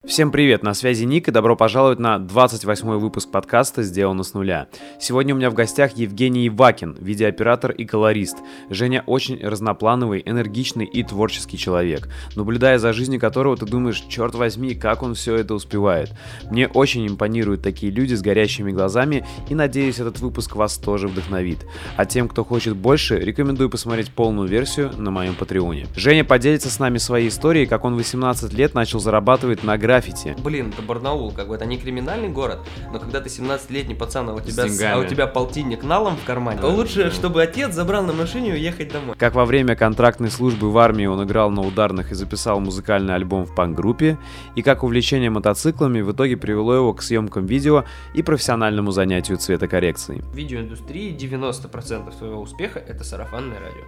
Всем привет, на связи Ник, и добро пожаловать на 28-й выпуск подкаста «Сделано с нуля». Сегодня у меня в гостях Евгений Ивакин, видеооператор и колорист. Женя очень разноплановый, энергичный и творческий человек, наблюдая за жизнью которого ты думаешь, черт возьми, как он все это успевает. Мне очень импонируют такие люди с горящими глазами, и надеюсь, этот выпуск вас тоже вдохновит. А тем, кто хочет больше, рекомендую посмотреть полную версию на моем патреоне. Женя поделится с нами своей историей, как он 18 лет начал зарабатывать на граффити. Блин, это Барнаул, это не криминальный город, но когда ты 17-летний пацан, а у тебя полтинник налом в кармане, то лучше, чтобы отец забрал на машине и уехать домой. Как во время контрактной службы в армии он играл на ударных и записал музыкальный альбом в панк-группе, и как увлечение мотоциклами в итоге привело его к съемкам видео и профессиональному занятию цветокоррекцией. В видеоиндустрии 90% своего успеха — это сарафанное радио.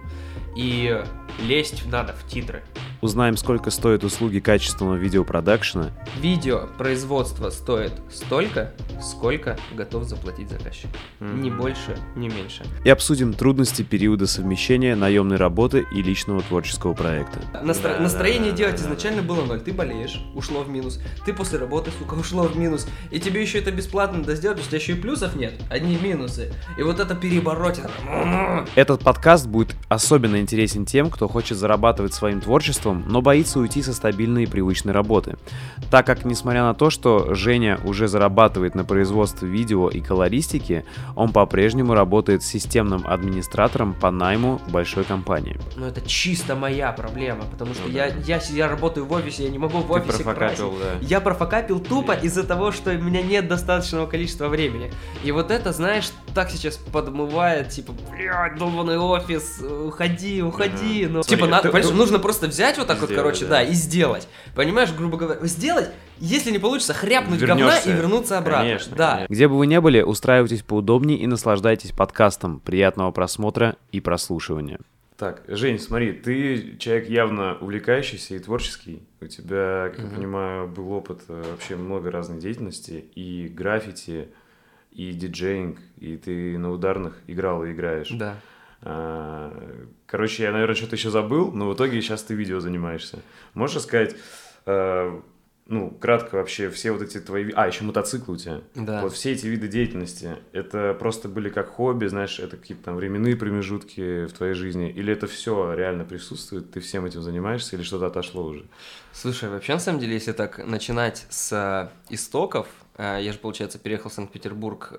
И лезть надо в титры. Узнаем, сколько стоят услуги качественного видеопродакшена. Видеопроизводство стоит столько, сколько готов заплатить заказчик. Ни больше, ни меньше. И обсудим трудности периода совмещения наемной работы и личного творческого проекта. Настроение делать изначально было 0. Ты болеешь, ушло в минус. Ты после работы, ушло в минус. И тебе еще это бесплатно надо сделать, то есть у тебя еще и плюсов нет, одни минусы. И вот это перебороть. Этот подкаст будет особенно интересен тем, кто хочет зарабатывать своим творчеством, но боится уйти со стабильной и привычной работы. Так как, несмотря на то, что Женя уже зарабатывает на производстве видео и колористики, он по-прежнему работает системным администратором по найму в большой компании. Ну это чисто моя проблема, потому что я работаю в офисе, я не могу в офисе красить. Да. Я профокапил тупо из-за того, что у меня нет достаточного количества времени. И вот это, знаешь, так сейчас подмывает, типа, блядь, долбаный офис, уходи. Ну, типа, нужно просто взять вот так вот, и сделать. Понимаешь, грубо говоря, сделать, если не получится, хряпнуть говна и вернуться обратно. Конечно, да. Конечно. Где бы вы ни были, устраивайтесь поудобнее и наслаждайтесь подкастом. Приятного просмотра и прослушивания. Так, Жень, смотри, ты человек явно увлекающийся и творческий. У тебя, как я понимаю, был опыт вообще много разной деятельности, и граффити, и диджеинг, и ты на ударных играл и играешь. Да. Короче, я, наверное, что-то еще забыл, но в итоге сейчас ты видео занимаешься. Можешь рассказать, кратко вообще, все вот эти твои... еще мотоциклы у тебя. Да. Вот все эти виды деятельности, это просто были как хобби, знаешь, это какие-то там временные промежутки в твоей жизни? Или это все реально присутствует, ты всем этим занимаешься, или что-то отошло уже? Слушай, вообще, на самом деле, если так начинать с истоков, я же, получается, переехал в Санкт-Петербург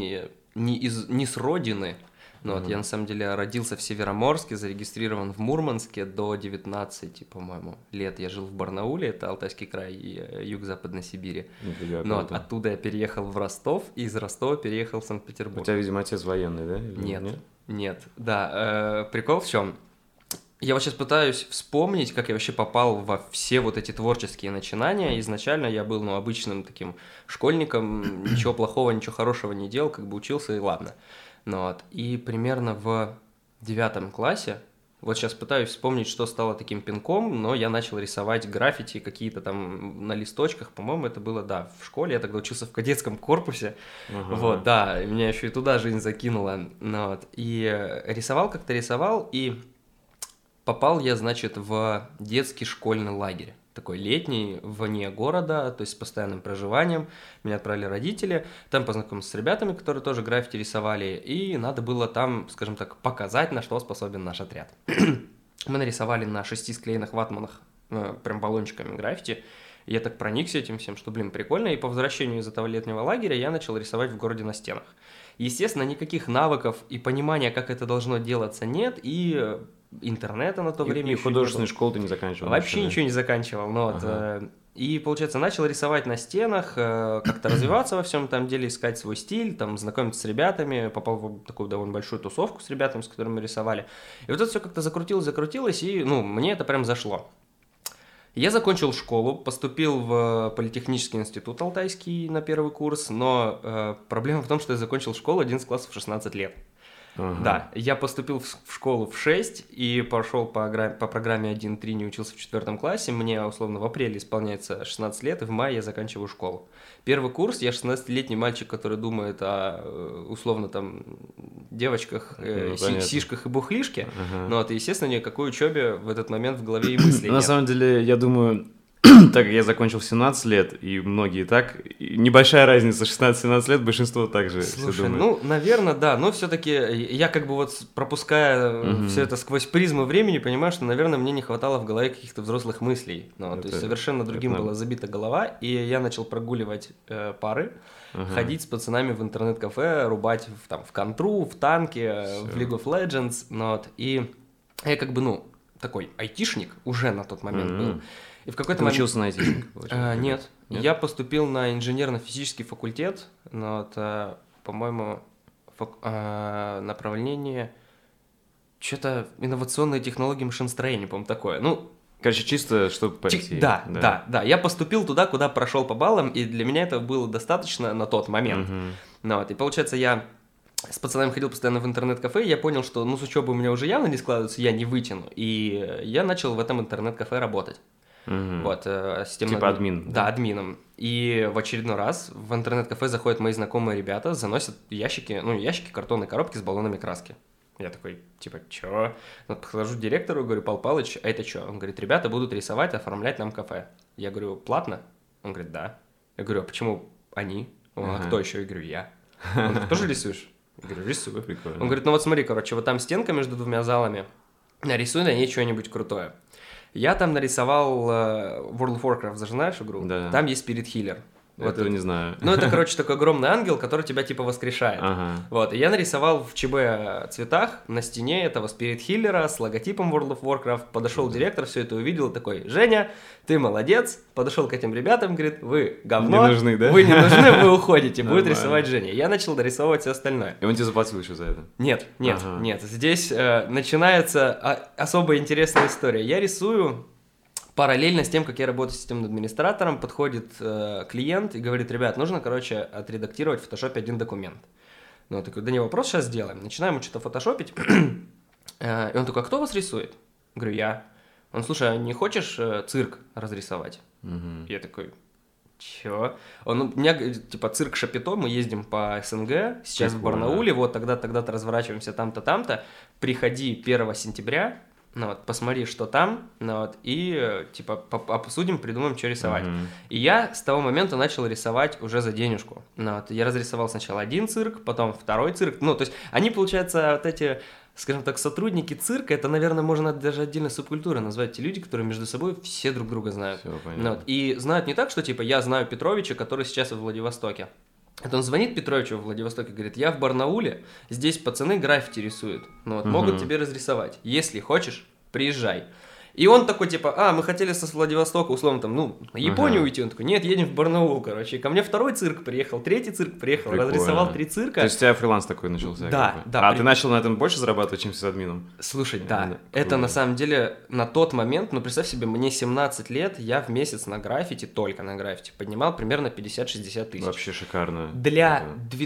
не с родины. Я на самом деле родился в Североморске, зарегистрирован в Мурманске до 19, по-моему, лет. Я жил в Барнауле, это Алтайский край и юго-западной Сибири. Оттуда я переехал в Ростов, и из Ростова переехал в Санкт-Петербург. У тебя, видимо, отец военный, да? Нет. Да, прикол в чем? Я вот сейчас пытаюсь вспомнить, как я вообще попал во все вот эти творческие начинания. Изначально я был, обычным таким школьником, ничего плохого, ничего хорошего не делал, учился и ладно. И примерно в 9 классе, вот сейчас пытаюсь вспомнить, что стало таким пинком, но я начал рисовать граффити какие-то там на листочках, по-моему, это было, в школе, я тогда учился в кадетском корпусе, и меня еще и туда жизнь закинула, и рисовал, и попал я, в детский школьный лагерь. Такой летний, вне города, то есть с постоянным проживанием. Меня отправили родители, там познакомился с ребятами, которые тоже граффити рисовали, и надо было там, скажем так, показать, на что способен наш отряд. Мы нарисовали на 6 склеенных ватманах прям баллончиками граффити. Я так проникся этим всем, что, прикольно, и по возвращению из этого летнего лагеря я начал рисовать в городе на стенах. Естественно, никаких навыков и понимания, как это должно делаться, нет, и... интернета на то время. И художественную школу ты не заканчивал? Вообще ничего не заканчивал. И, получается, начал рисовать на стенах, как-то развиваться во всем этом деле, искать свой стиль, знакомиться с ребятами, попал в такую довольно большую тусовку с ребятами, с которыми мы рисовали. И вот это все как-то закрутилось, и, мне это прям зашло. Я закончил школу, поступил в политехнический институт Алтайский на первый курс, но проблема в том, что я закончил школу 11 классов в 16 лет. Да, я поступил в школу в 6 и пошел по программе 1.3, не учился в 4 классе. Мне, условно, в апреле исполняется 16 лет, и в мае я заканчиваю школу. Первый курс, я 16-летний мальчик, который думает о, условно, девочках, сишках и бухлишке. И, естественно, никакой учебе в этот момент в голове и мысли нет. На самом деле, я думаю, Так как я закончил в 17 лет, и многие так, и небольшая разница, 16-17 лет, большинство также Слушай, все думают. ну, наверное, да, но все-таки я как бы вот пропуская все это сквозь призму времени, понимаю, что, наверное, мне не хватало в голове каких-то взрослых мыслей. Ну, то есть совершенно другим была забита голова, и я начал прогуливать пары, ходить с пацанами в интернет-кафе, рубать в контру, в танке, в League of Legends, ну, вот, и я как бы, ну, такой айтишник уже на тот момент был. И в какой-то момент... учился на айтишника? Нет. Я поступил на инженерно-физический факультет, но это, по-моему, направление что-то инновационные технологии машиностроения, по-моему, такое. Ну, короче, чисто чтобы пойти. Да. Я поступил туда, куда прошел по баллам, и для меня это было достаточно на тот момент. Ну, вот, и получается, я с пацанами ходил постоянно в интернет-кафе, и я понял, что, ну, с учебой у меня уже явно не складывается, я не вытяну. И я начал в этом интернет-кафе работать. Вот, типа админ. Да, админом. И в очередной раз в интернет-кафе заходят мои знакомые ребята, заносят ящики картонной коробки с баллонами краски. Я такой, типа, чё? Подхожу к директору, говорю, Пал Палыч, а это чё? Он говорит, ребята будут рисовать, оформлять нам кафе. Я говорю, платно? Он говорит, да. Я говорю, а почему они? Он, а кто еще? Я говорю, я. Он говорит, тоже рисуешь? Я говорю, рисую. Прикольно. Он говорит, ну вот смотри, короче, вот там стенка между двумя залами, нарисуй на ней что-нибудь крутое. Я там нарисовал World of Warcraft, знаешь игру? Да. Там есть Spirit Healer. Вот этого не знаю. Ну, это, короче, такой огромный ангел, который тебя, типа, воскрешает. Вот, и я нарисовал в ЧБ цветах на стене этого Spirit Healer с логотипом World of Warcraft. Подошел директор, все это увидел, такой, Женя, ты молодец. Подошел к этим ребятам, говорит, вы говно. Не нужны, да? Вы не нужны, вы уходите, будет рисовать Женя. Я начал дорисовывать все остальное. И он тебе заплатил еще за это? Нет. Здесь начинается особо интересная история. Я рисую... Параллельно с тем, как я работаю системным администратором, подходит клиент и говорит, ребят, нужно, короче, отредактировать в фотошопе один документ. Ну, я такой, да не вопрос, сейчас сделаем. Начинаем что-то фотошопить. И он такой, а кто вас рисует? Говорю, я. Он, слушай, а не хочешь цирк разрисовать? Я такой, чё? Он, у меня, типа, цирк Шапито, мы ездим по СНГ, сейчас в Барнауле, вот тогда-то разворачиваемся там-то, там-то. Приходи 1 сентября, ну вот, посмотри, что там, ну вот, и, типа, обсудим, придумаем, что рисовать. И я с того момента начал рисовать уже за денежку. Ну вот, я разрисовал сначала один цирк, потом второй цирк. Ну, то есть, они, получается, вот эти, скажем так, сотрудники цирка, это, наверное, можно даже отдельно субкультурой назвать. Те люди, которые между собой все друг друга знают. Всё, понятно. Ну вот, и знают не так, что, типа, я знаю Петровича, который сейчас в Владивостоке. Это он звонит Петровичу в Владивостоке, говорит, я в Барнауле, здесь пацаны граффити рисуют, ну вот, могут тебе разрисовать, если хочешь, приезжай. И он такой, типа, мы хотели со Владивостока, условно, там, ну, на Японию уйти. Он такой, нет, едем в Барнаул, короче. И ко мне второй цирк приехал, третий цирк приехал, Прикольно. Разрисовал 3 цирка. То есть у тебя фриланс такой начался? Да, как бы. да. А ты начал на этом больше зарабатывать, чем с админом? Слушай, да, это круто. на самом деле на тот момент, ну, представь себе, мне 17 лет, я в месяц на граффити, только на граффити, поднимал примерно 50-60 тысяч. Вообще шикарно. Для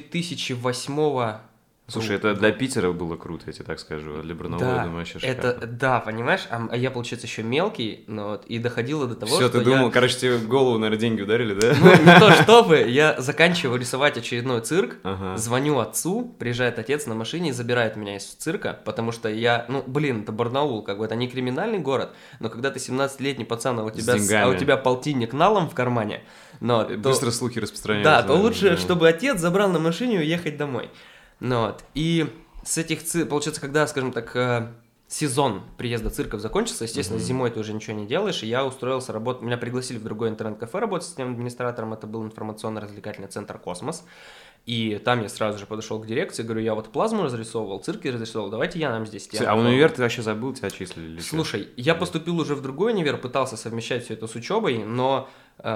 2008-го... Слушай, это для Питера было круто, я тебе так скажу, а для Барнаула, я думаю, вообще шикарно. Это, да, понимаешь, а я, получается, еще мелкий, ну, вот, и доходило до того, Все, что ты думал, короче, тебе в голову, наверное, деньги ударили, да? Ну, не то чтобы, я заканчиваю рисовать очередной цирк, Ага. звоню отцу, приезжает отец на машине и забирает меня из цирка, потому что я, ну, блин, это Барнаул, как бы, это не криминальный город, но когда ты 17-летний пацан, а у тебя полтинник налом в кармане, но, Быстро слухи распространяются. да, то лучше, чтобы отец забрал на машине и уехать домой. Ну, вот, и с этих получается, когда, скажем так, сезон приезда цирков закончился, естественно, зимой ты уже ничего не делаешь, и я устроился работать, меня пригласили в другое интернет-кафе работать с системным администратором, это был информационно-развлекательный центр «Космос», и там я сразу же подошел к дирекции, говорю, я вот плазму разрисовывал, цирки разрисовывал, давайте я нам здесь стену. А в универ ты вообще забыл, тебя отчислили? Слушай, я поступил уже в другой универ, пытался совмещать все это с учебой, но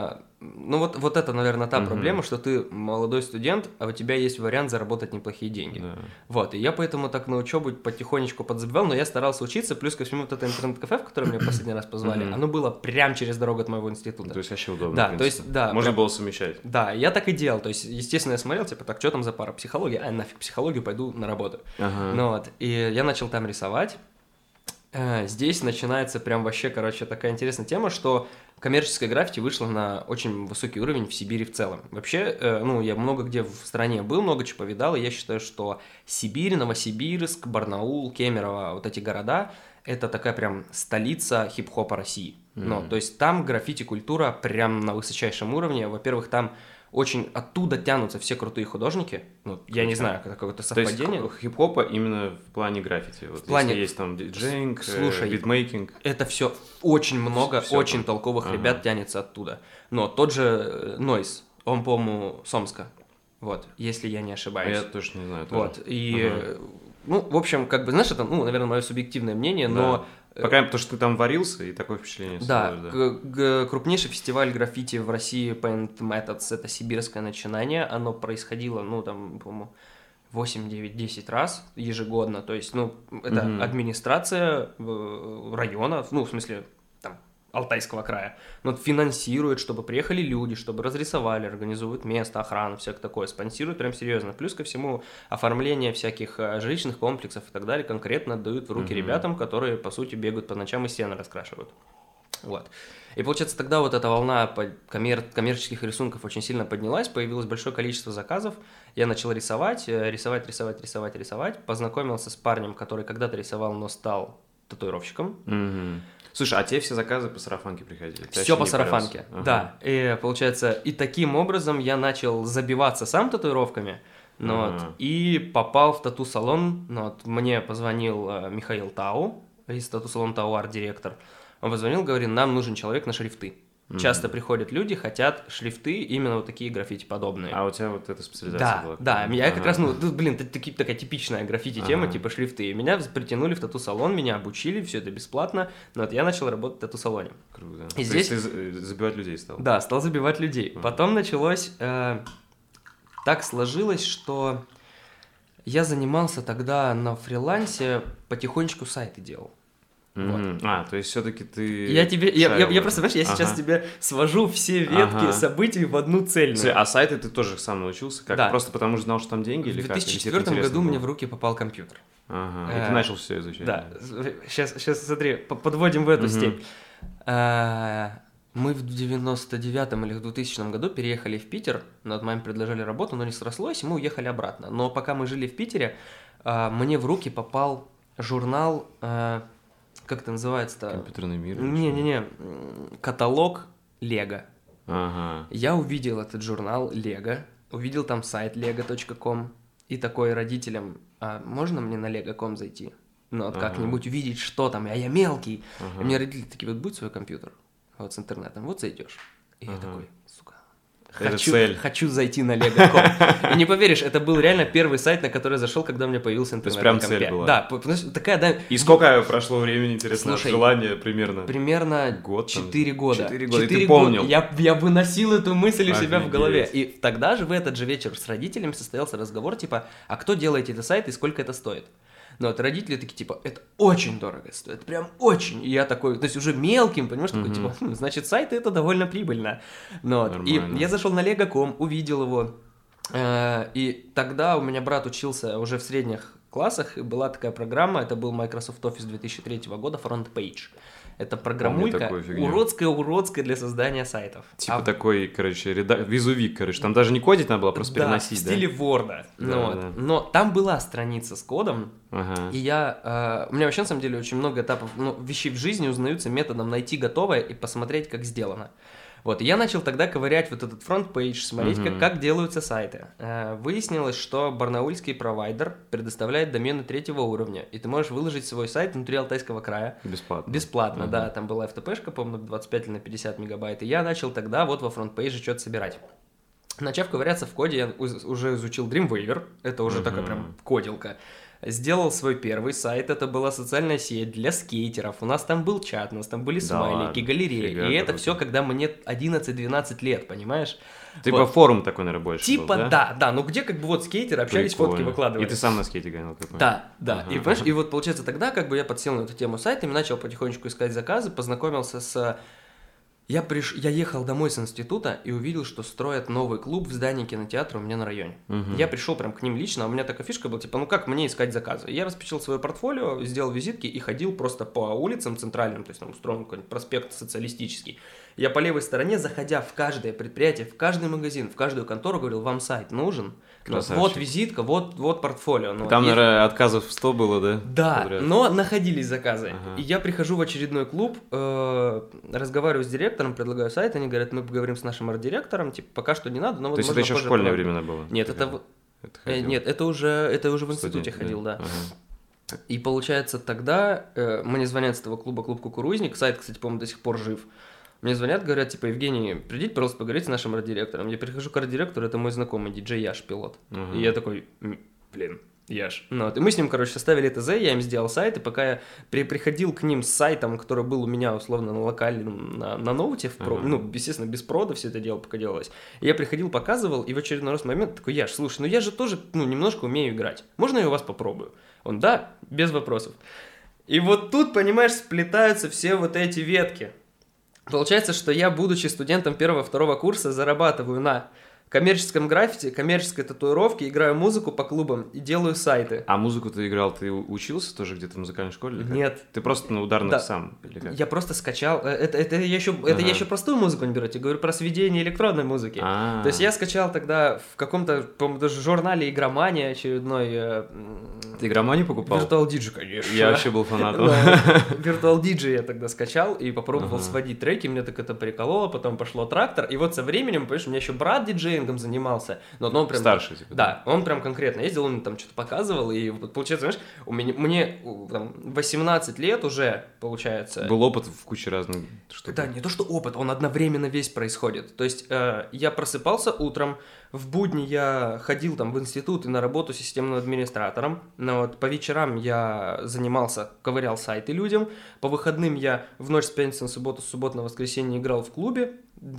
ну вот это, наверное, та проблема, что ты молодой студент, а у тебя есть вариант заработать неплохие деньги. Да. Вот, и я поэтому так на учебу потихонечку подзабивал, но я старался учиться, плюс ко всему вот это интернет-кафе, в которое меня последний раз позвали, оно было прям через дорогу от моего института. То есть вообще удобно, да, в то принципе. есть, да. Можно прям, было совмещать. Да, я так и делал, то есть, естественно, я смотрел, типа, так, что там за пара? Психология? Нафиг психологию, пойду на работу. Ага. Ну вот, и я начал там рисовать. Здесь начинается прям вообще, короче, такая интересная тема, что коммерческое граффити вышло на очень высокий уровень в Сибири в целом. Вообще, ну, я много где в стране был, много чего повидал, и я считаю, что Сибирь, Новосибирск, Барнаул, Кемерово, вот эти города, это такая прям столица хип-хопа России. Ну, то есть там граффити-культура прям на высочайшем уровне. Во-первых, там очень оттуда тянутся все крутые художники. Ну, я не знаю, это какое-то совпадение. То есть хип-хопа именно в плане граффити. Вот в плане... Если есть там диджейнг, битмейкинг. Это все очень много, все очень толковых ребят тянется оттуда. Но тот же Нойз, он, по-моему, с Омска. Вот, если я не ошибаюсь. Я точно не знаю. Вот, и... Ну, в общем, как бы, знаешь, это, ну, наверное, мое субъективное мнение, но... Пока потому что ты там варился, и такое впечатление. Да, крупнейший фестиваль граффити в России Paint Methods — это сибирское начинание, оно происходило, ну, там, по-моему, 8, 9, 10 раз ежегодно, то есть, ну, это администрация района, ну, в смысле, там, Алтайского края, но финансирует, чтобы приехали люди, чтобы разрисовали, организуют место, охрану, всякое такое, спонсирует прям серьезно. Плюс ко всему оформление всяких жилищных комплексов и так далее конкретно отдают в руки ребятам, которые, по сути, бегают по ночам и стены раскрашивают. Вот. И получается, тогда вот эта волна коммерческих рисунков очень сильно поднялась, появилось большое количество заказов, я начал рисовать, познакомился с парнем, который когда-то рисовал, но стал татуировщиком. Слушай, а тебе все заказы по сарафанке приходили? Все по сарафанке, да. И получается, и таким образом я начал забиваться сам татуировками, и попал в тату-салон. Мне позвонил Михаил Тау из тату-салона Тау арт-директор. Он позвонил, говорит, нам нужен человек на шрифты. Часто приходят люди, хотят шрифты, именно вот такие граффити подобные. А у тебя вот эта специализация была? Да, я как раз, такая типичная граффити-тема, типа шрифты. И меня притянули в тату-салон, меня обучили, все это бесплатно, но вот я начал работать в тату-салоне. Круто. И здесь... То есть ты забивать людей стал? Да, стал забивать людей. Потом началось... Так сложилось, что я занимался тогда на фрилансе, потихонечку сайты делал. Вот. То есть все-таки ты... Я просто, знаешь, я сейчас тебе свожу все ветки событий в одну цельную. Слушай, а сайты ты тоже сам научился? Как? Да. Просто потому что знал, что там деньги? Или в 2004 году мне в руки попал компьютер. И ты начал все изучать. Да. Сейчас смотри, подводим в эту степь. Мы в 99-м или в 2000 году переехали в Питер, но маме предложили работу, но не срослось, и мы уехали обратно. Но пока мы жили в Питере, мне в руки попал журнал... Как это называется-то? Компьютерный мир? Не-не-не, каталог Лего. Я увидел этот журнал Лего, увидел там сайт lego.com, и такой родителям, можно мне на lego.com зайти? Ну, вот как-нибудь увидеть, что там, а я мелкий. И мне родители такие, вот будь свой компьютер, вот с интернетом, вот зайдешь. И я такой, сука, хочу зайти на lego.com. И не поверишь, это был реально первый сайт, на который я зашел, когда у меня появился интернет. То есть прям цель была? Да, такая, да. И сколько прошло времени, интересно, слушай, желание примерно? Примерно год, 4 года. 4 года, и ты помнил? Я выносил эту мысль у себя в голове. И тогда же в этот же вечер с родителями состоялся разговор, типа, а кто делает этот сайт и сколько это стоит? Но вот родители такие, типа, это очень дорого стоит, прям очень. И я такой, то есть уже мелким, понимаешь, такой, типа, значит, сайты это довольно прибыльно. И я зашел на lego.com, увидел его, и тогда у меня брат учился уже в средних классах, и была такая программа, это был Microsoft Office 2003 года, Front Page. Это программулька уродская для создания сайтов. Типа такой, короче, визувик, короче. Там даже не кодить надо было, просто переносить, в стиле Word. Но там была страница с кодом, и у меня вообще, на самом деле, очень много этапов, вещей в жизни узнаются методом найти готовое и посмотреть, как сделано. Вот, и я начал тогда ковырять вот этот фронт-пейдж, смотреть, как делаются сайты. Выяснилось, что барнаульский провайдер предоставляет домены 3-го уровня, и ты можешь выложить свой сайт внутри Алтайского края. Бесплатно. Бесплатно, да, там была FTP-шка, по-моему, 25 или на 50 мегабайт, и я начал тогда вот во фронт-пейдже что-то собирать. Начав ковыряться в коде, я уже изучил Dreamweaver, это уже такая прям кодилка. Сделал свой первый сайт, это была социальная сеть для скейтеров, у нас там был чат, у нас там были смайлики, галереи, и это все, когда мне 11-12 лет, понимаешь? Типа форум такой, наверное, больше типа был, да? Да, ну где как бы вот скейтеры общались, фотки выкладывали. И ты сам на скейте гонял какой? Да, и понимаешь, и вот получается тогда как бы я подсел на эту тему сайтами, начал потихонечку искать заказы, познакомился с... Я ехал домой с института и увидел, что строят новый клуб в здании кинотеатра у меня на районе. Я пришел прям к ним лично, а у меня такая фишка была, типа, как мне искать заказы? Я распечатал свое портфолио, сделал визитки и ходил просто по улицам центральным, то есть там устроен какой-нибудь проспект социалистический, Я по левой стороне, заходя в каждое предприятие, в каждый магазин, в каждую контору, говорил, вам сайт нужен? Вот визитка, вот портфолио. Там, наверное, отказов 100 было, да? Да, подряд. Но находились заказы. И я прихожу в очередной клуб, разговариваю с директором, предлагаю сайт, они говорят, мы поговорим с нашим арт-директором, типа, пока что не надо, но... То есть это еще школьное время было? Нет, это уже в институте ходил, да. И получается, тогда мне звонят с этого клуба, клуб «Кукурузник», сайт, кстати, по-моему, до сих пор жив. Мне звонят, говорят, типа, Евгений, придите, пожалуйста, поговорите с нашим арт-директором. Я прихожу к арт-директору, это мой знакомый, диджей Яш, пилот. И я такой, блин, Яш. Ну, вот. И мы с ним, короче, составили ТЗ, я им сделал сайт, и пока я приходил к ним с сайтом, который был у меня, условно, на локальном, на ноуте, естественно, без прода все это дело пока делалось, я приходил, показывал, и в очередной раз момент такой, Яш, слушай, я же тоже, немножко умею играть, можно я у вас попробую? Он, да, без вопросов. И вот тут, понимаешь, сплетаются все вот эти ветки. Получается, что я, будучи студентом 1-2 курса, зарабатываю на коммерческом граффити, коммерческой татуировке, играю музыку по клубам и делаю сайты. А музыку ты играл, ты учился тоже где-то в музыкальной школе? Нет. Ты просто на ударных сам? Или как? Я просто скачал. Это я еще простую музыку не беру, я говорю про сведение электронной музыки. То есть я скачал тогда в каком-то, по-моему, даже журнале «Игромания» очередной... Ты «Игроманию» покупал? Virtual DJ, конечно. Я вообще был фанатом. Virtual DJ я тогда скачал и попробовал сводить треки, мне так это прикололо, потом пошло трактор, и вот со временем, понимаешь, у меня еще брат диджеингом занимался, но он прям... Старший, типа. Да, он прям конкретно ездил, он там что-то показывал, и получается, знаешь, мне там 18 лет уже, получается... Был опыт в куче разных штук. Да, не то, что опыт, он одновременно весь происходит. То есть я просыпался утром, в будни я ходил там в институт и на работу системным администратором, но вот по вечерам я занимался, ковырял сайты людям, по выходным я в ночь с пятницы на субботу, с субботы на воскресенье играл в клубе,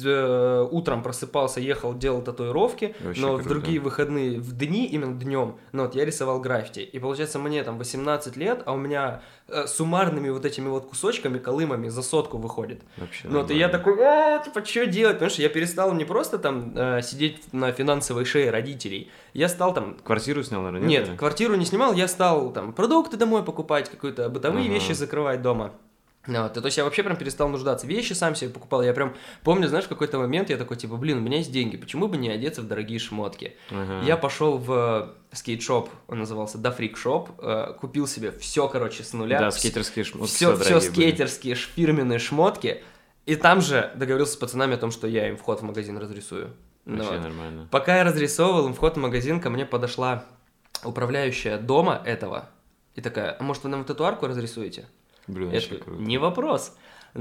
утром просыпался, ехал, делал татуировки, вообще но круто. В другие выходные, в дни, именно днем, я рисовал граффити. И получается, мне там 18 лет, а у меня суммарными вот этими вот кусочками, колымами за 100 выходит. Вообще и я такой, типа, что делать? Потому что я перестал не просто там сидеть на финансовой шее родителей, я стал там... Квартиру снял, наверное? Нет, квартиру не снимал, я стал там продукты домой покупать, какие-то бытовые вещи закрывать дома. То есть я вообще прям перестал нуждаться. Вещи сам себе покупал. Я прям помню, знаешь, в какой-то момент я такой, типа, у меня есть деньги, почему бы не одеться в дорогие шмотки? Я пошел в скейт-шоп, он назывался The Freak Shop, купил себе все, короче, с нуля. Да, скейтерские шмотки. Все скейтерские фирменные шмотки. И там же договорился с пацанами о том, что я им вход в магазин разрисую. Вообще нормально. Пока я разрисовывал им вход в магазин, ко мне подошла управляющая дома этого. И такая, а может вы нам вот эту арку разрисуете? Блин, это круто. Не вопрос.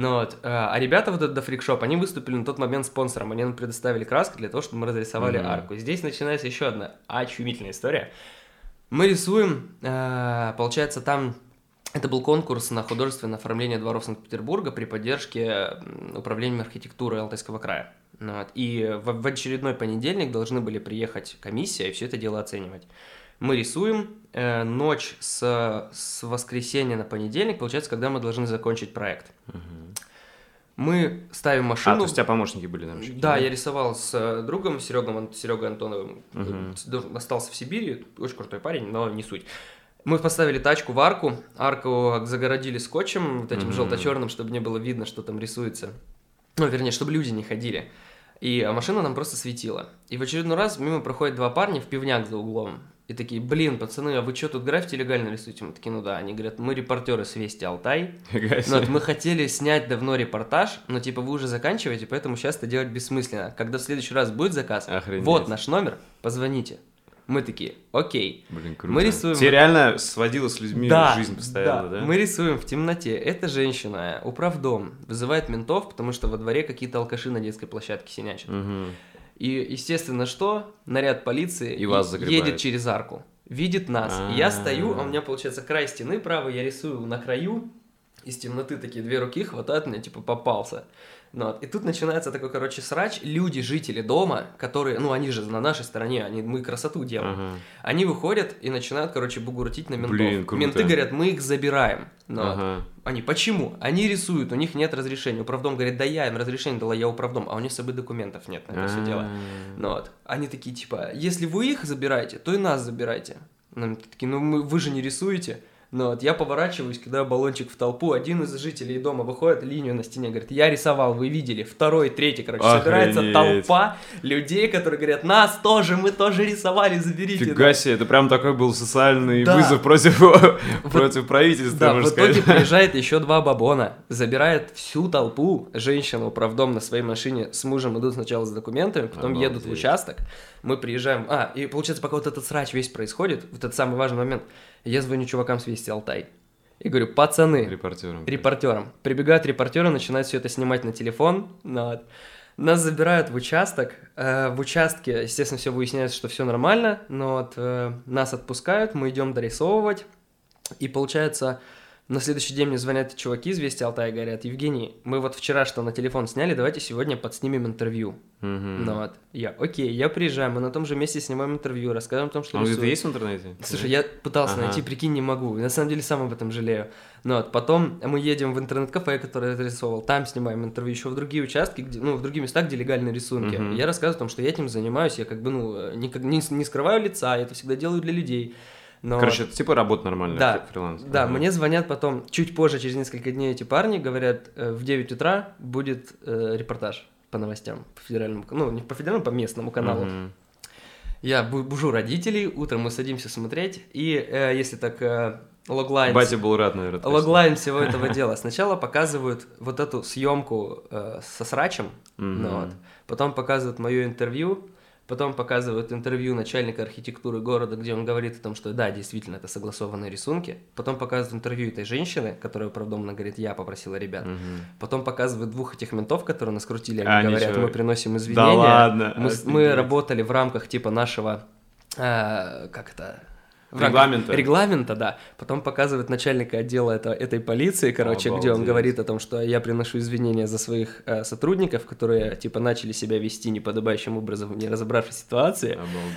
А ребята вот этот The Freak Shop, они выступили на тот момент спонсором, они нам предоставили краску для того, чтобы мы разрисовали арку. Здесь начинается еще одна очумительная история. Мы рисуем, получается, там это был конкурс на художественное оформление дворов Санкт-Петербурга при поддержке управлением архитектуры Алтайского края. И в очередной понедельник должны были приехать комиссия и все это дело оценивать. Мы рисуем ночь с воскресенья на понедельник, получается, когда мы должны закончить проект. Мы ставим машину... то есть у тебя помощники были там? Да, я рисовал с другом Серегой Антоновым, остался в Сибири, очень крутой парень, но не суть. Мы поставили тачку в арку загородили скотчем, вот этим желто-черным, чтобы не было видно, что там рисуется. Вернее, чтобы люди не ходили. И машина нам просто светила. И в очередной раз мимо проходят 2 парня в пивняк за углом. И такие, блин, пацаны, а вы что, тут граффити легально рисуете? Мы такие, да. Они говорят, мы репортеры с Вести Алтай. Мы хотели снять давно репортаж, но типа вы уже заканчиваете, поэтому сейчас это делать бессмысленно. Когда в следующий раз будет заказ, вот наш номер, позвоните. Мы такие, окей. Блин, круто. Мы рисуем... Тебе реально сводило с людьми жизнь постоянно, да? Мы рисуем в темноте. Эта женщина, управдом, вызывает ментов, потому что во дворе какие-то алкаши на детской площадке синячат. И, естественно, что? Наряд полиции едет через арку, видит нас. Я стою, а у меня, получается, край стены правый, я рисую на краю, из темноты такие 2 руки хватают меня, типа, попался. И тут начинается такой, срач. Люди, жители дома, которые, они же на нашей стороне, мы красоту делаем. Они выходят и начинают, бугуртить на ментов. Блин, круто. Менты говорят, мы их забираем. Они, почему? Они рисуют, у них нет разрешения. Управдом говорит, да я им разрешение дала, я управдом, а у них с собой документов нет на это все дело. Они такие, типа, если вы их забираете, то и нас забирайте. Такие, вы же не рисуете. Но вот я поворачиваюсь, кидаю баллончик в толпу, один из жителей дома выходит, линию на стене, говорит, я рисовал, вы видели, второй, третий, короче, собирается толпа людей, которые говорят, нас тоже, мы тоже рисовали, заберите. Фига себе, это прям такой был социальный вызов против правительства, да, в итоге приезжает еще 2 бабона, забирает всю толпу, женщина, управдом на своей машине с мужем идут сначала с документами, потом едут в участок, мы приезжаем, и получается, пока вот этот срач весь происходит, вот этот самый важный момент, я звоню чувакам с Вести Алтай и говорю, пацаны, репортерам, прибегают репортеры, начинают все это снимать на телефон, нас забирают в участок, в участке, естественно, все выясняется, что все нормально, но нас отпускают, мы идем дорисовывать, и получается... На следующий день мне звонят чуваки из Вести Алтай и говорят, Евгений, мы вот вчера что на телефон сняли, давайте сегодня подснимем интервью. Я приезжаю, мы на том же месте снимаем интервью, рассказываем о том, что рисуем. Это есть в интернете? Слушай, я пытался найти, прикинь, не могу. На самом деле сам об этом жалею. Потом мы едем в интернет-кафе, которое я рисовал, там снимаем интервью еще в другие участки, в другие места, где легальные рисунки. Я рассказываю о том, что я этим занимаюсь, я не скрываю лица, я это всегда делаю для людей. Короче, это типа работа нормальная, фриланс. Да, мне звонят потом, чуть позже, через несколько дней эти парни, говорят, в 9 утра будет репортаж по новостям, по федеральному, не по федеральному, по местному каналу. Я бужу родителей, утром мы садимся смотреть, и если так логлайн... Батя был рад, наверное. Логлайн всего этого дела. Сначала показывают вот эту съемку со срачем, потом показывают мое интервью, потом показывают интервью начальника архитектуры города, где он говорит о том, что да, действительно, это согласованные рисунки. Потом показывают интервью этой женщины, которая правдомно говорит, я попросила ребят. Потом показывают 2 этих ментов, которые нас крутили, они говорят, мы приносим извинения. Да ладно. Мы работали в рамках типа нашего, Регламента, да. Потом показывает начальника отдела этой полиции, где он говорит о том, что я приношу извинения за своих сотрудников, которые, типа, начали себя вести неподобающим образом, не разобравшись в ситуации.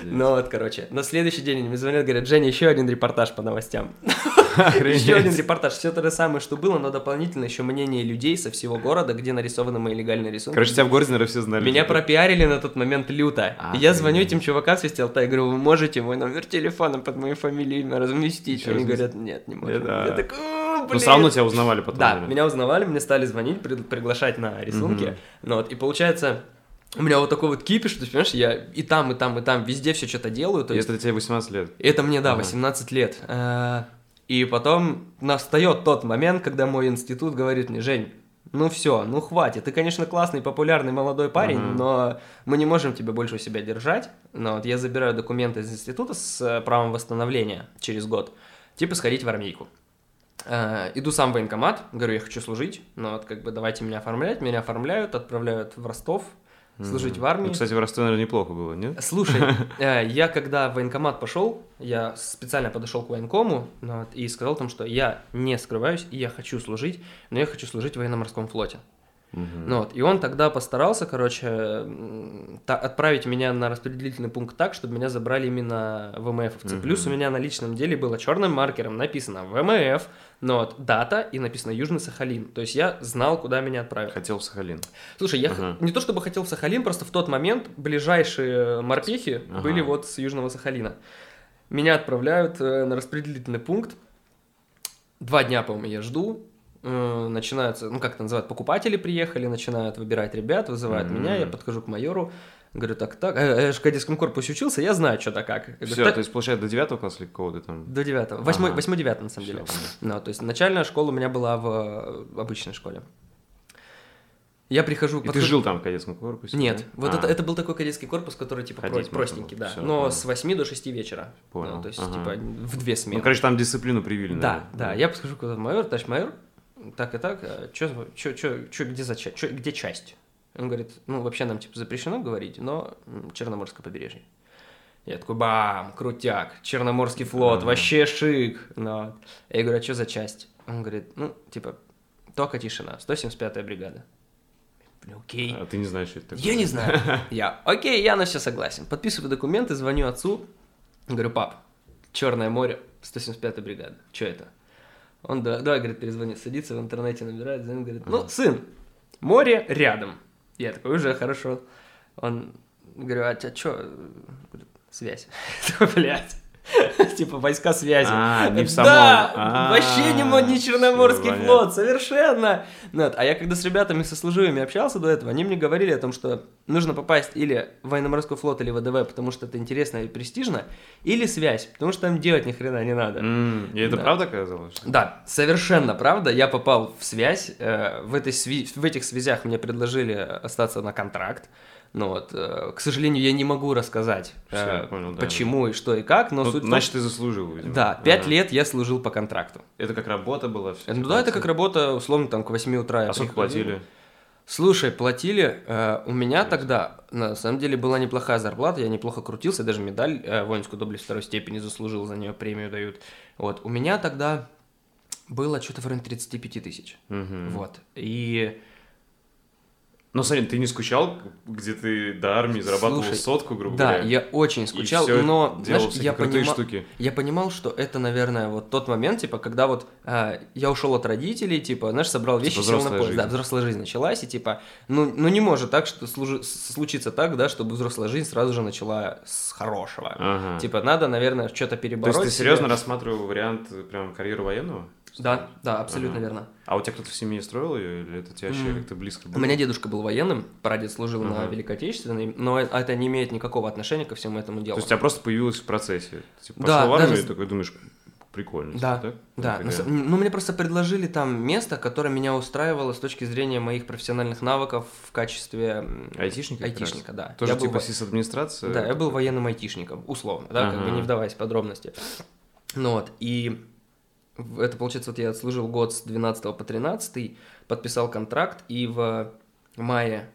На следующий день они мне звонят, говорят, Женя, еще один репортаж по новостям. Еще один репортаж. Все то же самое, что было, но дополнительно еще мнение людей со всего города, где нарисованы мои легальные рисунки. Короче, тебя в городе, наверное, все знали. Меня пропиарили на тот момент люто. Я звоню этим чувакам с Вести Алтай, говорю, вы можете мой номер телефона под мою фамилию, имя разместить? Они говорят, нет, не можем. Я такой, блин. Но все равно тебя узнавали потом. Да, меня узнавали, мне стали звонить, приглашать на рисунки. И получается... У меня вот такой вот кипиш, то есть, понимаешь, я и там, везде все что-то делаю. То есть... Это тебе 18 лет? Это мне, 18 лет. И потом настает тот момент, когда мой институт говорит мне, Жень, ну все, ну хватит, ты, конечно, классный, популярный молодой парень, но мы не можем тебя больше у себя держать. Я забираю документы из института с правом восстановления через год, типа сходить в армейку. Иду сам в военкомат, говорю, я хочу служить, давайте меня оформлять, меня оформляют, отправляют в Ростов, служить в армии. Кстати, в Ростове, наверное, неплохо было, нет? Слушай, я когда в военкомат пошел, я специально подошел к военкому и сказал им, что я не скрываюсь, и я хочу служить, но я хочу служить в военно-морском флоте. И он тогда постарался, отправить меня на распределительный пункт так, чтобы меня забрали именно ВМФовцы. Плюс у меня на личном деле было черным маркером написано ВМФ, дата и написано Южный Сахалин. То есть я знал, куда меня отправят. Хотел в Сахалин. Слушай, я не то чтобы хотел в Сахалин, просто в тот момент ближайшие морпехи были вот с Южного Сахалина. Меня отправляют на распределительный пункт. 2 дня, по-моему, я жду. Начинаются, как это называют, покупатели приехали, начинают выбирать ребят, вызывают меня, я подхожу к майору, говорю, так, я же в кадетском корпусе учился, я знаю, что да как. Все, то есть, получается, до 9 класса или какого-то там? До 9, 8-9, на самом деле. То есть, начальная школа у меня была в обычной школе. Я прихожу... И ты жил там в кадетском корпусе? Нет, вот это был такой кадетский корпус, который, типа, простенький, да, но с 8 до 6 вечера. Понял. То есть, типа, в 2 смены. Короче, там дисциплину привили, да. Я подхожу к майору, товарищ майор, так и так, где часть? Он говорит, вообще нам, типа, запрещено говорить, но Черноморское побережье. Я такой, бам, крутяк, Черноморский флот, вообще шик. Я говорю, а что за часть? Он говорит, только тишина, 175-я бригада. Окей. А ты не знаешь, что это такое? Я не знаю. Окей, я на все согласен. Подписываю документы, звоню отцу, говорю, пап, Черное море, 175-я бригада, что это? Он, давай, говорит, перезвонит, садится в интернете, набирает, звонит, говорит, сын, море рядом. Я такой, уже хорошо. Он, говорю, а что? Связь. Блядь. Типа войска связи. Не в самом... Да, вообще не Черноморский флот, совершенно. А я когда с ребятами сослуживыми общался до этого, они мне говорили о том, что нужно попасть или в военно-морской флот, или в ВДВ, потому что это интересно и престижно, или связь, потому что там делать ни хрена не надо. И это правда оказалось? Да, совершенно правда. Я попал в связь. В этих связях мне предложили остаться на контракт. К сожалению, я не могу рассказать, понял, почему и что и как, но суть значит, ты заслужил, видимо. Да, 5 лет я служил по контракту. Это как работа была? Да, это как работа, условно, там, к 8 утра. А сколько платили? Слушай, платили, у меня тогда, на самом деле, была неплохая зарплата, я неплохо крутился, даже медаль воинскую доблесть 2 степени заслужил, за нее премию дают. У меня тогда было что-то в районе 35 тысяч. И... Но, смотри, ты не скучал, где ты до армии зарабатывал сотку, грубо говоря? Да, я очень скучал, но, знаешь, я понимал, что это, наверное, тот момент, типа, когда я ушел от родителей, типа, знаешь, собрал вещи, сел на поезд. Да, взрослая жизнь началась, и, типа, ну не может так, что случиться так, да, чтобы взрослая жизнь сразу же начала с хорошего. Типа, надо, наверное, что-то перебороть. То есть ты серьезно рассматривал вариант прям карьеры военного? Да, абсолютно верно. А у тебя кто-то в семье строил ее, или это тебе вообще как-то близко было? У меня дедушка был военным, прадед служил на Великой Отечественной, но это не имеет никакого отношения ко всему этому делу. То есть у тебя просто появилось в процессе? Типа, пошел в армию и такой думаешь, прикольно. Да. Мне просто предложили там место, которое меня устраивало с точки зрения моих профессиональных навыков в качестве... Айтишника, да. Тоже типа сисадминистрация? Да, я был военным айтишником, условно, да, как бы не вдаваясь в подробности. И... Это, получается, я отслужил год с 12 по 13, подписал контракт, и в мае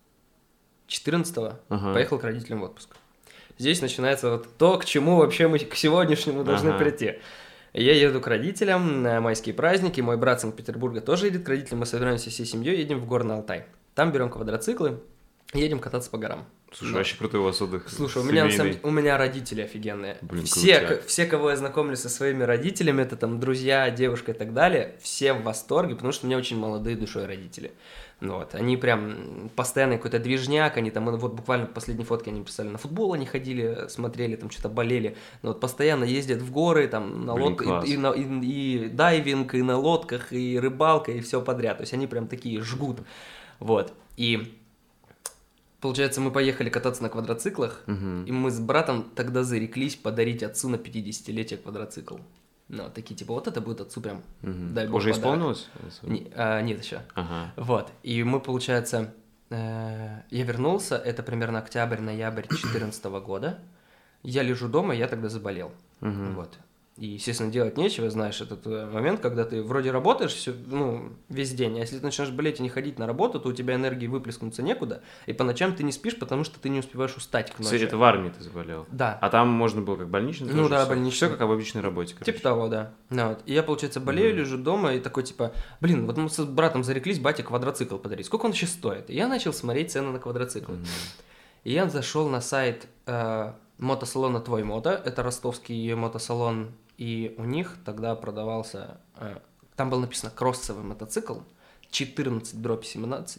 14 поехал к родителям в отпуск. Здесь начинается то, к чему вообще мы к сегодняшнему должны прийти. Я еду к родителям на майские праздники, мой брат из Санкт-Петербурга тоже едет к родителям, мы собираемся всей семьей, едем в Горный Алтай. Там берем квадроциклы, едем кататься по горам. Слушай, вообще крутой у вас отдых. Слушай, у меня родители офигенные. Блин, все, кого я знакомлю со своими родителями, это там друзья, девушка и так далее, все в восторге, потому что у меня очень молодые душой родители. Они прям постоянно какой-то движняк, они там, буквально последние фотки они писали, на футбол они ходили, смотрели, там что-то болели, постоянно ездят в горы, там, на лодках, и дайвинг, и на лодках, и рыбалка, и все подряд, то есть они прям такие жгут, и... Получается, мы поехали кататься на квадроциклах, и мы с братом тогда зареклись подарить отцу на 50-летие квадроцикл. Такие, типа, это будет отцу прям, дай бог, уже подарок. исполнилось? Нет еще. И мы, получается, я вернулся, это примерно октябрь-ноябрь 2014 года. Я лежу дома, я тогда заболел. И, естественно, делать нечего, знаешь, этот момент, когда ты вроде работаешь весь день, а если ты начинаешь болеть и не ходить на работу, то у тебя энергии выплеснуться некуда, и по ночам ты не спишь, потому что ты не успеваешь устать к ночи. Кстати, это в армии ты заболел? Да. А там можно было как больничный? больничный. Все как в обычной работе, короче. Типа того, да. И я, получается, болею, лежу дома, и такой, типа, мы с братом зареклись батя квадроцикл подарить. Сколько он сейчас стоит? И я начал смотреть цены на квадроциклы. И я зашел на сайт мотосалона «Твой мото», это ростовский мотосалон, и у них тогда продавался, там было написано кроссовый мотоцикл, 14/17,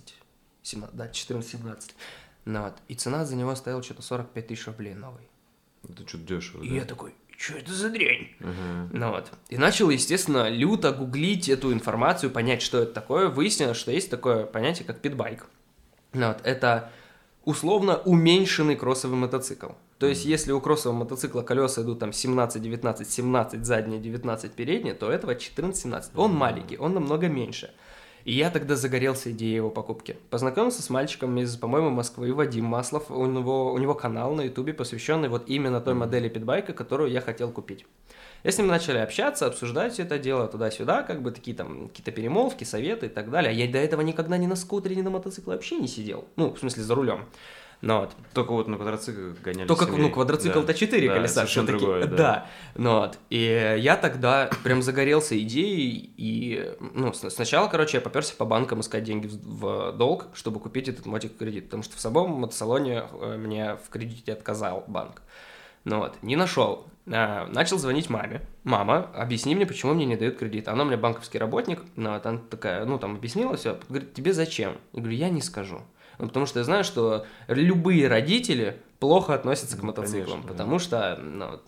14/17, и цена за него стоила что-то 45 тысяч рублей новый. Это что-то дешево, И я такой, что это за дрянь? И начал, естественно, люто гуглить эту информацию, понять, что это такое, выяснилось, что есть такое понятие, как питбайк. Это условно уменьшенный кроссовый мотоцикл. То есть, если у кроссового мотоцикла колеса идут там 17-19, 17 задние, 19 передние, то этого 14-17. Он маленький, он намного меньше. И я тогда загорелся идеей его покупки. Познакомился с мальчиком из, по-моему, Москвы, Вадим Маслов. У него канал на Ютубе, посвященный именно той модели питбайка, которую я хотел купить. Я с ним начали общаться, обсуждать все это дело туда-сюда, такие там какие-то перемолвки, советы и так далее. А я до этого никогда ни на скутере, ни на мотоцикле вообще не сидел. В смысле, за рулем. Только на квадроцикле гоняли. Только, квадроцикл-то 4 колеса все-таки. Другое, да. И я тогда прям загорелся идеей, и, сначала, я попёрся по банкам искать деньги в долг, чтобы купить этот мотик в кредит, потому что в самом мотосалоне мне в кредите отказал банк. Не нашел. Начал звонить маме. Мама, объясни мне, почему мне не дают кредит. Она у меня банковский работник, она такая, объяснила все, говорит, тебе зачем? Я говорю, я не скажу. Потому что я знаю, что любые родители плохо относятся к мотоциклам, конечно, потому что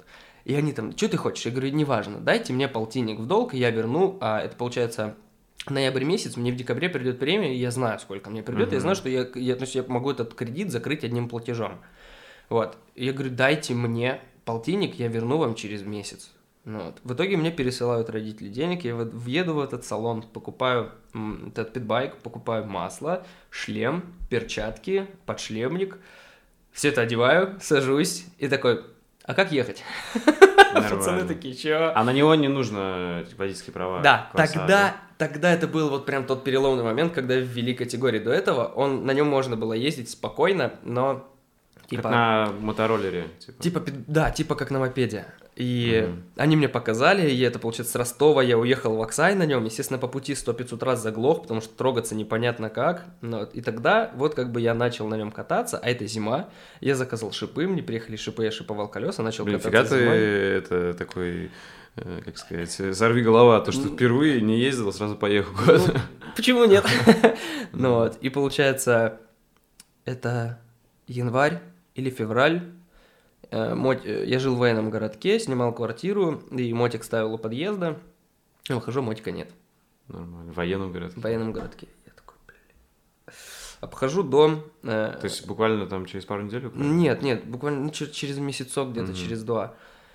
И они там, что ты хочешь? Я говорю, неважно, дайте мне полтинник в долг, и я верну, а это получается... Ноябрь месяц, мне в декабре придет премия, и я знаю, сколько мне придет, я знаю, что то есть я могу этот кредит закрыть одним платежом. Вот. И я говорю, дайте мне полтинник, я верну вам через месяц. Ну, вот. В итоге мне пересылают родители денег, я въеду в этот салон, покупаю этот питбайк, покупаю масло, шлем, перчатки, подшлемник, все это одеваю, сажусь и такой, а как ехать? Пацаны такие, чё? А на него не нужно водительские права? Да, тогда это был вот прям тот переломный момент, когда ввели категории. До этого на нем можно было ездить спокойно, но... Как на мотороллере. Типа как на мопеде. И они мне показали, и это, получается, с Ростова я уехал в Аксай на нем, естественно, по пути 100-500 раз заглох, потому что трогаться непонятно как. И тогда вот как бы я начал на нем кататься, а это зима, я заказал шипы, мне приехали шипы, я шиповал колеса, начал кататься фига зимой. Ты это такой... как сказать, сорви голова, то, что впервые не ездил, сразу поехал куда-то. Почему нет? Ну вот, и получается, это январь или февраль, я жил в военном городке, снимал квартиру, и мотик ставил у подъезда, выхожу, мотика нет. Нормально, в военном городке? В военном городке. Я такой, обхожу дом. То есть буквально там через пару недель? Нет, буквально через месяцок, где-то через 2.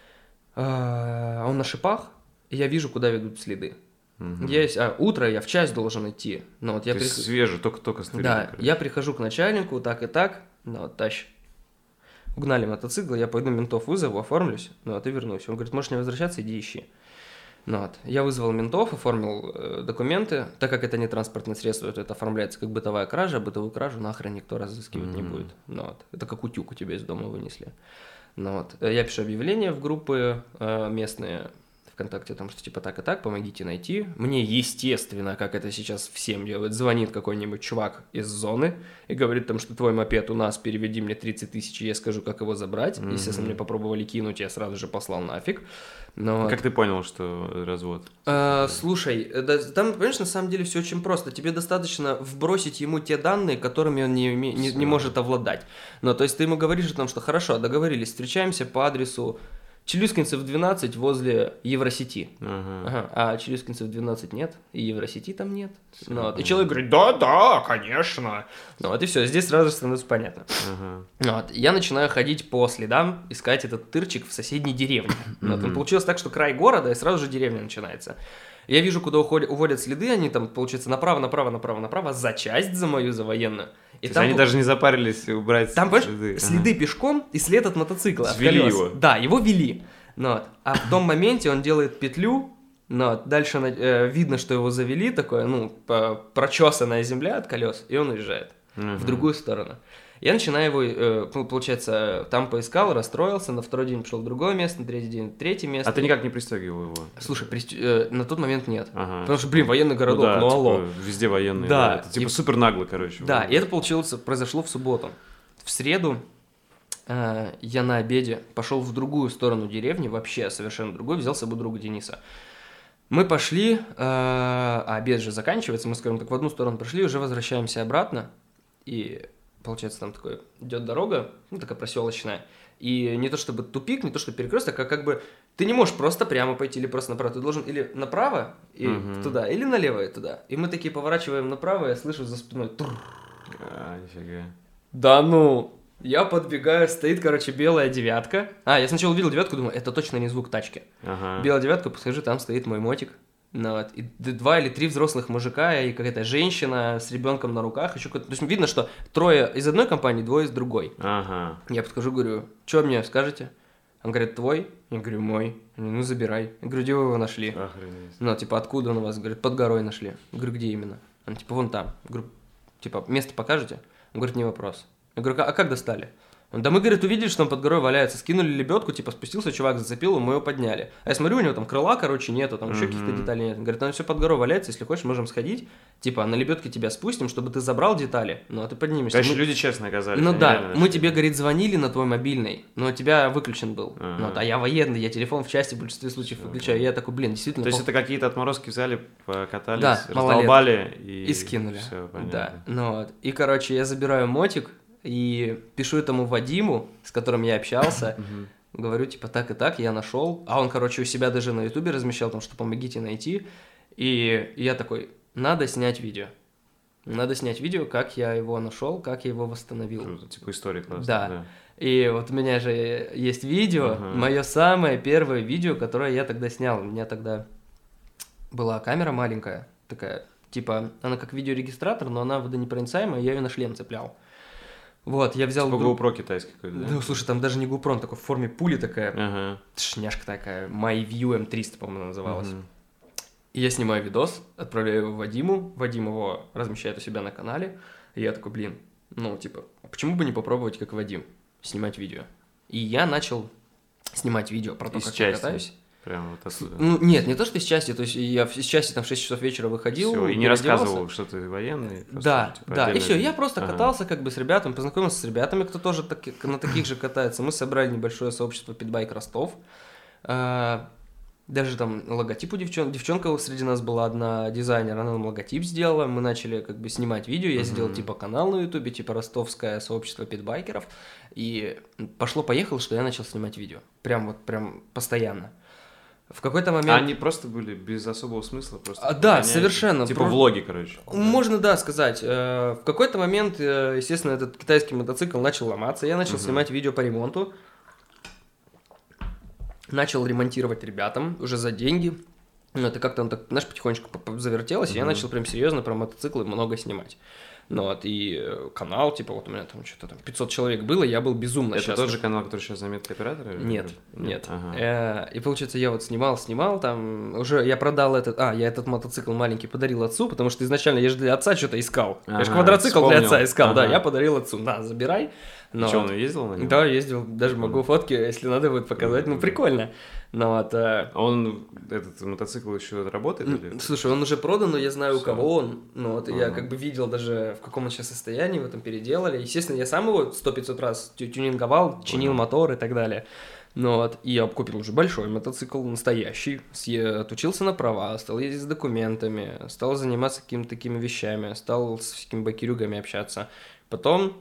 А он на шипах, и я вижу, куда ведут следы. Утро я в часть должен идти. Но вот свежий, только следы. Да, я прихожу к начальнику, так и так, тащ. Угнали мотоцикл, я пойду ментов вызову, оформлюсь, и вернусь. Он говорит, можешь не возвращаться, иди ищи. Я вызвал ментов, оформил документы, так как это не транспортное средство, то это оформляется как бытовая кража, а бытовую кражу нахрен никто разыскивать не будет. Это как утюг у тебя из дома вынесли. Я пишу объявления в группы местные ВКонтакте, там, что типа так и так, помогите найти. Мне, естественно, как это сейчас всем делают, звонит какой-нибудь чувак из зоны и говорит там, что твой мопед у нас, переведи мне 30 тысяч, я скажу, как его забрать. Естественно, мне попробовали кинуть, я сразу же послал нафиг. Как ты понял, что развод? Слушай, там, понимаешь, на самом деле все очень просто. Тебе достаточно вбросить ему те данные, которыми он не может обладать. То есть ты ему говоришь о том, что хорошо, договорились, встречаемся по адресу Челюскинцев 12 возле Евросети. А Челюскинцев 12 нет, и Евросети там нет. И человек говорит, да, конечно. И все, здесь сразу становится понятно. Я начинаю ходить по следам, искать этот тырчик в соседней деревне. Получилось так, что край города, и сразу же деревня начинается. Я вижу, куда уводят следы, они там, получается, направо, за часть за мою, за военную. И там они даже не запарились убрать там, следы. Следы пешком и след от мотоцикла. Вели его. Да, его вели. А в том моменте он делает петлю, дальше видно, что его завели, такое, прочесанная земля от колес, и он уезжает в другую сторону. Я начинаю его, получается, там поискал, расстроился, на второй день пошел в другое место, на третий день третье место. А ты никак не пристегивал его? Слушай, на тот момент нет. Потому что, военный городок, алло. Везде военные. Да. Это супер нагло, короче. Да, и это произошло в субботу. В среду я на обеде пошел в другую сторону деревни, вообще совершенно другую, взял с собой друга Дениса. Мы пошли, обед же заканчивается, мы, скажем так, в одну сторону прошли, уже возвращаемся обратно, и... Получается, там такой идет дорога, такая проселочная, и не то чтобы тупик, не то чтобы перекресток, а как бы ты не можешь просто прямо пойти или просто направо, ты должен или направо и туда, или налево и туда. И мы такие поворачиваем направо, я слышу за спиной нифига. Да я подбегаю, стоит, белая девятка. Я сначала увидел девятку, думаю, это точно не звук тачки. Белая девятка, подхожу, там стоит мой мотик. И 2 или 3 взрослых мужика и какая-то женщина с ребенком на руках. Еще то есть видно, что 3 из одной компании, 2 из другой. Я подхожу, говорю, что мне скажете? Он говорит, твой? Я говорю, мой. Они, забирай. Я говорю, где вы его нашли? Охренеть. Откуда он у вас? Говорит, под горой нашли. Я говорю, где именно? Он, вон там. Я говорю, место покажете? Он говорит, не вопрос. Я говорю, а как достали? Да мы, говорит, увидели, что он под горой валяется, скинули лебедку, спустился чувак, зацепил, мы его подняли. А я смотрю, у него там крыла, нету, там еще каких-то деталей нет. Он говорит, он все под горой валяется, если хочешь, можем сходить, на лебедке тебя спустим, чтобы ты забрал детали, а ты поднимешься. Конечно, люди честно оказались. Мы тебе, говорит, звонили на твой мобильный, но у тебя выключен был. А я военный, я телефон в части в большинстве случаев выключаю. Я такой, действительно. То есть это какие-то отморозки взяли, покатались, да, раздолбали и скинули. Все, понятно. Да, и, я забираю мотик, и пишу этому Вадиму, с которым я общался, говорю, типа, так и так, я нашел. А он, короче, у себя даже на ютубе размещал, там, что помогите найти. И я такой, надо снять видео. Надо снять видео, как я его нашел, как я его восстановил. Круто, типа история классная. Да. И вот у меня же есть видео, мое самое первое видео, которое я тогда снял. У меня тогда была камера маленькая, такая, типа, она как видеорегистратор, но она водонепроницаемая, я ее на шлем цеплял. Вот, я взял... Типа GoPro китайский какой-то, да? Ну, слушай, там даже не GoPro, он такой в форме пули такая, шняшка такая, MyView M300, по-моему, называлась. И я снимаю видос, отправляю его Вадиму, Вадим его размещает у себя на канале, и я такой, блин, ну, типа, почему бы не попробовать, как Вадим, снимать видео? И я начал снимать видео про то, как я катаюсь. Прям вот отсюда. Ну, нет, не то, что из части, то есть я из части там в 6 часов вечера выходил. Всё, и не рассказывал, что ты военный. Да, типа, да, и все, я просто катался как бы с ребятами, познакомился с ребятами, кто тоже на таких же катается. Мы собрали небольшое сообщество Питбайк Ростов. Даже там логотип у девчонка среди нас была одна дизайнер, она нам логотип сделала, мы начали как бы снимать видео, я сделал типа канал на ютубе, типа ростовское сообщество питбайкеров, и пошло-поехало, что я начал снимать видео, прям постоянно. В какой-то момент... Они просто были без особого смысла? Просто да, совершенно. Типа влоги, короче. Можно, да, сказать. В какой-то момент, естественно, этот китайский мотоцикл начал ломаться, я начал снимать видео по ремонту. Начал ремонтировать ребятам уже за деньги. Ну, это как-то, так, знаешь, потихонечку завертелось, и я начал прям серьезно про мотоциклы много снимать. Ну, вот, и канал, типа, вот у меня там что-то там 500 человек было, я был безумно счастлив. Это тот же канал, который сейчас заметки оператора? Нет. И, получается, я вот снимал, там, уже я продал я этот мотоцикл маленький подарил отцу, потому что изначально я же для отца что-то искал. Я же квадроцикл для отца искал, да, я подарил отцу, на, забирай. Но... Что, он ездил на нем? Да, ездил, даже могу фотки, если надо будет показать, ну, прикольно. Но вот, он, этот мотоцикл еще работает? Или? Слушай, он уже продан, но я знаю, у кого он. Ну, вот, я как бы видел даже, в каком он сейчас состоянии, его там переделали. Естественно, я сам его 100-500 раз тюнинговал, чинил мотор и так далее. Ну, вот, и я купил уже большой мотоцикл, настоящий, отучился на права, стал ездить с документами, стал заниматься какими-то такими вещами, стал с всякими байкерюгами общаться. Потом...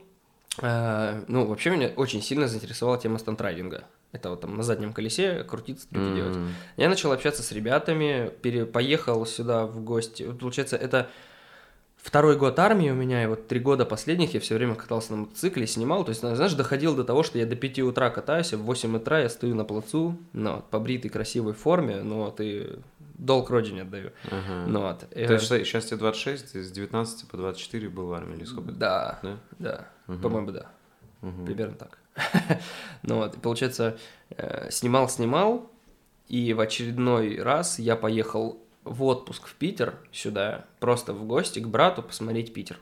вообще меня очень сильно заинтересовала тема стандрайдинга. Это вот там на заднем колесе крутиться, делать. Я начал общаться с ребятами, поехал сюда в гости. Получается, это второй год армии у меня, и вот 3 года последних я все время катался на мотоцикле, снимал. То есть, знаешь, доходил до того, что я до 5 утра катаюсь, а в 8 утра я стою на плацу, побритой, красивой форме, и долг родине отдаю. Ну, вот. То есть сейчас тебе 26, с 19 по 24 был в армии или сколько? Да. По-моему, да. Примерно так. Ну вот, и получается, снимал, и в очередной раз я поехал в отпуск в Питер, сюда, просто в гости к брату посмотреть Питер.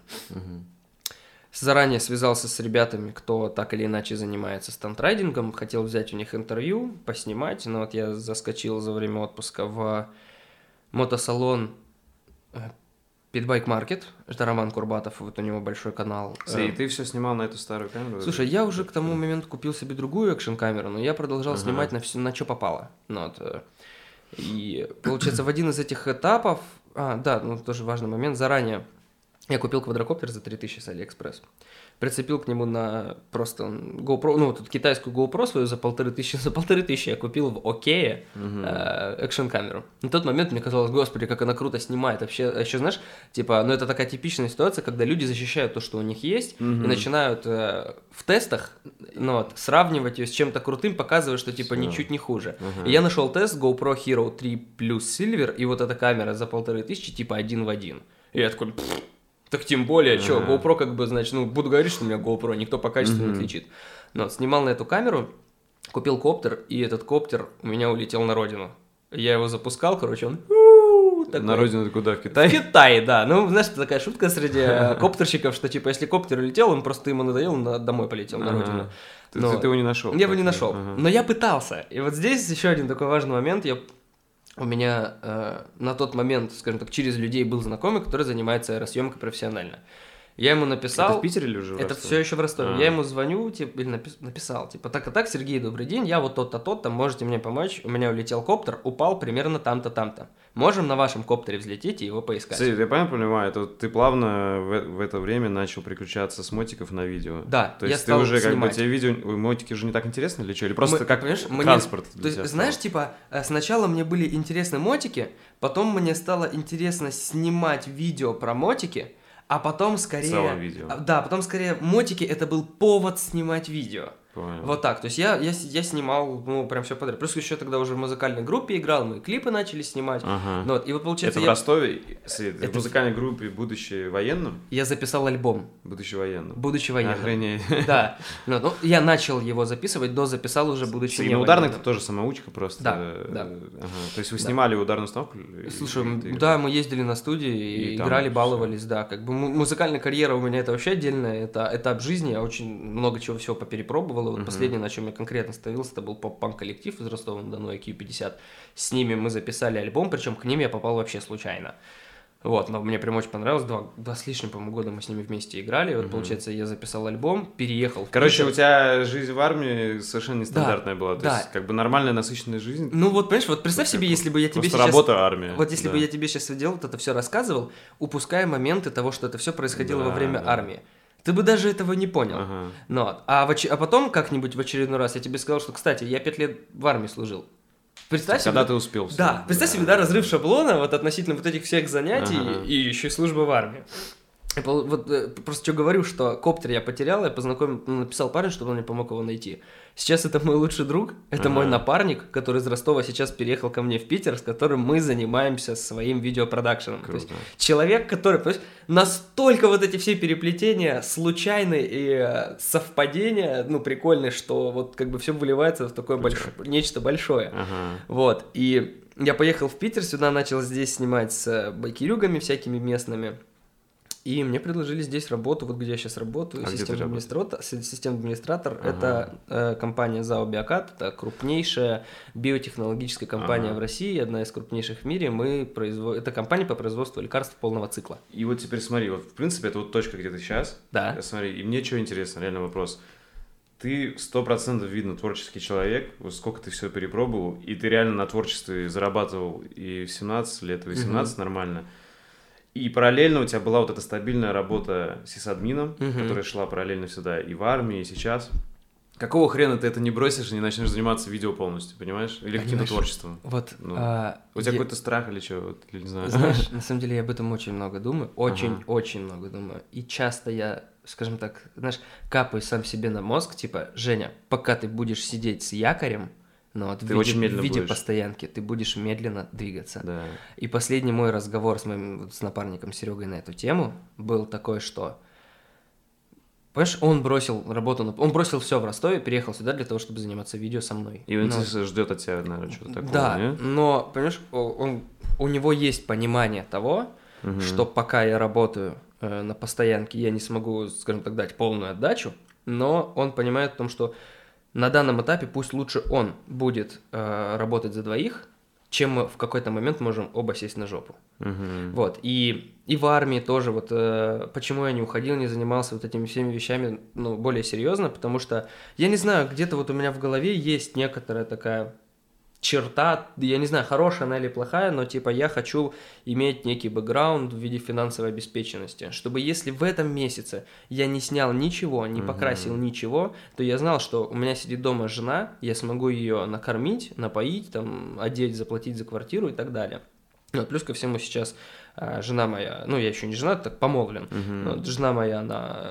Заранее связался с ребятами, кто так или иначе занимается стандрайдингом, хотел взять у них интервью, поснимать, но вот я заскочил за время отпуска в мотосалон Питбайк Маркет, это Роман Курбатов, вот у него большой канал. И ты все снимал на эту старую камеру? Слушай, я уже к тому моменту купил себе другую экшн-камеру, но я продолжал снимать на что попало. И получается, в один из этих этапов, тоже важный момент, заранее я купил квадрокоптер за 3000 с Алиэкспресс. Прицепил к нему на просто GoPro, тут китайскую GoPro свою за 1500 я купил в Окее экшн-камеру. На тот момент мне казалось, господи, как она круто снимает. Вообще, еще знаешь, типа, это такая типичная ситуация, когда люди защищают то, что у них есть, и начинают в тестах, сравнивать ее с чем-то крутым, показывая, что типа ничуть не хуже. И я нашел тест GoPro Hero 3 Plus Silver, и вот эта камера за 1500, типа 1 в 1. И я такой... Так тем более, что, GoPro как бы, значит, буду говорить, что у меня GoPro, никто по качеству не отличит. Но снимал на эту камеру, купил коптер, и этот коптер у меня улетел на родину. Я его запускал, короче, он... Такой. На родину куда, в Китай? В Китай, да. Знаешь, такая шутка среди коптерщиков, что, типа, если коптер улетел, он просто ему надоел, он домой полетел на родину. Ты его не нашел? Я его не нашел, но я пытался. И вот здесь еще один такой важный момент, у меня на тот момент, скажем так, через людей был знакомый, который занимается аэросъемкой профессионально. Я ему написал... Это в Питере или уже в Это Ростове? все еще в Ростове. Я ему звоню, типа, или написал, типа, так и так, Сергей, добрый день, я вот тот-то, тот-то, можете мне помочь? У меня улетел коптер, упал примерно там-то, там-то. Можем на вашем коптере взлететь и его поискать? Кстати, я правильно понимаю, это ты плавно в это время начал переключаться с мотиков на видео? Да, то я есть ты стал уже снимать. как бы тебе видео, мотики уже не так интересно или что? Или просто как понимаешь, транспорт для то тебя есть, стал? знаешь, типа, сначала мне были интересны мотики, потом мне стало интересно снимать видео про мотики, а потом скорее... Целое видео. Да, потом скорее мотики это был повод снимать видео. Понял. Вот так, то есть я снимал, ну, прям все подряд. Плюс еще тогда уже в музыкальной группе играл, мы клипы начали снимать. Ага. Ну, вот, и вот получается... Это в Ростове? В музыкальной группе, будучи военным? Я записал альбом. Будучи военным. Будучи военным. Охренеть. Да. Ну, я начал его записывать, записал уже, будучи не ударник военным. это тоже самоучка просто. Да, да. Ага. То есть вы снимали ударную установку? Слушай, да, мы ездили на студии и играли, баловались, да. Как бы музыкальная карьера у меня это вообще отдельная, это этап жизни, я очень много чего всего поперепробовал. Вот последнее, на чем я конкретно становился, это был поп-панк коллектив из Ростова-на-Дону, IQ50. С ними мы записали альбом, причем к ним я попал вообще случайно. Вот, но мне прям очень понравилось, два с лишним, по-моему, года мы с ними вместе играли, вот, получается, я записал альбом, переехал в Короче, Питер. у тебя жизнь в армии совершенно нестандартная была, то есть как бы нормальная насыщенная жизнь. Ну вот, понимаешь, вот представь себе, если бы я тебе сейчас... работа, армия. Вот если бы я тебе сейчас делал, вот это все рассказывал, упуская моменты того, что это все происходило во время армии. Ты бы даже этого не понял. Ага. Ну, а потом как-нибудь в очередной раз я тебе сказал, что, кстати, я 5 лет в армии служил. Представь себе, когда ты успел. Да, представь себе, да, разрыв шаблона вот относительно вот этих всех занятий и еще и службы в армии. Вот просто что говорю, что коптер я потерял, я написал парню, чтобы он мне помог его найти. Сейчас это мой лучший друг, это мой напарник, который из Ростова сейчас переехал ко мне в Питер, с которым мы занимаемся своим видеопродакшеном. То есть человек, который, понимаешь, настолько вот эти все переплетения случайные и совпадения, ну, прикольные, что вот как бы все выливается в такое нечто большое. Вот, и я поехал в Питер, сюда начал здесь снимать с байкерюгами всякими местными. И мне предложили здесь работу, вот где я сейчас работаю, системный администратор. Это компания ЗАО «Биокат», это крупнейшая биотехнологическая компания в России, одна из крупнейших в мире. Это компания по производству лекарств полного цикла. И вот теперь смотри, вот в принципе это вот точка, где ты сейчас. Да. Смотри, и мне что интересно, реально вопрос. Ты 100% видно творческий человек, вот сколько ты все перепробовал, и ты реально на творчестве зарабатывал и в 17 лет, и в 18 нормально. И параллельно у тебя была вот эта стабильная работа сисадмином, которая шла параллельно сюда и в армии, и сейчас. Какого хрена ты это не бросишь и не начнешь заниматься видео полностью, понимаешь? Или каким-то творчеством? Вот, у тебя какой-то страх или что? Вот, или не знаю. Знаешь, на самом деле я об этом очень много думаю, очень много думаю. И часто я, скажем так, знаешь, капаю сам себе на мозг, типа, Женя, пока ты будешь сидеть с якорем, но вот в виде постоянки ты будешь медленно двигаться. Да. И последний мой разговор с моим напарником Серегой на эту тему был такой, что, понимаешь, он бросил работу, он бросил все в Ростове, переехал сюда для того, чтобы заниматься видео со мной. И он ждет от тебя, наверное, что-то такого, да, не? но, понимаешь, у него есть понимание того, что пока я работаю на постоянке, я не смогу, скажем так, дать полную отдачу, но он понимает в том, что на данном этапе пусть лучше он будет работать за двоих, чем мы в какой-то момент можем оба сесть на жопу. Вот. И в армии тоже, вот почему я не уходил, не занимался вот этими всеми вещами, ну, более серьезно, потому что, я не знаю, где-то вот у меня в голове есть некоторая такая черта, я не знаю, хорошая она или плохая, но типа я хочу иметь некий бэкграунд в виде финансовой обеспеченности, чтобы если в этом месяце я не снял ничего, не покрасил ничего, то я знал, что у меня сидит дома жена, я смогу ее накормить, напоить, там, одеть, заплатить за квартиру и так далее. Ну, плюс ко всему сейчас жена моя, ну, я еще не женат, так помолвлен, но жена моя,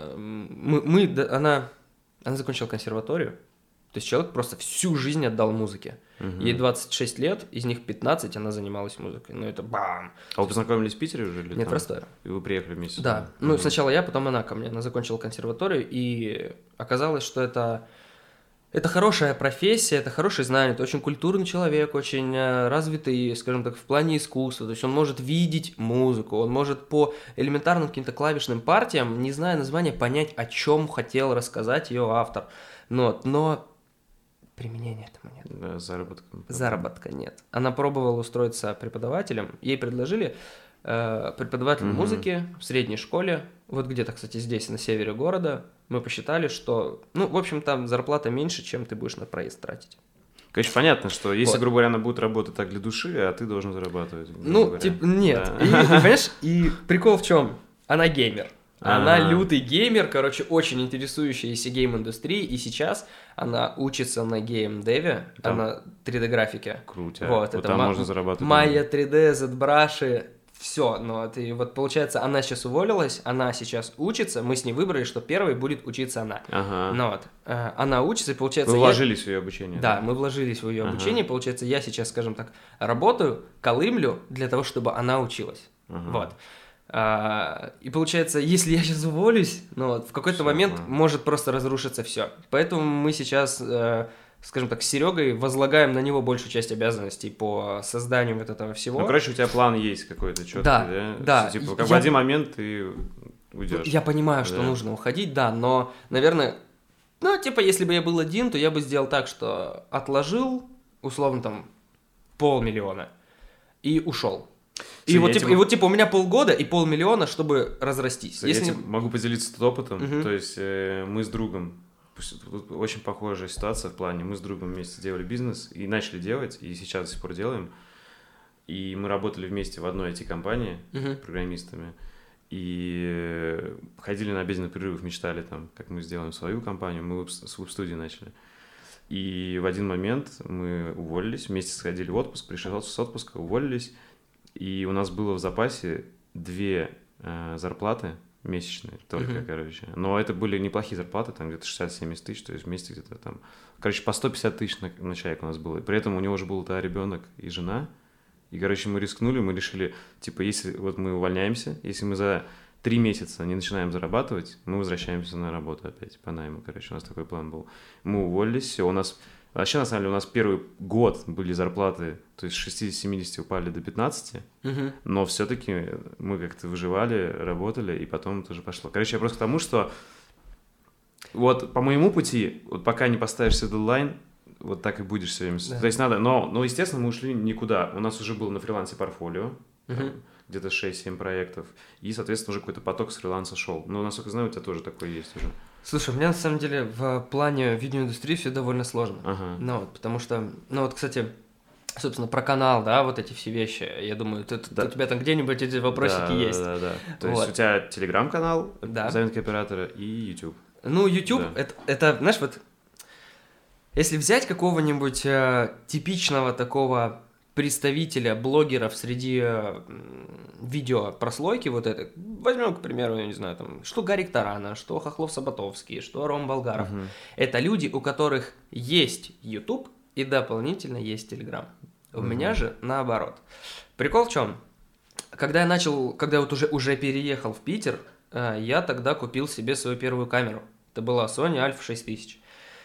она закончила консерваторию. То есть человек просто всю жизнь отдал музыке. Ей 26 лет, из них 15 она занималась музыкой. Ну это бам! А вы познакомились в Питере уже? Или нет, в Ростове. И вы приехали вместе? Да. Ну сначала я, потом она ко мне. Она закончила консерваторию, и оказалось, что это хорошая профессия, это хорошее знание, это очень культурный человек, очень развитый, скажем так, в плане искусства. То есть он может видеть музыку, он может по элементарным каким-то клавишным партиям, не зная названия, понять, о чем хотел рассказать ее автор. Но применения этому нет. Да, заработка нет. Она пробовала устроиться преподавателем, ей предложили, преподаватель музыки в средней школе, вот где-то, кстати, здесь, на севере города, мы посчитали, что, ну, в общем, там зарплата меньше, чем ты будешь на проезд тратить. Конечно, понятно, что если, Вот. грубо говоря, она будет работать так для души, а ты должен зарабатывать. грубо Ну, говоря. типа, нет. Да. И, понимаешь, и прикол в чем? Она геймер. Она Ага. лютый геймер, короче, очень интересующаяся гейм-индустрией, и сейчас она учится на гейм-деве, Там- на 3D-графике. Круто. Вот, Вот это там можно зарабатывать. Maya 3D, ZBrush, все. Ну, вот, и вот получается, она сейчас уволилась, она сейчас учится, мы с ней выбрали, что первой будет учиться она. Ага. Ну вот, она учится, и получается... Вы я- вложились в ее обучение. Да, мы вложились в ее Ага. обучение, получается, я сейчас, скажем так, работаю, колымлю для того, чтобы она училась. Ага. Вот. И получается, если я сейчас уволюсь, ну вот, в какой-то Всё, момент ага. может просто разрушиться все. Поэтому мы сейчас, скажем так, с Серегой возлагаем на него большую часть обязанностей по созданию вот этого всего. Ну, короче, у тебя план есть какой-то четкий, Да, да? да. Типа, Я- как в один момент ты уйдешь. Я понимаю, что Да. нужно уходить, да, но, наверное, ну, типа, если бы я был один, то я бы сделал так, что отложил, условно, там, 500 000 и ушел. И Слушай, вот, я типа, тебе- и вот, типа, у меня полгода и 500 000, чтобы разрастись. Я Если тебе могу поделиться тут опытом. Мгм. То есть мы с другом, тут очень похожая ситуация в плане, мы с другом вместе делали бизнес и начали делать, и сейчас до сих пор делаем. И мы работали вместе в одной IT-компании Мгм. программистами. И ходили на обеденных перерывах, мечтали там, как мы сделаем свою компанию. Мы с веб-студии начали. И в один момент мы уволились, вместе сходили в отпуск, пришли с отпуска, уволились. И у нас было в запасе 2 зарплаты месячные только, Мгм. короче. Но это были неплохие зарплаты, там где-то 60-70 тысяч, то есть вместе где-то там... Короче, по 150 тысяч на человека у нас было. И при этом у него уже был тогда ребенок и жена. И, короче, мы рискнули, мы решили, типа, если вот мы увольняемся, если мы за 3 месяца не начинаем зарабатывать, мы возвращаемся на работу опять по найму, короче, у нас такой план был. Мы уволились, все, у нас... Вообще, на самом деле, у нас первый год были зарплаты, то есть с 60-70 упали до 15, Мгм. но все-таки мы как-то выживали, работали, и потом тоже пошло. Короче, я просто к тому, что вот по моему пути, вот пока не поставишь себе дедлайн, вот так и будешь все время. Да. То есть надо, но, естественно, мы ушли никуда. У нас уже был на фрилансе портфолио, там, Мгм. где-то 6-7 проектов, и, соответственно, уже какой-то поток с фриланса шел. Ну, насколько знаю, у тебя тоже такое есть уже. Слушай, у меня на самом деле в плане видеоиндустрии все довольно сложно. Ага. Ну вот, потому что, ну вот, кстати, собственно, про канал, да, вот эти все вещи, я думаю, Да. у тебя там где-нибудь эти вопросики Да, есть. Да. То Вот. есть у тебя телеграм-канал, Да. заметки оператора и YouTube. Ну, YouTube, Да. это, знаешь, вот, если взять какого-нибудь типичного такого представителя блогеров среди видеопрослойки вот этой, возьмем, к примеру, я не знаю, там, что Гарик Тарана, что Хохлов-Саботовский, что Ром Болгаров, Мгм. это люди, у которых есть YouTube и дополнительно есть Telegram. У Мгм. меня же наоборот. Прикол в чем? Когда я вот уже переехал в Питер, я тогда купил себе свою первую камеру. Это была Sony Alpha 6000.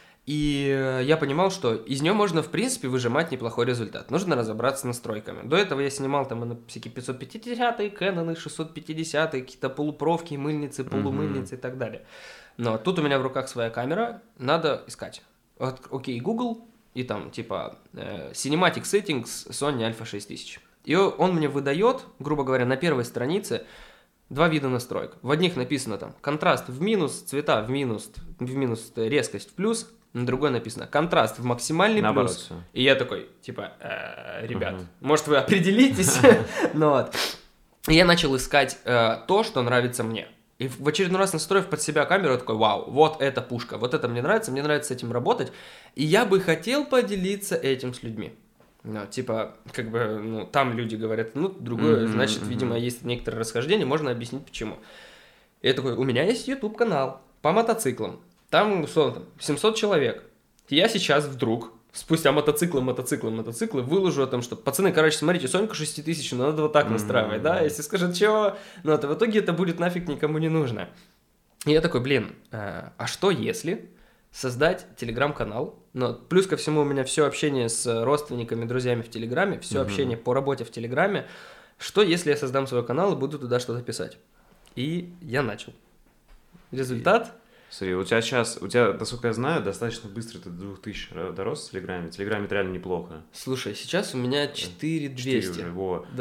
И я понимал, что из нее можно, в принципе, выжимать неплохой результат. Нужно разобраться с настройками. До этого я снимал там и на всякие 550-е, Canon 650-е, какие-то полупровки, мыльницы, полумыльницы и так далее. Но тут у меня в руках своя камера, надо искать. Вот, окей, Google и там типа Cinematic Settings Sony Alpha 6000. И он мне выдает, грубо говоря, на первой странице 2 вида настроек. В одних написано там контраст в минус, цвета в минус, резкость в плюс. На другой написано контраст в максимальный Наоборот плюс. всё. И я такой, типа, ребят, Мгм. может вы определитесь? Ну вот. И я начал искать то, что нравится мне. И в очередной раз, настроив под себя камеру, я такой, вау, вот эта пушка, вот это мне нравится с этим работать. И я бы хотел поделиться этим с людьми. Ну, типа, как бы, ну, там люди говорят, ну, другое, Мгм, значит, мгм. видимо, есть некоторые расхождения, можно объяснить почему. И я такой, у меня есть YouTube-канал по мотоциклам. Там, условно, там, 700 человек. И я сейчас вдруг, спустя мотоциклы, выложу о том, что, пацаны, короче, смотрите, Сонька 6000, но надо вот так настраивать, да? Если скажут, чего, ну, то в итоге это будет нафиг никому не нужно. И я такой, блин, а что если создать телеграм-канал? Но плюс ко всему у меня все общение с родственниками, друзьями в Телеграме, все общение по работе в Телеграме. Что если я создам свой канал и буду туда что-то писать? И я начал. Результат? Смотри, у тебя, насколько я знаю, достаточно быстро ты до 2000 дорос в Телеграме. В Телеграме это реально неплохо. Слушай, сейчас у меня 4200. 4 уже, во. Да.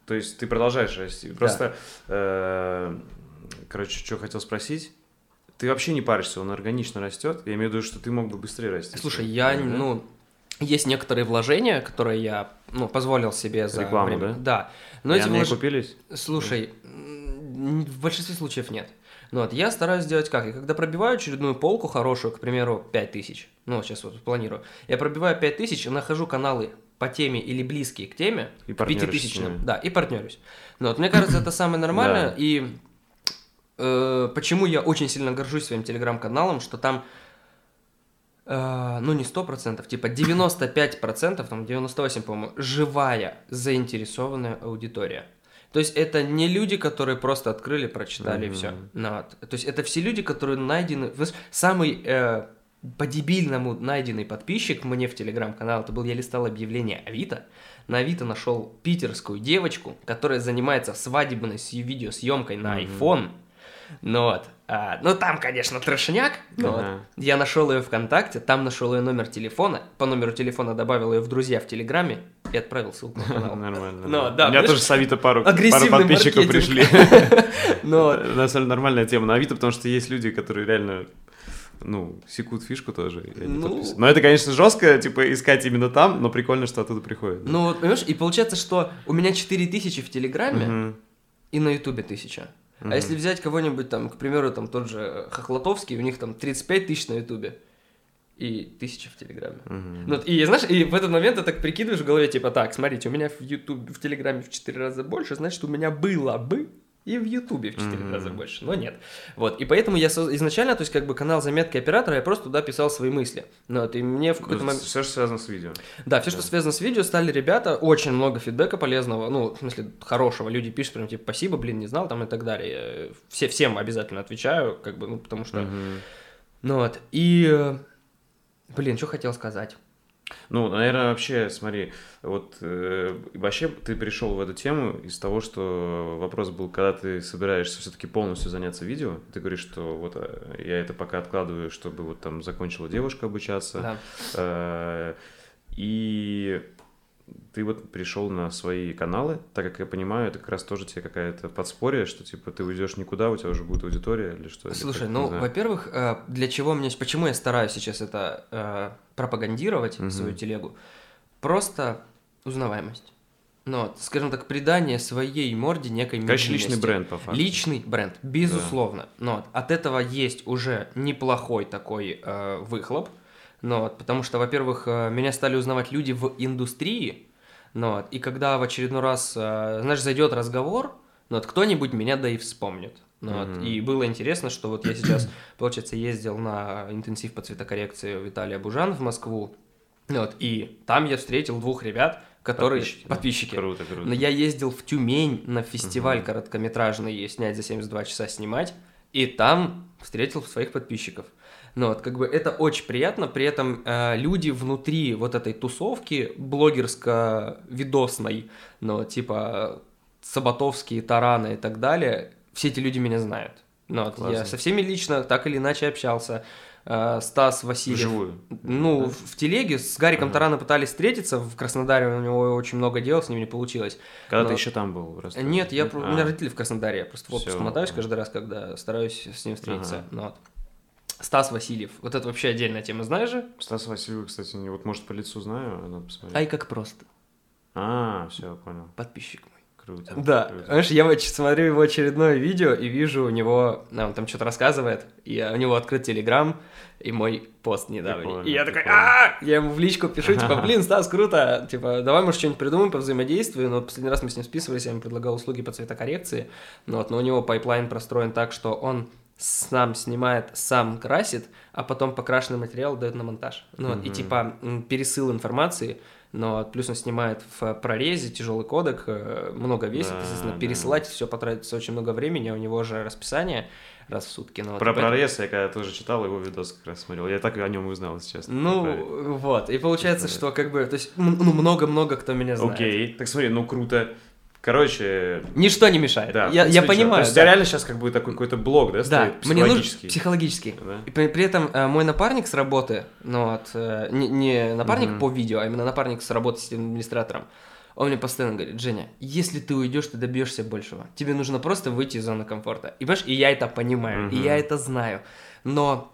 То есть ты продолжаешь расти. Да. Просто, короче, что хотел спросить. Ты вообще не паришься, он органично растет. Я имею в виду, что ты мог бы быстрее расти. Слушай, есть некоторые вложения, которые я, позволил себе за Рекламу, время. да? Да. Но И эти они окупились? Слушай, в большинстве случаев нет. Я стараюсь делать как? Я когда пробиваю очередную полку хорошую, к примеру, 5000, сейчас вот планирую, я пробиваю 5000 и нахожу каналы по теме или близкие к теме, И к партнеришься 5000, да, и партнерюсь. Мне кажется, это самое нормальное, Да. и почему я очень сильно горжусь своим телеграм-каналом, что там, не 100%, типа 95%, там 98%, по-моему, живая, заинтересованная аудитория. То есть это не люди, которые просто открыли, прочитали и все. То есть это все люди, которые найдены... Самый по-дебильному найденный подписчик мне в телеграм-канал, это был, я листал объявление Авито. На Авито нашел питерскую девочку, которая занимается свадебной видеосъемкой на iPhone. Там, конечно, трешняк. Я нашел ее ВКонтакте, там нашел ее номер телефона, по номеру телефона добавил ее в друзья в Телеграме и отправил ссылку на канал. Нормально. У меня тоже с Авито пару агрессивный подписчиков маркетинг. пришли. На самом деле нормальная тема на Авито, потому что есть люди, которые реально... секут фишку тоже, и они подписываются. Но это, конечно, жестко, искать именно там, но прикольно, что оттуда приходит. Да. Понимаешь, и получается, что у меня 4000 в Телеграме и на Ютубе 1000. А если взять кого-нибудь там, к примеру, там тот же Хохлатовский, у них там 35 тысяч на Ютубе и 1000 в Телеграме. И знаешь, и в этот момент ты так прикидываешь в голове, типа, так, смотрите, у меня в Телеграме в 4 раза больше, значит, у меня было бы и в Ютубе в 4 раза больше, но нет. И поэтому я изначально, то есть как бы канал заметки оператора, я просто туда писал свои мысли. И мне в какой-то момент... Все, что связано с видео. Да, все, что связано с видео, стали ребята, очень много фидбэка полезного, в смысле, хорошего. Люди пишут прям, типа, спасибо, не знал, там, и так далее. Всем обязательно отвечаю, потому что... что хотел сказать? Наверное, вообще, смотри, вообще ты пришел в эту тему из того, что вопрос был, когда ты собираешься все-таки полностью заняться видео, ты говоришь, что я это пока откладываю, чтобы там закончила девушка обучаться, и ты пришел на свои каналы, так как я понимаю, это как раз тоже тебе какая-то подспорье, что типа ты уйдешь никуда, у тебя уже будет аудитория или что? Слушай, во-первых, почему я стараюсь сейчас это пропагандировать, свою телегу, просто узнаваемость. Скажем так, придание своей морде некой медийности. Личный бренд, по факту. Личный бренд, безусловно. Да. От этого есть уже неплохой такой выхлоп. Потому что, во-первых, меня стали узнавать люди в индустрии, и когда в очередной раз, зайдет разговор, кто-нибудь меня и вспомнит. И было интересно, что я сейчас, получается, ездил на интенсив по цветокоррекции у Виталия Бужан в Москву, и там я встретил 2 ребят, которые подписчики. Круто. Но я ездил в Тюмень на фестиваль короткометражный снять за 72 часа снимать, и там встретил своих подписчиков. Это очень приятно, при этом люди внутри этой тусовки блогерско-видосной, типа Саботовские, Тараны и так далее, все эти люди меня знают. Я со всеми лично так или иначе общался. Стас Васильев. Вживую? В телеге с Гариком Тараном пытались встретиться в Краснодаре, у него очень много дел, с ним не получилось. Когда ты еще там был? Нет, у меня родители в Краснодаре, я просто в отпуск мотаюсь каждый раз, когда стараюсь с ним встретиться. Стас Васильев. Это вообще отдельная тема, знаешь же? Стас Васильев, кстати, может, по лицу знаю, надо посмотреть. Ай, как просто. Все, понял. Подписчик мой. Круто. Да, знаешь, я смотрю его очередное видео и вижу у него, он там что-то рассказывает, и у него открыт Телеграм, и мой пост недавний. И я такой, я ему в личку пишу, типа, Стас, круто, типа, давай, может, что-нибудь придумаем по взаимодействию, последний раз мы с ним списывались, я ему предлагал услуги по цветокоррекции, но у него пайплайн простроен так, что он сам снимает, сам красит, а потом покрашенный материал дает на монтаж. И типа пересыл информации, но плюс он снимает в прорезе, тяжелый кодек, много весит, естественно, пересылать все потратится очень много времени, а у него же расписание раз в сутки. Про прорез я когда тоже читал, его видос как раз смотрел, я так о нем узнал сейчас. И получается, что то есть много-много кто меня знает. Окей, так смотри, круто. Короче... Ничто не мешает. Да, я понимаю. То есть реально сейчас такой какой-то блог, да, стоит, психологический? Психологический. Да? И при этом мой напарник с работы, не напарник по видео, а именно напарник с работы с администратором, Он мне постоянно говорит: Женя, если ты уйдешь, ты добьешься большего. Тебе нужно просто выйти из зоны комфорта. И понимаешь, и я это понимаю, и я это знаю. Но...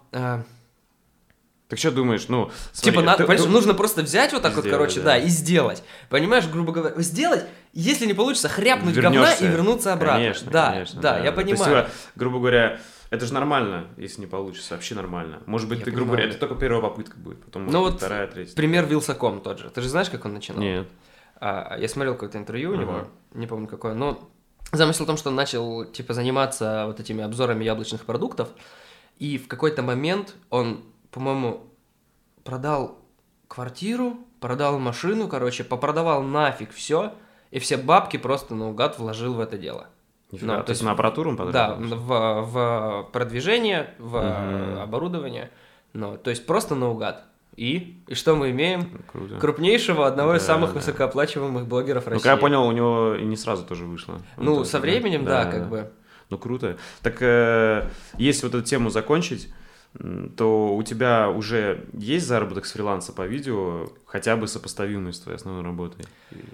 Так что думаешь, ну... Смотри, типа, понимаешь, нужно просто взять вот так сделать, вот, короче, да, и сделать. Понимаешь, грубо говоря, сделать, если не получится, хряпнуть говна и вернуться обратно. Конечно, да, конечно, да, я понимаю. То есть, грубо говоря, это же нормально, если не получится, вообще нормально. Может быть, грубо говоря, это только первая попытка будет, потом может быть, вторая, третья. Пример Вилсаком тот же. Ты же знаешь, как он начинал? Нет. Я смотрел какое-то интервью у него, не помню какое, но замысел в том, что он начал, типа, заниматься вот этими обзорами яблочных продуктов, и в какой-то момент он, по-моему, продал квартиру, продал машину, короче, попродавал нафиг все, и все бабки просто наугад вложил в это дело. Нифига, то есть на аппаратуру он потратил? Да, в продвижение, в оборудование, то есть просто наугад. И что мы имеем? Круто. Крупнейшего, одного из самых высокооплачиваемых блогеров России. Ну, как я понял, у него и не сразу тоже вышло. Ну, со временем, да, как бы. Ну, круто. Так, если вот эту тему закончить, то у тебя уже есть заработок с фриланса по видео, хотя бы сопоставимый с твоей основной работой?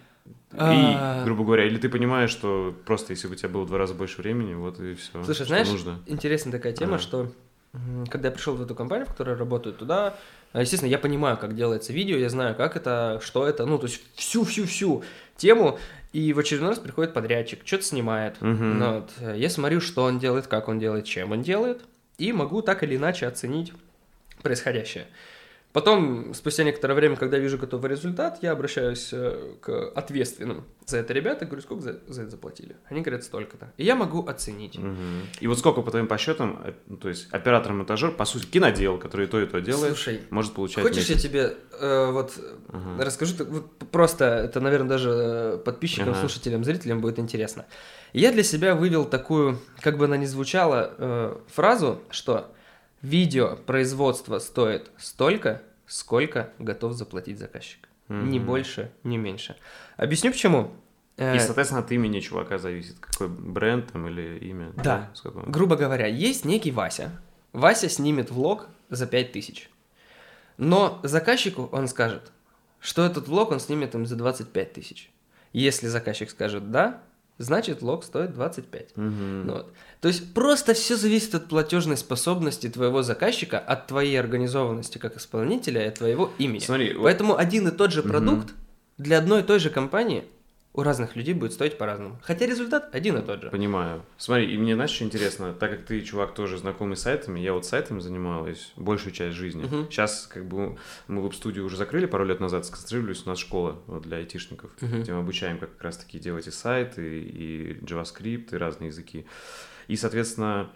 И, грубо говоря, или ты понимаешь, что просто если бы у тебя было в 2 раза больше времени, вот и все. Слушай, знаешь, интересная такая тема, что когда я пришел в эту компанию, в которой я работаю, туда, естественно, я понимаю, как делается видео, я знаю, как это, что это, ну, то есть всю тему, и в очередной раз приходит подрядчик, что-то снимает. Я смотрю, что он делает, как он делает, чем он делает, и могу так или иначе оценить происходящее. Потом, спустя некоторое время, когда вижу готовый результат, я обращаюсь к ответственным за это ребята, говорю, сколько за это заплатили? Они говорят, столько-то. И я могу оценить. И вот сколько, по твоим подсчетам, то есть оператор-монтажер, по сути, кинодел, который и то делает, может получать хочешь месяц? Я тебе расскажу, просто это, наверное, даже подписчикам, слушателям, зрителям будет интересно. Я для себя вывел такую, как бы она ни звучала, фразу, что видео производство стоит столько, сколько готов заплатить заказчик. Ни больше, ни меньше. Объясню почему. И, соответственно, от имени чувака зависит, какой бренд там или имя. Да. Грубо говоря, есть некий Вася. Вася снимет влог за 5000. Но заказчику он скажет, что этот влог он снимет им за 25 тысяч. Если заказчик скажет «да», значит, влог стоит 25. То есть просто все зависит от платежной способности твоего заказчика, от твоей организованности как исполнителя и от твоего имени. Смотри, поэтому один и тот же продукт для одной и той же компании у разных людей будет стоить по-разному. Хотя результат один и тот же. Понимаю. Смотри, и мне, знаешь, что интересно, так как ты, чувак, тоже знакомый с сайтами, я вот сайтами занималась большую часть жизни. Сейчас, как бы, мы веб-студию уже закрыли пару лет назад, сконцентрировались, у нас школа вот, для айтишников, где мы обучаем как раз-таки делать и сайты, и JavaScript, и разные языки. И, соответственно,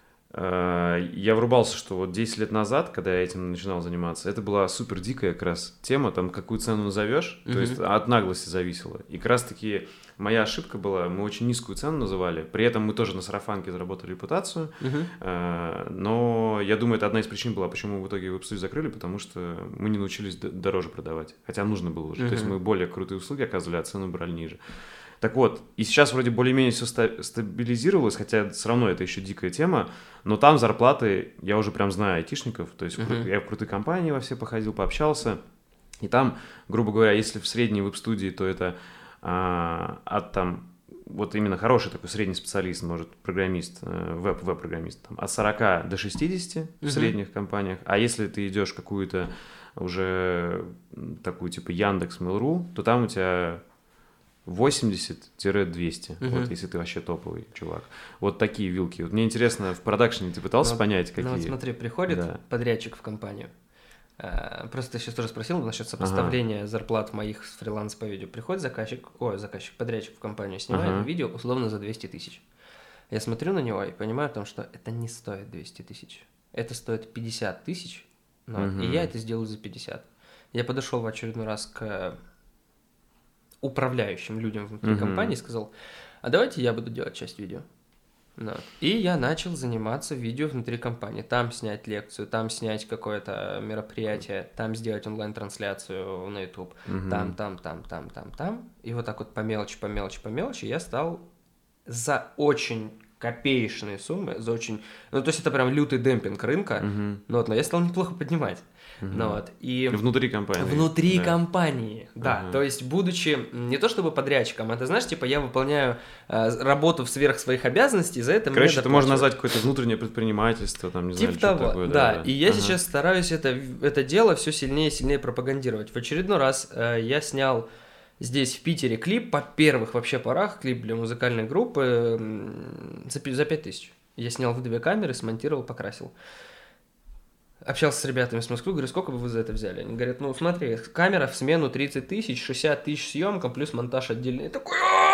я врубался, что вот 10 лет назад, когда я этим начинал заниматься, это была супер дикая как раз тема, там какую цену назовешь, то есть от наглости зависело. И как раз-таки моя ошибка была, мы очень низкую цену называли, при этом мы тоже на сарафанке заработали репутацию, но я думаю, это одна из причин была, почему мы в итоге веб-студию закрыли, потому что мы не научились дороже продавать, хотя нужно было уже, то есть мы более крутые услуги оказывали, а цену брали ниже. Так вот, и сейчас вроде более-менее все стабилизировалось, хотя все равно это еще дикая тема, но там зарплаты, я уже прям знаю айтишников, то есть я в крутые компании во все походил, пообщался, и там, грубо говоря, если в средней веб-студии, то это от там, вот именно хороший такой средний специалист, может, программист, веб-программист, там, от 40 до 60 в средних компаниях, а если ты идешь в какую-то уже такую типа Яндекс, Mail.ru, то там у тебя 80-200, вот если ты вообще топовый чувак. Вот такие вилки. Вот мне интересно, в продакшене ты пытался понять, какие... Ну вот смотри, приходит подрядчик в компанию. Просто ты сейчас тоже спросил насчет сопоставления зарплат моих с фриланс по видео. Приходит подрядчик в компанию, снимает видео условно за 200 тысяч. Я смотрю на него и понимаю о том, что это не стоит 200 тысяч. Это стоит 50 тысяч, и я это сделаю за 50. Я подошел в очередной раз к управляющим людям внутри компании и сказал, а давайте я буду делать часть видео. И я начал заниматься видео внутри компании. Там снять лекцию, там снять какое-то мероприятие, там сделать онлайн-трансляцию на YouTube, там. И вот так вот по мелочи я стал за очень копеечные суммы за очень... Ну, то есть это прям лютый демпинг рынка, но я стал неплохо поднимать. И внутри компании. Внутри компании, да. То есть, будучи не то чтобы подрядчиком, это, знаешь, типа я выполняю работу сверх своих обязанностей, за это короче, это можно назвать какое-то внутреннее предпринимательство, там, не знаю, типа того, такое. Да. И я сейчас стараюсь это дело все сильнее и сильнее пропагандировать. В очередной раз я снял здесь, в Питере, клип по первых вообще порах, клип для музыкальной группы за 5000. Я снял в 2 камеры, смонтировал, покрасил. Общался с ребятами с Москвы, говорю, сколько бы вы за это взяли? Они говорят, ну смотри, камера в смену 30 тысяч, 60 тысяч съемка, плюс монтаж отдельный. Я такой...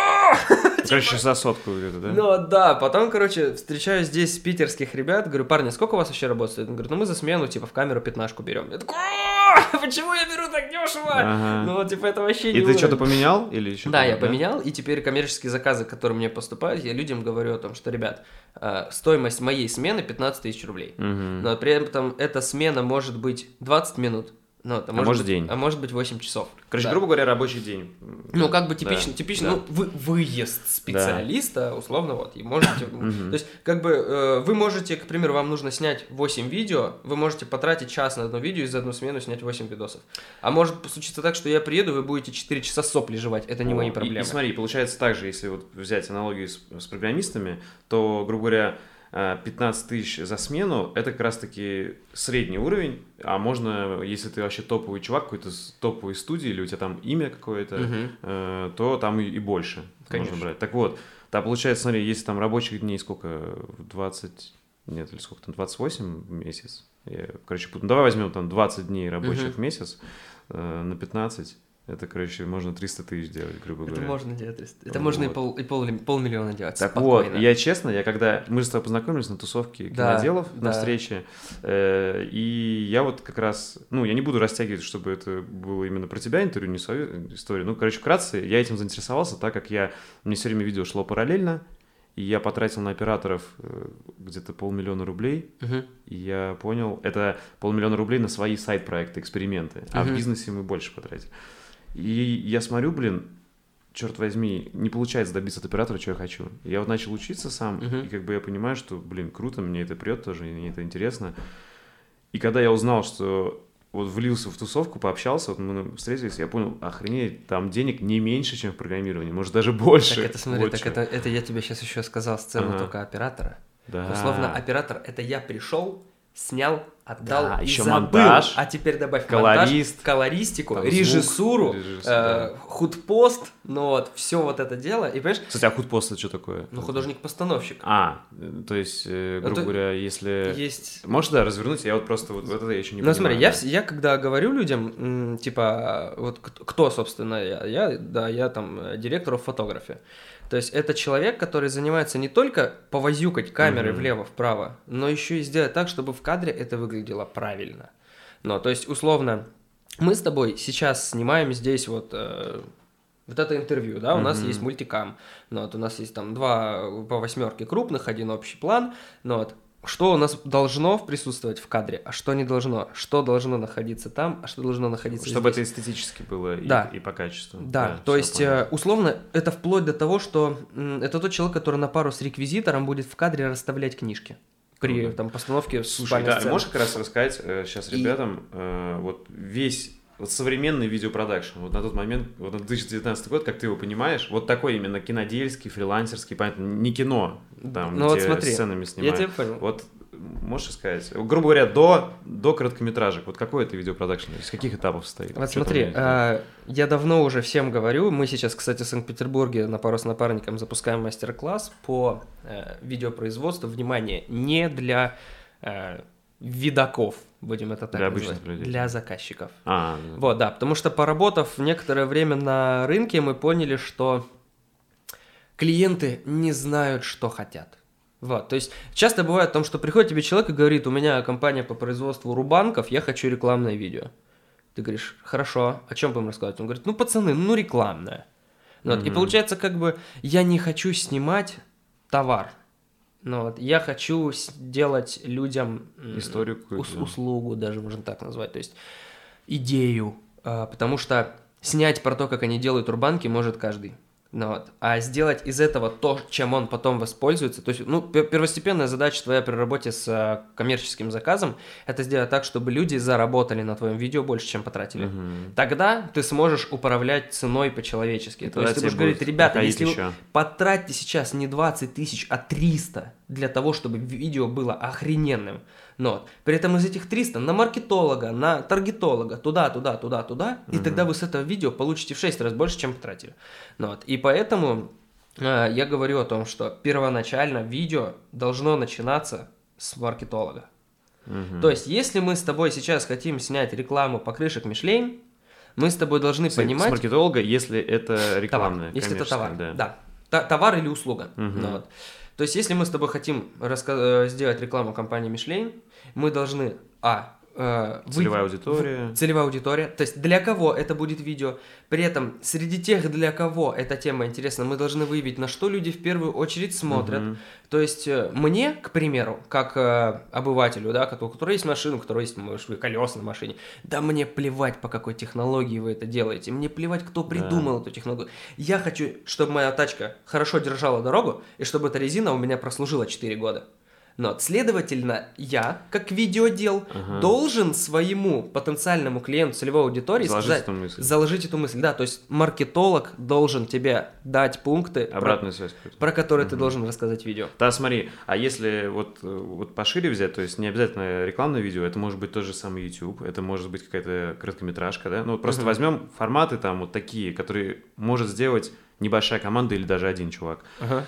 Короче, за сотку где-то, да? Ну да, потом, короче, встречаюсь здесь с питерских ребят, говорю, парни, сколько у вас вообще работает? Он говорит, ну мы за смену, типа, в камеру 15 берем. Я такой, почему я беру так дешево? Ну, типа, это вообще не И ты что-то поменял? Или еще да, я поменял, и теперь коммерческие заказы, которые мне поступают, я людям говорю о том, что, ребят, стоимость моей смены 15 тысяч рублей. Но при этом эта смена может быть 20 минут, может быть, день. А может быть 8 часов. Короче, грубо говоря, рабочий день. Ну, как бы типично, ну, выезд специалиста, условно, вот, и можете, то есть, как бы, вы можете, к примеру, вам нужно снять 8 видео, вы можете потратить час на одно видео и за одну смену снять 8 видосов. А может случиться так, что я приеду, вы будете 4 часа сопли жевать, это не мои проблемы. И смотри, получается так же, если вот взять аналогию с программистами, то, грубо говоря, 15 тысяч за смену, это как раз-таки средний уровень, а можно, если ты вообще топовый чувак, какой-то с топовой студии, или у тебя там имя какое-то, то там и больше можно брать. Так вот, да, получается, смотри, если там рабочих дней сколько, 20, нет, или сколько там, 28 в месяц, короче, давай возьмем там 20 дней рабочих в месяц на 15. Это, короче, можно 300 тысяч делать, грубо говоря. Это можно делать 300. Это можно и полмиллиона делать. Так спокойно. вот, я честно, мы с тобой познакомились на тусовке киноделов, на встрече, и я вот как раз, я не буду растягивать, чтобы это было именно про тебя интервью, не свою историю. Короче, вкратце, я этим заинтересовался, так как мне все время видео шло параллельно, и я потратил на операторов где-то 500 000 рублей, и я понял, это 500 000 рублей на свои сайт-проекты, эксперименты, а в бизнесе мы больше потратили. И я смотрю, черт возьми, не получается добиться от оператора, что я хочу. Я вот начал учиться сам, и как бы я понимаю, что, круто, мне это прет тоже, и мне это интересно. И когда я узнал, что вот влился в тусовку, пообщался, вот мы встретились, я понял, охренеть, там денег не меньше, чем в программировании, может даже больше. Так это смотри, вот это я тебе сейчас еще сказал сцену только оператора. Да. Условно, оператор, это я пришел, снял, отдал, и еще забыл. Монтаж, а теперь добавь колорист, монтаж, колористику, там режиссуру, да. худпост, все вот это дело. И понимаешь? Кстати, а худпост это что такое? Художник-постановщик. То есть, грубо говоря, если... Есть... Можешь, развернуть? Я вот просто вот это я еще не понимаю. Смотри, я когда говорю людям, типа, вот кто, собственно, я там директор в фотографии. То есть это человек, который занимается не только повозюкать камерой влево-вправо, но еще и сделать так, чтобы в кадре это выглядело правильно. То есть, условно, мы с тобой сейчас снимаем здесь вот это интервью, да, у нас есть мультикам, у нас есть там 2 по 8 крупных, 1 общий план, что у нас должно присутствовать в кадре, а что не должно, что должно находиться там, а что должно находиться чтобы здесь. Это эстетически было и по качеству. Да, то есть, условно, это вплоть до того, что это тот человек, который на пару с реквизитором будет в кадре расставлять книжки при там, постановке спальной сцены. Можешь как раз рассказать сейчас ребятам вот весь... Вот современный видеопродакшн, вот на тот момент, вот на 2019 год, как ты его понимаешь, вот такой именно кинодельский, фрилансерский, понятно, не кино, там, где смотри, сценами снимают. Я тебя понял. Вот можешь сказать, грубо говоря, до короткометражек, вот какой это видеопродакшн, из каких этапов состоит? Вот смотри, я давно уже всем говорю, мы сейчас, кстати, в Санкт-Петербурге на пару с напарником запускаем мастер-класс по видеопроизводству, внимание, не для видаков, будем это так называть, для заказчиков. Вот, да, потому что поработав некоторое время на рынке, мы поняли, что клиенты не знают, что хотят. Вот, то есть часто бывает в том, что приходит тебе человек и говорит, у меня компания по производству рубанков, я хочу рекламное видео. Ты говоришь, хорошо, о чем будем рассказывать? Он говорит, пацаны, рекламное. И получается как бы, я не хочу снимать товар. Я хочу сделать людям историю услугу, даже можно так назвать, то есть идею, потому что снять про то, как они делают рубанки, может каждый. Ну, вот. А сделать из этого то, чем он потом воспользуется, то есть, первостепенная задача твоя при работе с коммерческим заказом, это сделать так, чтобы люди заработали на твоем видео больше, чем потратили. Тогда ты сможешь управлять ценой по-человечески. То есть ты будешь говорить, ребята, если вы потратьте сейчас не 20 тысяч, а 300 для того, чтобы видео было охрененным. Но при этом из этих 300 на маркетолога, на таргетолога, туда, и тогда вы с этого видео получите в 6 раз больше, чем потратили. Вот. И поэтому я говорю о том, что первоначально видео должно начинаться с маркетолога. То есть, если мы с тобой сейчас хотим снять рекламу покрышек Мишлен, мы с тобой должны понимать... С маркетолога, если это рекламная, товар, если это товар, да. Товар или услуга. Вот. То есть, если мы с тобой хотим сделать рекламу компании Мишлен, мы должны, целевая аудитория. Целевая аудитория. То есть, для кого это будет видео. При этом, среди тех, для кого эта тема интересна, мы должны выявить, на что люди в первую очередь смотрят. То есть, мне, к примеру, как обывателю, да, у которого есть машина, у которого есть, может быть, колеса на машине, да мне плевать, по какой технологии вы это делаете, мне плевать, кто придумал эту технологию. Я хочу, чтобы моя тачка хорошо держала дорогу, и чтобы эта резина у меня прослужила 4 года. Но, следовательно, я, как видеодел, должен своему потенциальному клиенту целевой аудитории заложить эту мысль. Да, то есть маркетолог должен тебе дать пункты, обратную связь, про которые ты должен рассказать в видео. Да, смотри, а если вот пошире взять, то есть не обязательно рекламное видео, это может быть тот же самый YouTube, это может быть какая-то короткометражка, да? Ну, вот просто возьмем форматы там вот такие, которые может сделать небольшая команда или даже один чувак.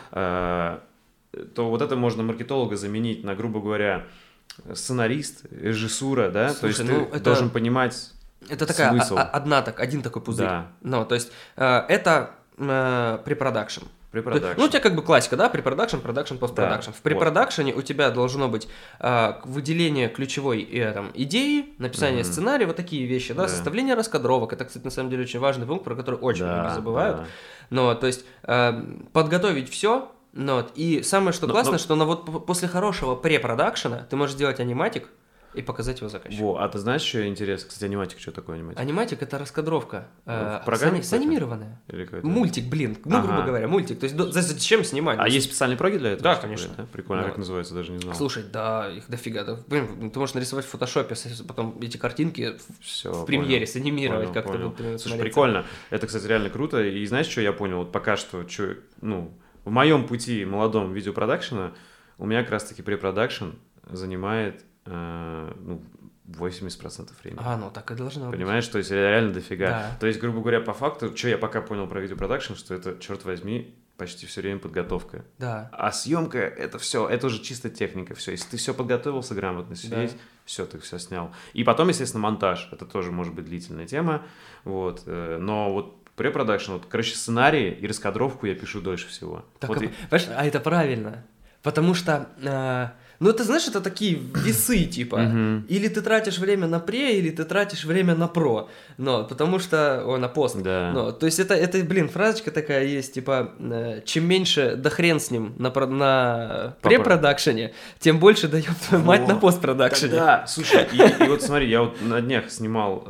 То вот это можно маркетолога заменить на, грубо говоря, сценарист, режиссура, да? Слушай, то есть ты должен понимать это такая смысл. Один такой пузырь. Да. Ну, то есть это препродакшн. Препродакшн. Ну, у тебя как бы классика, да? Препродакшн, продакшн, постпродакшн. В препродакшене у тебя должно быть выделение ключевой идеи, написание сценария, вот такие вещи, да? Составление раскадровок. Это, кстати, на самом деле очень важный пункт, про который очень многие забывают. Но, то есть подготовить все. И самое, что классно, что вот после хорошего препродакшена ты можешь сделать аниматик и показать его заказчику. А ты знаешь, что интересно? Кстати, аниматик, что такое аниматик? Аниматик — это раскадровка, санимированная. Мультик, грубо говоря, мультик. То есть зачем снимать? А есть специальные проги для этого? Да, конечно. Да? Прикольно, как называется, даже не знал. Слушай, да, их дофига. Блин, ты можешь нарисовать в фотошопе, потом эти картинки в премьере санимировать, как ты будешь. Слушай, прикольно. Это, кстати, реально круто. И знаешь, что я понял? Вот пока что, в моем пути молодом видеопродакшена у меня как раз-таки препродакшн занимает 80% времени. Так и должно быть. Понимаешь, то есть реально дофига. Да. То есть, грубо говоря, по факту, что я пока понял про видеопродакшн, что это, черт возьми, почти все время подготовка. Да. А съемка — это все, это уже чисто техника, все. Если ты все подготовился грамотно, есть, все, ты все снял. И потом, естественно, монтаж. Это тоже может быть длительная тема. Вот. Но вот препродакшн, сценарий и раскадровку я пишу дольше всего. Понимаешь, это правильно. Потому что, это, знаешь, это такие весы, типа. Или ты тратишь время на пре, или ты тратишь время на про. Потому что, на пост. Да. То есть это, фразочка такая есть, типа, чем меньше, да хрен с ним на препродакшене, тем больше даёт твою мать на постпродакшене. Да, слушай, и вот смотри, я вот на днях снимал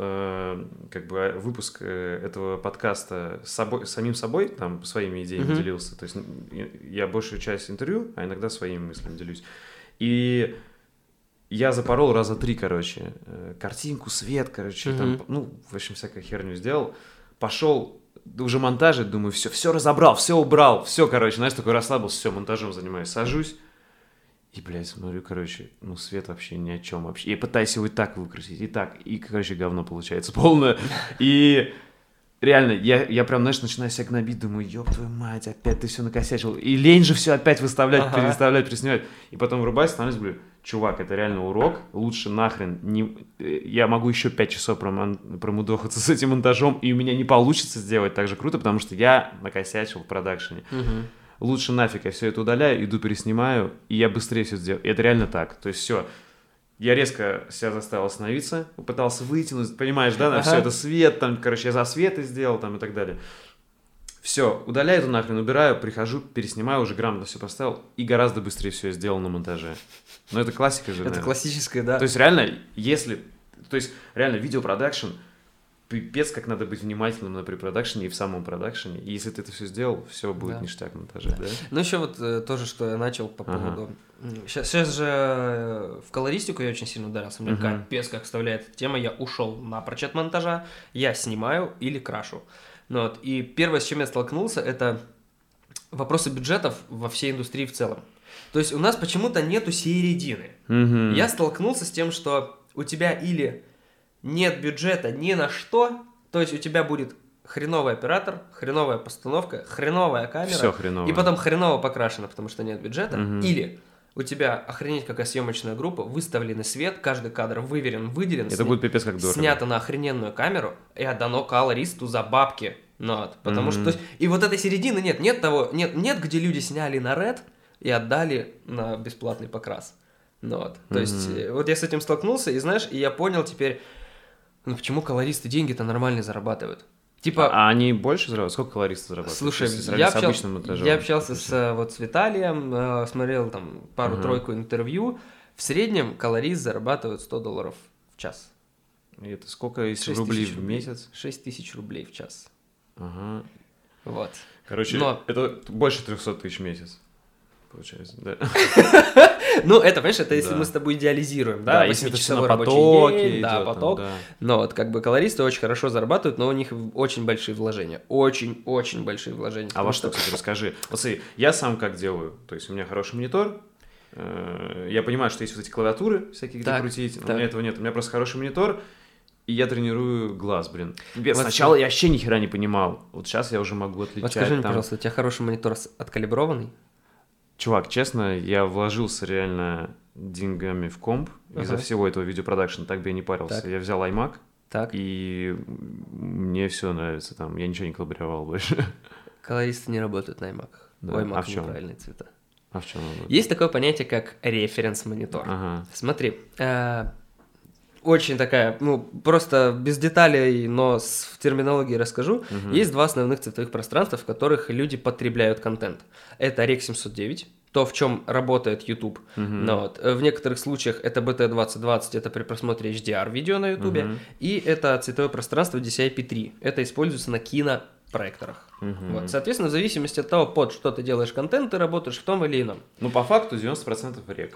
выпуск этого подкаста с самим собой, там, своими идеями делился. То есть я большую часть интервью, а иногда своими мыслями делюсь. И я запорол раза 3, картинку, свет, там, в общем, всякую херню сделал. Пошел уже монтажить, думаю, все разобрал, все убрал, все, знаешь, такой расслабился, все, монтажом занимаюсь, сажусь. И, смотрю, свет вообще ни о чем вообще. Я пытаюсь его и так выкрасить, и так, и, говно получается полное. И реально, я прям, знаешь, начинаю себя гнобить, думаю, ёб твою мать, опять ты все накосячил. И лень же все опять выставлять, переставлять, переснимать. И потом врубаюсь, становлюсь, говорю, чувак, это реально урок, лучше нахрен не... Я могу еще 5 часов промудохаться с этим монтажом, и у меня не получится сделать так же круто, потому что я накосячил в продакшене. Лучше нафиг я все это удаляю, иду переснимаю, и я быстрее все сделаю. И это реально так. То есть все. Я резко себя заставил остановиться, пытался вытянуть, понимаешь, да, на все это свет, там, я засветы сделал, там, и так далее. Все, удаляю это нахрен, убираю, прихожу, переснимаю, уже грамотно все поставил, и гораздо быстрее все сделал на монтаже. Но это классика же, это классическая, да. То есть реально, видеопродакшн, пипец, как надо быть внимательным на препродакшене и в самом продакшене. И если ты это все сделал, все будет ништяк на монтаже, да? Ну, еще вот тоже, что я начал по поводу... Сейчас же в колористику я очень сильно ударился. Мне капец, как вставляет эта тема. Я ушел напрочь от монтажа, я снимаю или крашу. Ну, вот. И первое, с чем я столкнулся, это вопросы бюджетов во всей индустрии в целом. То есть у нас почему-то нету середины. Я столкнулся с тем, что у тебя или нет бюджета ни на что, то есть у тебя будет хреновый оператор, хреновая постановка, хреновая камера, все хреново. И потом хреново покрашено, потому что нет бюджета, или у тебя охренеть какая съемочная группа, выставленный свет, каждый кадр выверен, выделен, это будет пипец как дорого. Снято на охрененную камеру и отдано колористу за бабки. Ну, вот, потому что, то есть, и вот этой середины нет того, нет, где люди сняли на Red и отдали на бесплатный покрас. Ну, вот, то есть, вот я с этим столкнулся, и знаешь, и я понял теперь, ну почему колористы деньги-то нормально зарабатывают? Типа... А они больше зарабатывают? Сколько колористов зарабатывают? Слушай, я общался с Виталием, смотрел там пару-тройку интервью. В среднем колорист зарабатывает $100 в час. И это сколько, если рублей в месяц? 6 тысяч рублей в час. Ага. Вот. Короче, это больше 300 тысяч в месяц. Получается, да. Ну, это, понимаешь, это если мы с тобой идеализируем, да? Да, если это все на потоке. Да, поток. Но вот как бы колористы очень хорошо зарабатывают, но у них очень большие вложения. Очень-очень большие вложения. А во что, кстати, расскажи. Вот смотри, я сам как делаю. То есть у меня хороший монитор. Я понимаю, что есть вот эти клавиатуры всякие, где крутить. Но у меня этого нет. У меня просто хороший монитор. И я тренирую глаз, блин. Сначала я вообще ни хера не понимал. Вот сейчас я уже могу отличать. Вот скажи мне, пожалуйста, у тебя хороший монитор откалиброванный? Чувак, честно, я вложился реально деньгами в комп из-за всего этого видеопродакшена, так бы я не парился. Я взял iMac, и мне все нравится там, я ничего не коллаборировал больше. Колористы не работают на iMac. Да. У iMac А в чем? неправильные цвета. А в чем? Есть такое понятие, как референс-монитор. Смотри, очень такая, ну, просто без деталей, но в терминологии расскажу. Есть два основных цветовых пространства, в которых люди потребляют контент. Это Rec 709, то, в чем работает YouTube. Но вот, в некоторых случаях это BT2020, это при просмотре HDR видео на YouTube. И это цветовое пространство DCI-P3. Это используется на кинопроекторах. Вот, соответственно, в зависимости от того, под что ты делаешь контент, ты работаешь в том или ином. Ну, по факту 90% Rec.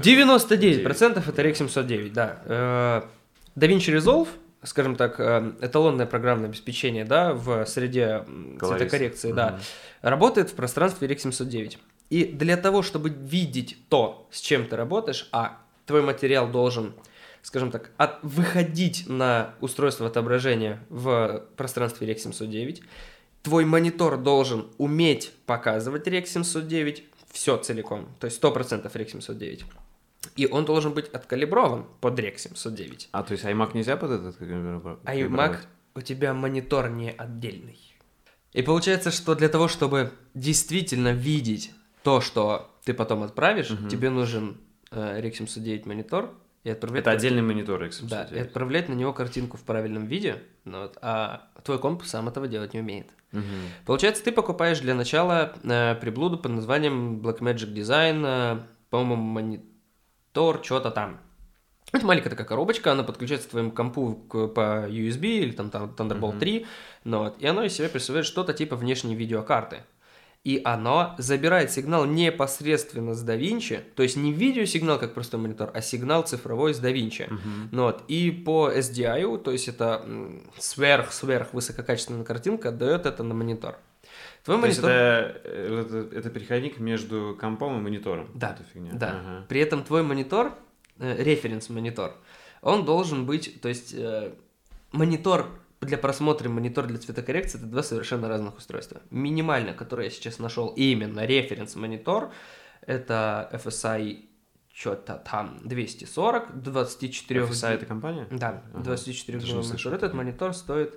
99% это Rec 709, да. DaVinci Resolve, скажем так, эталонное программное обеспечение, да, в среде цветокоррекции, да, работает в пространстве Rec 709. И для того, чтобы видеть то, с чем ты работаешь, твой материал должен, скажем так, выходить на устройство отображения в пространстве Rec 709, твой монитор должен уметь показывать Rec 709 все целиком, то есть 100% Rec 709. И он должен быть откалиброван под Rec 709. То есть iMac нельзя под этот калибровать? iMac, у тебя монитор не отдельный. И получается, что для того, чтобы действительно видеть то, что ты потом отправишь, тебе нужен Rec 709 монитор. И отправлять это отдельный монитор Rec 709. Да, и отправлять на него картинку в правильном виде, а твой комп сам этого делать не умеет. Получается, ты покупаешь для начала приблуду под названием Blackmagic Design, по-моему, монитор, что-то там. Это маленькая такая коробочка, она подключается к твоему компу по USB или там Thunderbolt 3, и оно из себя представляет что-то типа внешней видеокарты. И оно забирает сигнал непосредственно с DaVinci, то есть не видеосигнал, как простой монитор, а сигнал цифровой с DaVinci. И по SDI, то есть это сверх высококачественная картинка, отдает это на монитор. Твой монитор... это переходник между компом и монитором? Да, да. При этом твой монитор, референс-монитор, он должен быть, то есть монитор... Для просмотра и монитор для цветокоррекции — это два совершенно разных устройства. Минимально, которое я сейчас нашел, именно референс-монитор, это FSI что-то там 240, 24... FSI — это компания? Да, 24-дюймовый монитор. Этот монитор стоит...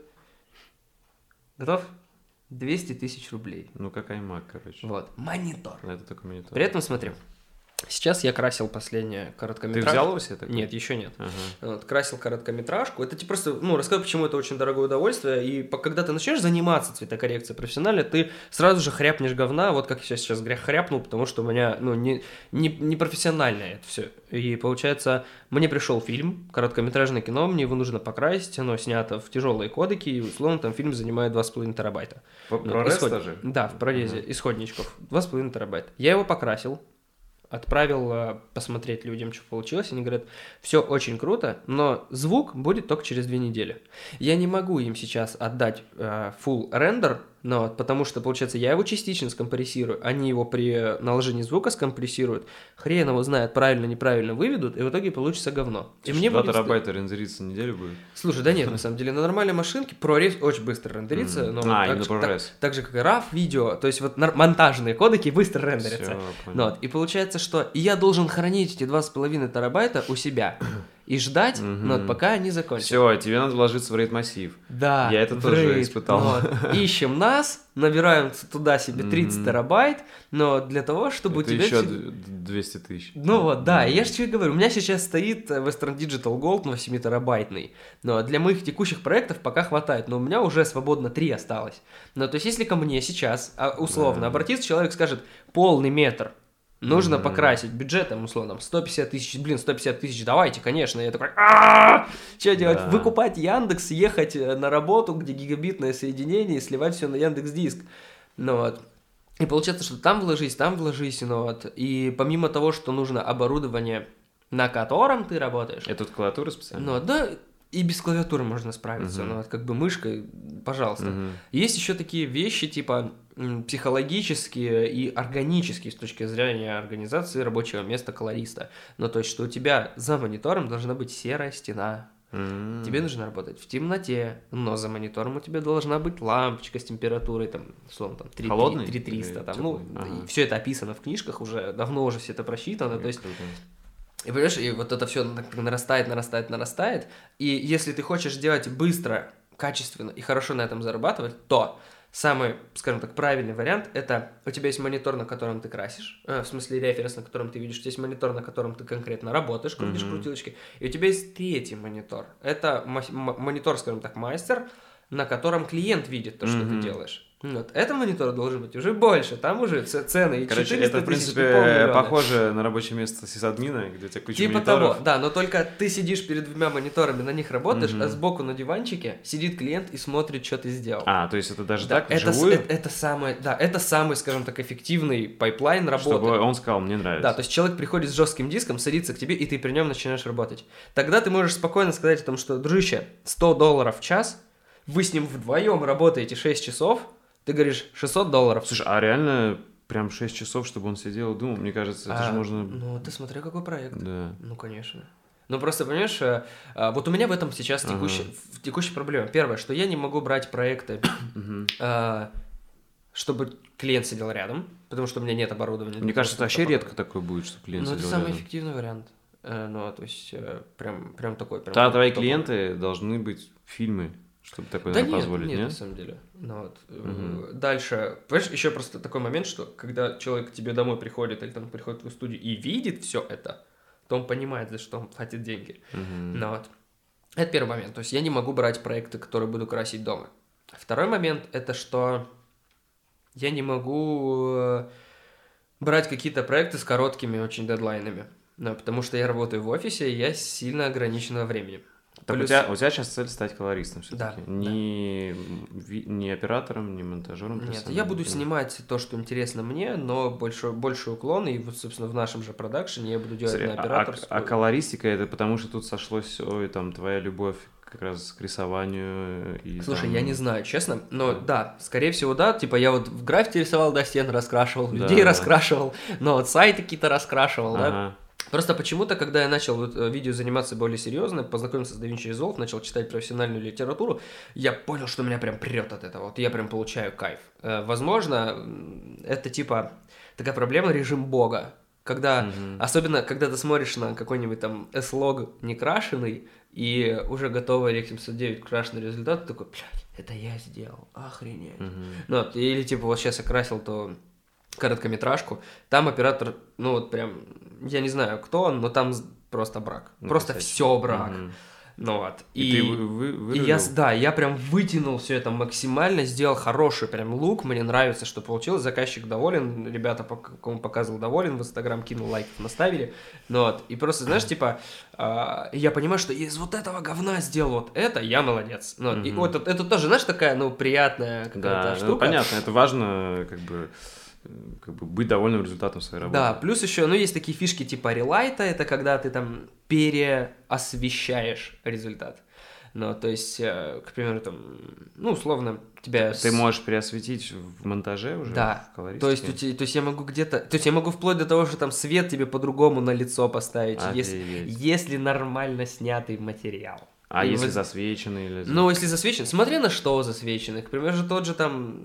Готов? 200 тысяч рублей. Ну, как iMac, короче. Вот, монитор. Это только монитор. При этом, смотри, Сейчас я красил последнее короткометражку. Ты взял его себе такой? Нет, еще нет. Ага. Вот, красил короткометражку. Это просто, рассказываю, почему это очень дорогое удовольствие. И когда ты начнешь заниматься цветокоррекцией профессионально, ты сразу же хряпнешь говна, вот как я сейчас хряпнул, потому что у меня, не профессионально это все. И получается, мне пришел фильм, короткометражное кино, мне его нужно покрасить, оно снято в тяжелые кодеки, и условно там фильм занимает 2,5 терабайта. ProRes тоже? Да, в прорезе исходничков. 2,5 терабайта. Я его покрасил. Отправил посмотреть людям, что получилось. Они говорят, все очень круто, но звук будет только через 2 недели. Я не могу им сейчас отдать full рендер, потому что, получается, я его частично скомпрессирую, они его при наложении звука скомпрессируют, хрен его знает, правильно, неправильно выведут, и в итоге получится говно. И мне 2 терабайта рензериться неделю будет? Слушай, да нет, на самом деле, на нормальной машинке ProRes очень быстро рендерится. Но именно ProRes. Так же, как и RAW видео, то есть вот монтажные кодеки быстро рендерятся. И получается, что я должен хранить эти 2,5 терабайта у себя и ждать, пока они закончатся. Все, тебе надо вложиться в RAID-массив. Да. Я это тоже испытал. Ищем нас, набираем туда себе 30 терабайт, но для того, чтобы это у тебя... еще 200 тысяч. Да, я же тебе говорю, у меня сейчас стоит Western Digital Gold 7-терабайтный, но для моих текущих проектов пока хватает, но у меня уже свободно 3 осталось. То есть, если ко мне сейчас, условно, обратится человек и скажет, полный метр, нужно покрасить бюджетом, условно, 150 тысяч, 150 тысяч, давайте, конечно. Я такой, что делать? Выкупать Яндекс, ехать на работу, где гигабитное соединение, и сливать все на Яндекс.Диск. И получается, что там вложись, и помимо того, что нужно оборудование, на котором ты работаешь. Это тут клавиатура специальная? Да, и без клавиатуры можно справиться, мышкой, пожалуйста. Есть еще такие вещи, типа психологические и органические с точки зрения организации рабочего места колориста. То есть, что у тебя за монитором должна быть серая стена. Тебе нужно работать в темноте, но за монитором у тебя должна быть лампочка с температурой, условно, 3300, все это описано в книжках уже, давно уже все это просчитано, то есть... И понимаешь, и вот это все нарастает, и если ты хочешь делать быстро, качественно и хорошо на этом зарабатывать, то самый, скажем так, правильный вариант – это у тебя есть монитор, на котором ты красишь, в смысле референс, на котором ты видишь, у тебя есть монитор, на котором ты конкретно работаешь, крутишь крутилочки, и у тебя есть третий монитор. Это монитор, скажем так, мастер, на котором клиент видит то, что ты делаешь. Это монитор должен быть уже больше, там уже цены и 400 тысяч, это, в принципе, похоже на рабочее место сисадмина, где у тебя куча мониторов. Типа того, да, но только ты сидишь перед 2 мониторами, на них работаешь, а сбоку на диванчике сидит клиент и смотрит, что ты сделал. То есть это даже так, вживую? Это самый, скажем так, эффективный пайплайн работы. Чтобы он сказал, мне нравится. Да, то есть человек приходит с жестким диском, садится к тебе, и ты при нем начинаешь работать. Тогда ты можешь спокойно сказать о том, что, дружище, $100 в час, вы с ним вдвоем работаете 6 часов, ты говоришь $600. Слушай, а реально прям 6 часов, чтобы он сидел и думал, мне кажется, это же можно... ты смотри, какой проект. Да. Конечно. Просто, понимаешь, вот у меня в этом сейчас текущая проблема. Первое, что я не могу брать проекты, чтобы клиент сидел рядом, потому что у меня нет оборудования. Мне кажется, это вообще редко такое будет, что клиент сидел рядом. Это самый эффективный вариант. То есть, прям такой... Твои клиенты должны быть фильмы, чтобы такое позволить, нет, на самом деле. Дальше, понимаешь, еще просто такой момент, что когда человек к тебе домой приходит или там приходит в студию и видит все это, то он понимает, за что он платит деньги. Это первый момент. То есть я не могу брать проекты, которые буду красить дома. Второй момент – это что я не могу брать какие-то проекты с короткими очень дедлайнами. Потому что я работаю в офисе, и я сильно ограничен во времени. Так у тебя сейчас цель стать колористом все-таки? Да. Не оператором, не монтажером? Нет, я буду снимать то, что интересно мне, но больше уклон, и вот, собственно, в нашем же продакшене я буду делать на операторскую. А колористика это потому, что тут сошлось твоя любовь как раз к рисованию и... Слушай, я не знаю, честно, но да, скорее всего, да, типа я вот в граффити рисовал, да, стены раскрашивал, людей раскрашивал, но вот сайты какие-то раскрашивал, да. Просто почему-то, когда я начал видео заниматься более серьезно, познакомился с DaVinci Resolve, начал читать профессиональную литературу, я понял, что меня прям прет от этого. Вот я прям получаю кайф. Возможно, это типа такая проблема режим бога. Когда, особенно, когда ты смотришь на какой-нибудь там S-Log некрашенный, и уже готовый Rec 709 крашеный результат, ты такой, блядь, это я сделал, охренеть. Или типа вот сейчас я красил, то короткометражку. Там оператор, ну вот прям, я не знаю, кто он, но там просто брак. Ну, просто кстати. все брак. Мгм. Ну вот. И ты И вырулил? я прям вытянул все это максимально, сделал хороший прям лук, мне нравится, что получилось, заказчик доволен, ребята, кому показывал, доволен, в Инстаграм кинул, лайков наставили, ну вот, и просто, знаешь, типа, я понимаю, что из вот этого говна сделал вот это, я молодец, ну, вот. И вот это тоже, знаешь, такая, ну, приятная какая-то Да, штука. ну, понятно, это важно, как бы быть довольным результатом своей работы. Да, плюс еще, ну, есть такие фишки типа релайта, это когда ты там переосвещаешь результат. Ну, то есть, к примеру, там, ну, условно, тебя... Ты можешь переосветить в монтаже уже? Да, в колористике? то есть я могу где-то... То есть я могу вплоть до того, что там свет тебе по-другому на лицо поставить, если нормально снятый материал. А если засвеченный? Или... Ну, если засвечен, смотри на что засвеченный. К примеру, же тот же там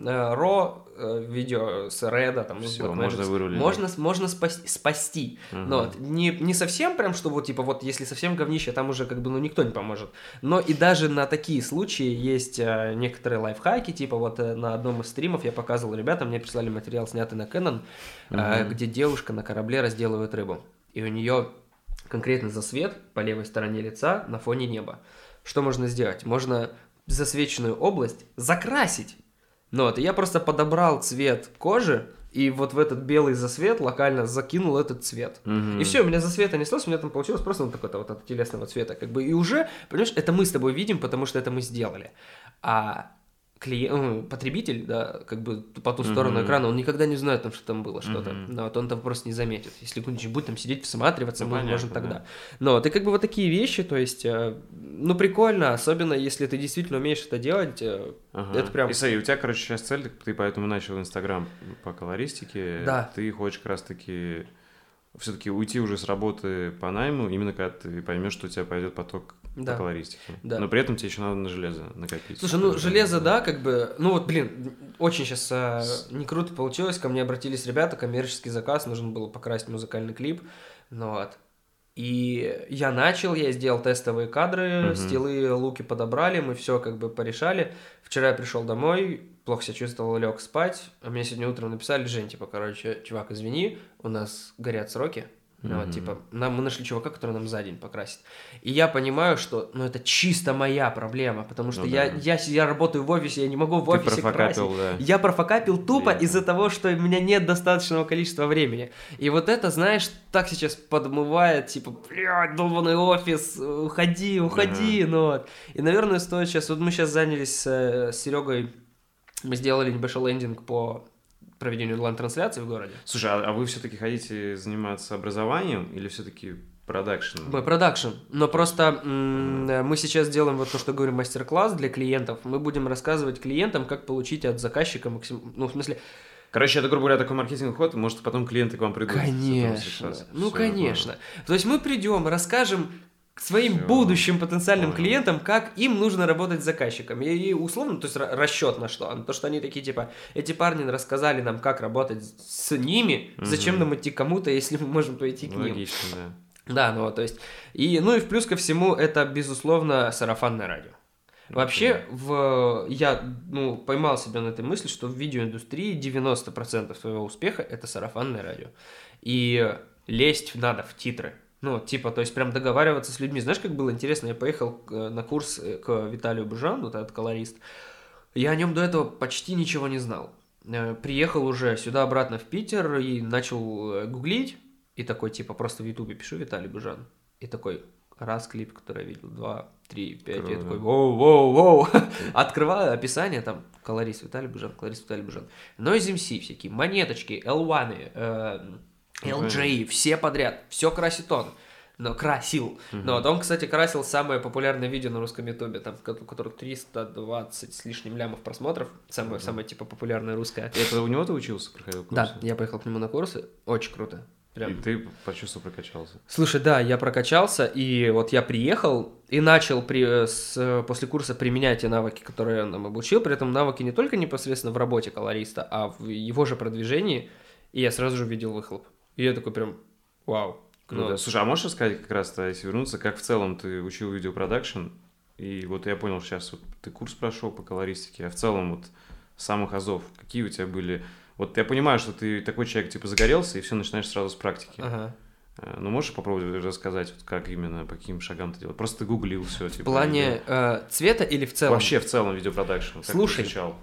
видео с Реда, там, все, можно вырулить. Можно спасти. Но вот, не совсем прям, что вот, типа, вот, если совсем говнище, там уже, как бы, ну, никто не поможет. Но и даже на такие случаи есть некоторые лайфхаки, типа, вот, на одном из стримов я показывал ребятам, мне прислали материал, снятый на Canon, где девушка на корабле разделывает рыбу. И у нее конкретно засвет по левой стороне лица на фоне неба. Что можно сделать? Можно засвеченную область закрасить. Ну вот, и я просто подобрал цвет кожи, и вот в этот белый засвет локально закинул этот цвет. И все, у меня засвета неслось, у меня там получилось просто вот такой-то вот от телесного цвета. Как бы, и уже, понимаешь, это мы с тобой видим, потому что это мы сделали. А потребитель, да, как бы по ту сторону экрана, он никогда не знает, там, что там было что-то. Но вот он там просто не заметит. Если кто-нибудь будет там сидеть, всматриваться, понятно, можно тогда. да. Но вот и как бы вот такие вещи, то есть, ну, прикольно, особенно если ты действительно умеешь это делать, это прям... И смотри, у тебя, короче, сейчас цель, ты поэтому начал Инстаграм по колористике. Да. Ты хочешь как раз-таки все-таки уйти уже с работы по найму, именно когда ты поймешь, что у тебя пойдет поток по колористике. Да. Но при этом тебе еще надо на железо накопить. Слушай, ну железо, да, как бы, ну вот, блин, очень сейчас не круто получилось, ко мне обратились ребята, коммерческий заказ, нужно было покрасить музыкальный клип, ну вот. И я сделал тестовые кадры, стилы, луки подобрали, мы все как бы порешали. Вчера я пришел домой, плохо себя чувствовал, лег спать, а мне сегодня утром написали: Жень, типа, короче, чувак, извини, у нас горят сроки. Ну, вот, типа, мы нашли чувака, который нам за день покрасит. И я понимаю, что, ну, это чисто моя проблема, потому что я работаю в офисе, я не могу в офисе красить. Да. Я профокапил тупо из-за того, что у меня нет достаточного количества времени. И вот это, знаешь, так сейчас подмывает, типа, блядь, долбаный офис, уходи, ну вот. И, наверное, стоит сейчас, вот мы сейчас занялись с Серегой, мы сделали небольшой лендинг по проведению онлайн-трансляции в городе. Слушай, а вы все-таки хотите заниматься образованием или все-таки продакшеном? Мы продакшн, но просто мы сейчас делаем вот то, что говорим, мастер-класс для клиентов. Мы будем рассказывать клиентам, как получить от заказчика максимум, ну, в смысле... Короче, это, грубо говоря, такой маркетинговый ход, может, потом клиенты к вам придут. Конечно, ну, конечно. То есть мы придем, расскажем своим будущим потенциальным клиентам, как им нужно работать с заказчиками. И условно, то есть расчет на что? То, что они такие, типа, эти парни рассказали нам, как работать с ними, зачем нам идти к кому-то, если мы можем пойти к ним. Логично, да. Да, ну вот, то есть, ну и в плюс ко всему, это, безусловно, сарафанное радио. Вообще, я поймал себя на этой мысли, что в видеоиндустрии 90% своего успеха – это сарафанное радио. И лезть надо в титры. Ну, типа, то есть прям договариваться с людьми. Знаешь, как было интересно? Я поехал на курс к Виталию Бужану, вот этот колорист. Я о нем до этого почти ничего не знал. Приехал уже сюда обратно в Питер и начал гуглить. И такой, типа, просто в Ютубе пишу Виталий Бужан. И такой, раз клип, который я видел, 2, 3, 5. Круто. Я такой, воу. Открываю описание, там, колорист Виталий Бужан, Noise MC всякие, монеточки, L1, LJ, все подряд, все красит он. Но красил. Но вот он, кстати, красил самое популярное видео на русском ютубе, там, у которых 320 с лишним лямов просмотров. Самое типа, популярное русское. И это у него ты учился, проходил курсы? Да, я поехал к нему на курсы. Очень круто. Прям. И ты почувствовал, прокачался? Слушай, да, я прокачался, и вот я приехал и начал после курса применять те навыки, которые он нам обучил. При этом навыки не только непосредственно в работе колориста, а в его же продвижении. И я сразу же видел выхлоп. И я такой прям, вау. Круто. Слушай, а можешь рассказать как раз-то, если вернуться, как в целом ты учил видеопродакшн? И вот я понял, сейчас вот ты курс прошел по колористике, а в целом вот самых азов, какие у тебя были Вот я понимаю, что ты такой человек, типа, загорелся, и все, начинаешь сразу с практики. Ага. Ну, можешь попробовать рассказать, вот как именно, по каким шагам ты делаешь? Просто ты гуглил все, типа. В плане цвета или в целом? Вообще в целом видеопродакшн. Слушай, как ты изучал?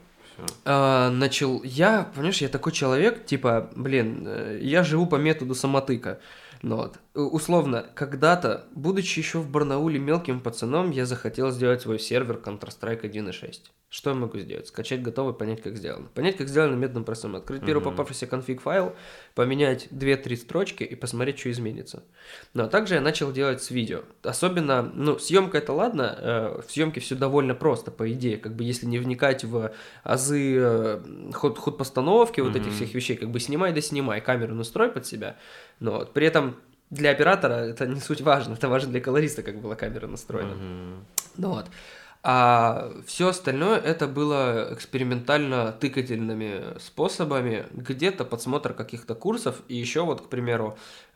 понимаешь, я такой человек, типа, я живу по методу самотыка. Ну вот, условно, когда-то, будучи еще в Барнауле мелким пацаном, я захотел сделать свой сервер Counter-Strike 1.6. Что я могу сделать? Скачать готовый, понять, как сделано. Понять, как сделано методом простым. Открыть первый попавшийся конфиг-файл, поменять 2-3 строчки и посмотреть, что изменится. Ну, а также я начал делать с видео. Особенно, съемка это ладно, в съемке все довольно просто, по идее. Как бы если не вникать в азы ход постановки, вот этих всех вещей, как бы снимай да снимай, камеру настрой под себя. Но вот, при этом для оператора это не суть важно, это важно для колориста, как была камера настроена. Ну вот. А все остальное это было экспериментально тыкательными способами, где-то подсмотр каких-то курсов. И еще вот, к примеру,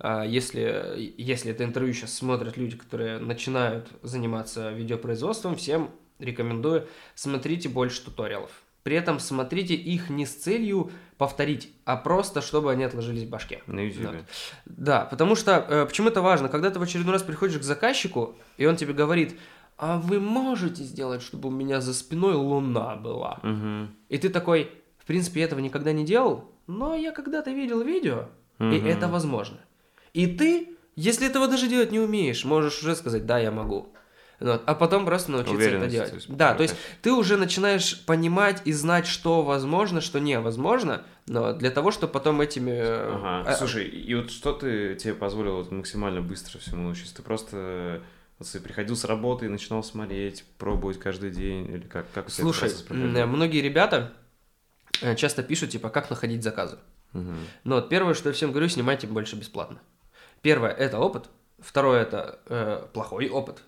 если это интервью сейчас смотрят люди, которые начинают заниматься видеопроизводством, всем рекомендую, смотрите больше туториалов. При этом смотрите их не с целью повторить, а просто, чтобы они отложились в башке. На YouTube. Да, потому что, почему это важно? Когда ты в очередной раз приходишь к заказчику, и он тебе говорит, а вы можете сделать, чтобы у меня за спиной луна была? И ты такой, в принципе, этого никогда не делал, но я когда-то видел видео, и это возможно. И ты, если этого даже делать не умеешь, можешь уже сказать, да, я могу. Вот, а потом просто научиться это делать. То есть ты уже начинаешь понимать и знать, что возможно, что невозможно, но для того, чтобы потом этими... Слушай, и вот что тебе позволило максимально быстро всему научиться? Ты просто приходил с работы и начинал смотреть, пробовать каждый день? Или как у тебя Слушай, многие ребята часто пишут, типа, как находить заказы. Но вот первое, что я всем говорю, снимайте больше бесплатно. Первое – это опыт. Второе – это плохой опыт.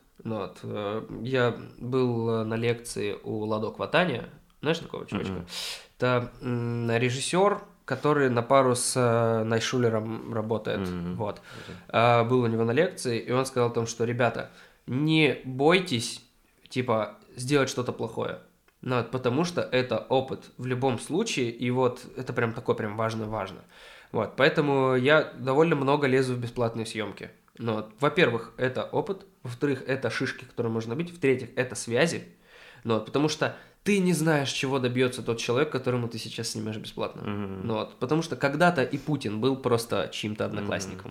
Я был на лекции у Ладо Кватани, знаешь такого чувачка? Это режиссер, который на пару с Найшулером работает. Вот. Был у него на лекции, и он сказал о том, что, ребята, не бойтесь, типа, сделать что-то плохое. Потому что это опыт в любом случае, и вот это прям такое прям важно. Вот, поэтому я довольно много лезу в бесплатные съемки. Во-первых, это опыт, во-вторых, это шишки, которые можно набить, в-третьих, это связи, потому что ты не знаешь, чего добьется тот человек, которому ты сейчас снимаешь бесплатно. Потому что когда-то и Путин был просто чьим-то одноклассником.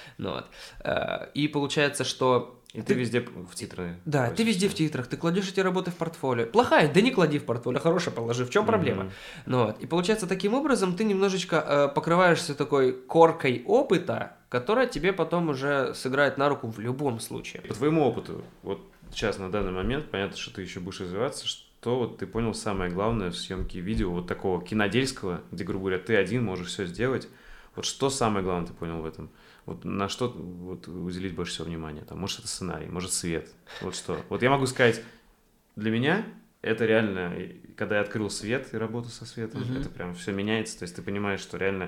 И получается, что... И ты везде в титры. Да, ты везде в титрах, ты кладешь эти работы в портфолио. Плохая? Да не клади в портфолио, хорошая положи. В чем проблема? И получается, таким образом ты немножечко покрываешься такой коркой опыта, которая тебе потом уже сыграет на руку в любом случае. По твоему опыту, вот сейчас на данный момент, понятно, что ты еще будешь развиваться, что вот ты понял самое главное в съемке видео, вот такого кинодельского, где, грубо говоря, ты один можешь все сделать. Вот что самое главное ты понял в этом? Вот на что вот уделить больше всего внимания? Там, может, это сценарий, может, свет. Вот что. Вот я могу сказать, для меня это реально, когда я открыл свет и работу со светом, это прям все меняется. То есть ты понимаешь, что реально,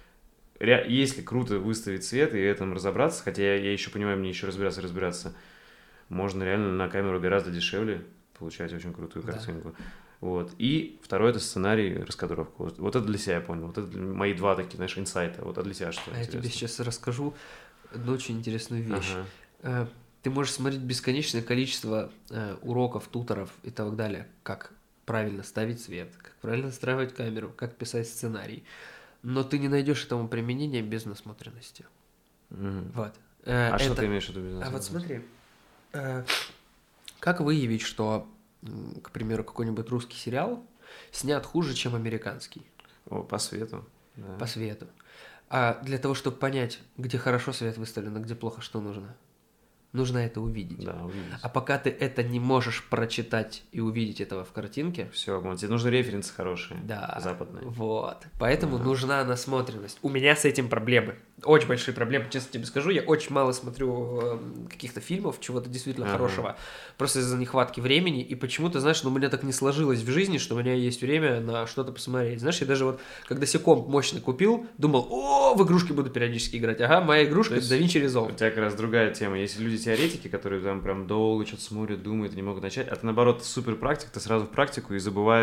если круто выставить свет и в этом разобраться, хотя я еще понимаю, мне еще разбираться, можно реально на камеру гораздо дешевле получать очень крутую картинку. Вот. И второе – это сценарий, раскадровка. Вот это для себя я понял. Вот это мои два таких, знаешь, инсайта. Вот это для себя что интересно. Я тебе сейчас расскажу одну очень интересную вещь. Ты можешь смотреть бесконечное количество уроков, туторов и так далее, как правильно ставить свет, как правильно настраивать камеру, как писать сценарий. Но ты не найдешь этому применения без насмотренности. Вот. Что ты имеешь в виду без насмотренности? А вот смотри, как выявить, что, к примеру, какой-нибудь русский сериал снят хуже, чем американский? По свету. Да. По свету. А для того, чтобы понять, где хорошо свет выставлен, а где плохо, что нужно? Нужно это увидеть. Да, увидеть. А пока ты это не можешь прочитать и увидеть этого в картинке... Все, тебе нужны референсы хорошие, да, западные. Вот. Поэтому нужна насмотренность. У меня с этим проблемы. Очень большие проблемы, честно тебе скажу. Я очень мало смотрю каких-то фильмов, чего-то действительно хорошего. Просто из-за нехватки времени. И почему-то, знаешь, у меня так не сложилось в жизни, что у меня есть время на что-то посмотреть. Знаешь, я даже вот, когда себе комп мощный купил, думал, в игрушки буду периодически играть. Ага, моя игрушка — это DaVinci Resolve. У тебя как раз другая тема. Если люди теоретики, которые там прям долго что-то смотрят, думают и не могут начать, а ты, наоборот, супер практик, ты сразу в практику и забываешь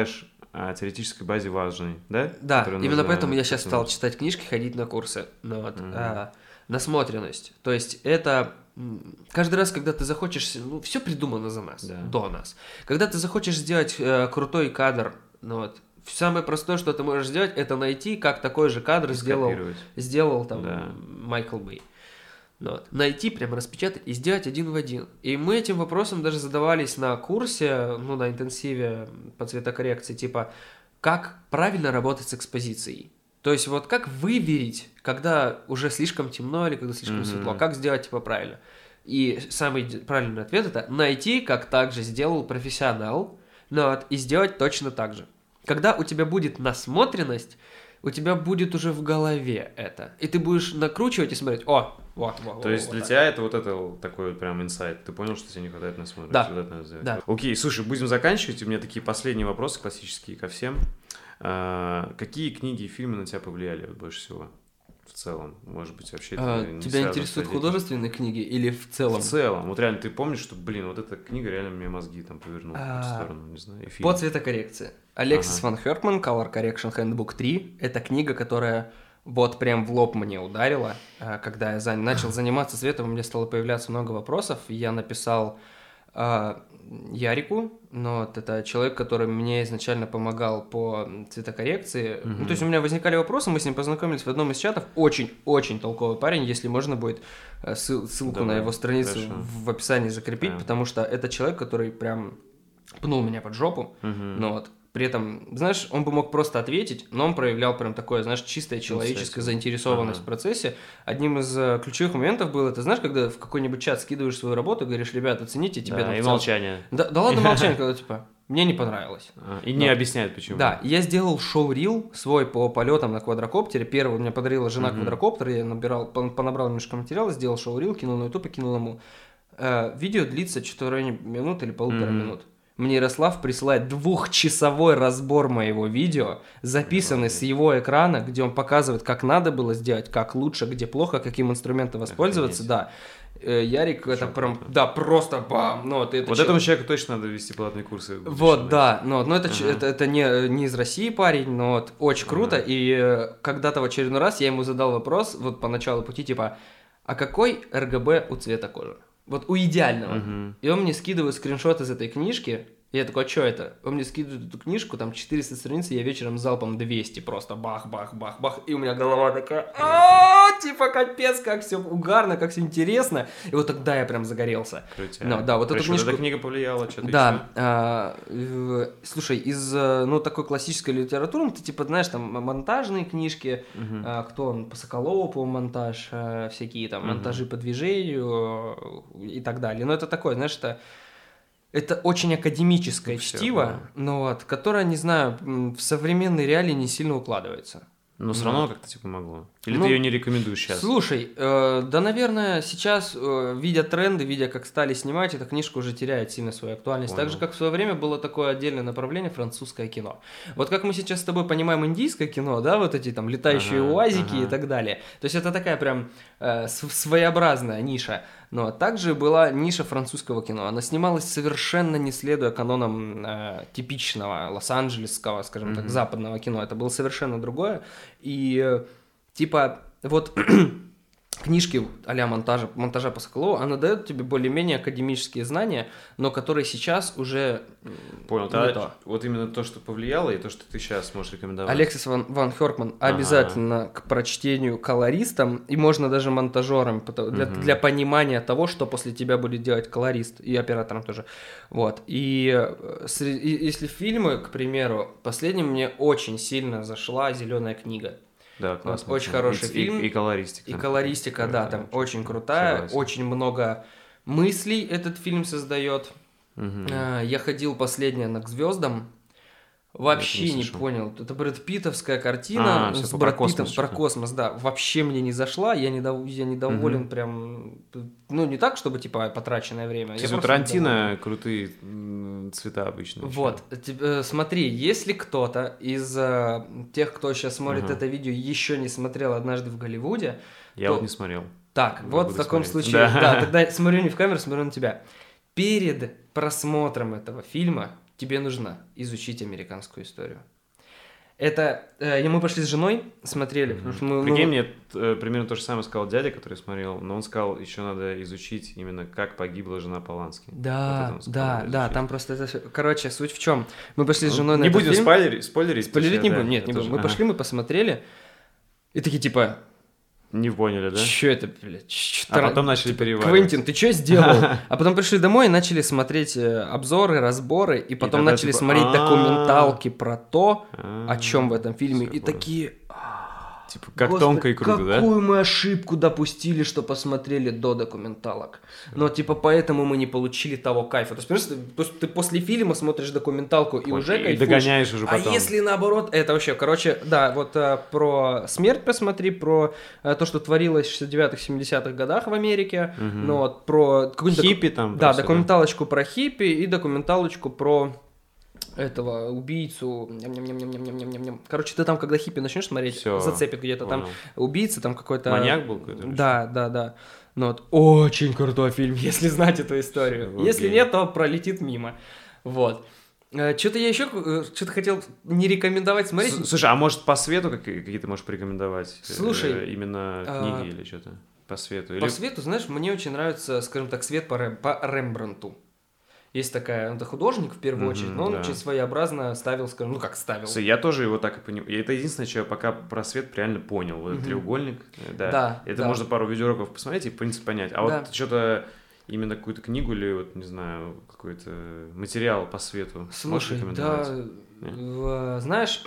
о теоретической базе важной, да? Да, Которую именно нужно поэтому я сейчас стал потянуть. читать книжки, ходить на курсы. Ну, вот, насмотренность. То есть это каждый раз, когда ты захочешь, ну, все придумано за нас, Да. до нас. Когда ты захочешь сделать крутой кадр, ну вот, самое простое, что ты можешь сделать, это найти, как такой же кадр Скопировать. сделал там Да. Майкл Бэй. Ну вот. Найти, прямо распечатать и сделать один в один. И мы этим вопросом даже задавались на курсе, ну, на интенсиве по цветокоррекции, типа, как правильно работать с экспозицией. То есть вот как выверить, когда уже слишком темно или когда слишком светло, как сделать типа правильно. И самый правильный ответ это найти, как также сделал профессионал, ну, вот, и сделать точно так же. Когда у тебя будет насмотренность, у тебя будет уже в голове это. И ты будешь накручивать и смотреть, о, вот. То есть вот для так. тебя это вот это такой вот прям инсайт. Ты понял, что тебе не хватает насмотренности? Да. Вот это надо сделать. Да. Окей, слушай, будем заканчивать. У меня такие последние вопросы классические ко всем. Какие книги и фильмы на тебя повлияли вот больше всего? В целом, может быть, вообще это не Тебя связано с интересуют твоей художественные книги или в целом? В целом, вот реально ты помнишь, что, блин, вот эта книга реально мне мозги там повернула в какую-то сторону, не знаю, и фильм. По цветокоррекции. Алексис Ван Хёркман, Color Correction Handbook 3. Это книга, которая вот прям в лоб мне ударила. Когда я начал заниматься цветом, у меня стало появляться много вопросов. Я написал Ярику, но вот это человек, который мне изначально помогал по цветокоррекции. Ну, то есть у меня возникали вопросы, мы с ним познакомились в одном из чатов. Очень-очень толковый парень, если можно будет ссылку на его страницу в описании закрепить, потому что это человек, который прям пнул меня под жопу, но вот при этом, знаешь, он бы мог просто ответить, но он проявлял прям такое, знаешь, чистая человеческая заинтересованность в процессе. Одним из ключевых моментов было, ты знаешь, когда в какой-нибудь чат скидываешь свою работу, говоришь, ребята, оцените, тебе там... и молчание. Да ладно молчание, когда типа, мне не понравилось. И не объясняют, почему. Да, я сделал шоу-рил свой по полетам на квадрокоптере. Первый мне подарила жена квадрокоптер, я понабрал немножко материала, сделал шоу-рил, кинул на YouTube и кинул ему. Видео длится что-то в районе минут или полутора минут. Мне Ярослав присылает 2-часовой разбор моего видео, записанный с его экрана, где он показывает, как надо было сделать, как лучше, где плохо, каким инструментом воспользоваться, да. Ярик, это прям, да, просто бам. Ну, вот этому человеку точно надо вести платные курсы. Вот, да, но это не из России парень, но вот очень круто, и когда-то в очередной раз я ему задал вопрос, вот по началу пути, типа, а какой РГБ у цвета кожи? Вот у идеального. И он мне скидывает скриншот из этой книжки. И я такой, а что это? Он мне скидывает эту книжку, там 400 страниц, и я вечером залпом 200 просто бах-бах-бах-бах. И у меня голова такая, типа капец, как все угарно, как все интересно. И вот тогда я прям загорелся. Ну, да, вот эту книжку... эта книга повлияла, что-то Да, слушай, из, такой классической литературы, ты типа, знаешь, там монтажные книжки, кто он, по Соколову, по монтаж, всякие там монтажи по движению и так далее. Но это такое, знаешь, это очень академическое чтиво, но вот, которое, не знаю, в современной реалии не сильно укладывается. Но все равно как-то тебе помогло. Или ты ее не рекомендуешь сейчас? Слушай, да, наверное, сейчас, видя тренды, видя, как стали снимать, эта книжка уже теряет сильно свою актуальность. Так же, как в свое время было такое отдельное направление французское кино. Вот как мы сейчас с тобой понимаем индийское кино, да, вот эти там летающие уазики и так далее. То есть это такая прям своеобразная ниша. Но также была ниша французского кино. Она снималась совершенно не следуя канонам типичного лос-анджелесского, скажем так, западного кино. Это было совершенно другое. И типа вот книжки а-ля монтажа по Соколову, она дает тебе более-менее академические знания, но которые сейчас уже Понял, не тогда то. Вот именно то, что повлияло, и то, что ты сейчас можешь рекомендовать. Алексис Ван Хёркман обязательно к прочтению колористам, и можно даже монтажерам, для понимания того, что после тебя будет делать колорист, и операторам тоже. Вот. И если фильмы, к примеру, последним мне очень сильно зашла «Зеленая книга». Да, классно. Вот, очень хороший фильм. И колористика. И колористика, да, там очень крутая, Согласен. очень много мыслей этот фильм создает. Я ходил последнее «К звездам». Вообще не понял. Это Брэд Питтовская картина с Брэд Питтом про космос, да. Вообще мне не зашла, я недоволен прям... Ну, не так, чтобы, типа, потраченное время. Кстати, у Тарантино крутые цвета обычно. Вот, смотри, если кто-то из тех, кто сейчас смотрит это видео, еще не смотрел «Однажды в Голливуде», я вот не смотрел. Так, вот в таком случае, да, тогда смотрю не в камеру, смотрю на тебя. Перед просмотром этого фильма тебе нужно изучить американскую историю. Это мы пошли с женой, смотрели, потому что мы... Прикинь, мне примерно то же самое сказал дядя, который смотрел, но он сказал, еще надо изучить именно, как погибла жена Полански. Да, вот сказал, там просто это все... Короче, суть в чем? Мы пошли с женой на не этот будем фильм. спойлерить. Спойлерить не будем, нет, не будем. Мы пошли, мы посмотрели, и такие типа... Не поняли, да? Чё это, блядь? А потом начали переваривать. Квентин, ты что сделал? А потом пришли домой и начали смотреть обзоры, разборы, и потом начали смотреть документалки про то, о чем в этом фильме, и такие... Типа, как тонко и круто, да? Какую мы ошибку допустили, что посмотрели до документалок. Но, типа, поэтому мы не получили того кайфа. То есть, понимаешь, ты после фильма смотришь документалку и уже кайфуешь. И догоняешь уже потом. А если наоборот, это вообще, короче, да, вот про смерть посмотри, про то, что творилось в 69-х, 70-х годах в Америке, ну вот, про... Хиппи там. Да, документалочку про хиппи и документалочку про... этого убийцу. Короче, ты там, когда хиппи начнешь смотреть, всё, зацепит где-то понял. Там убийца, там какой-то... Маньяк был какой-то? Да. Ну вот, очень крутой фильм, если знать эту историю. Okay. Если нет, то пролетит мимо. Вот. Что-то я еще хотел не рекомендовать смотреть. Слушай, а может по свету какие-то можешь порекомендовать? Слушай. Именно книги или что-то? По свету? По свету, знаешь, мне очень нравится, скажем так, свет по Рембрандту. Есть такая, это художник в первую очередь, но он очень своеобразно ставил, скажем, ну как ставил. Я тоже его так и понял. Это единственное, что я пока про свет реально понял. Вот треугольник, да. Это можно пару видеоуроков посмотреть и, в принципе, понять. А вот что-то, именно какую-то книгу или, вот, не знаю, какой-то материал по свету. Слушай, знаешь,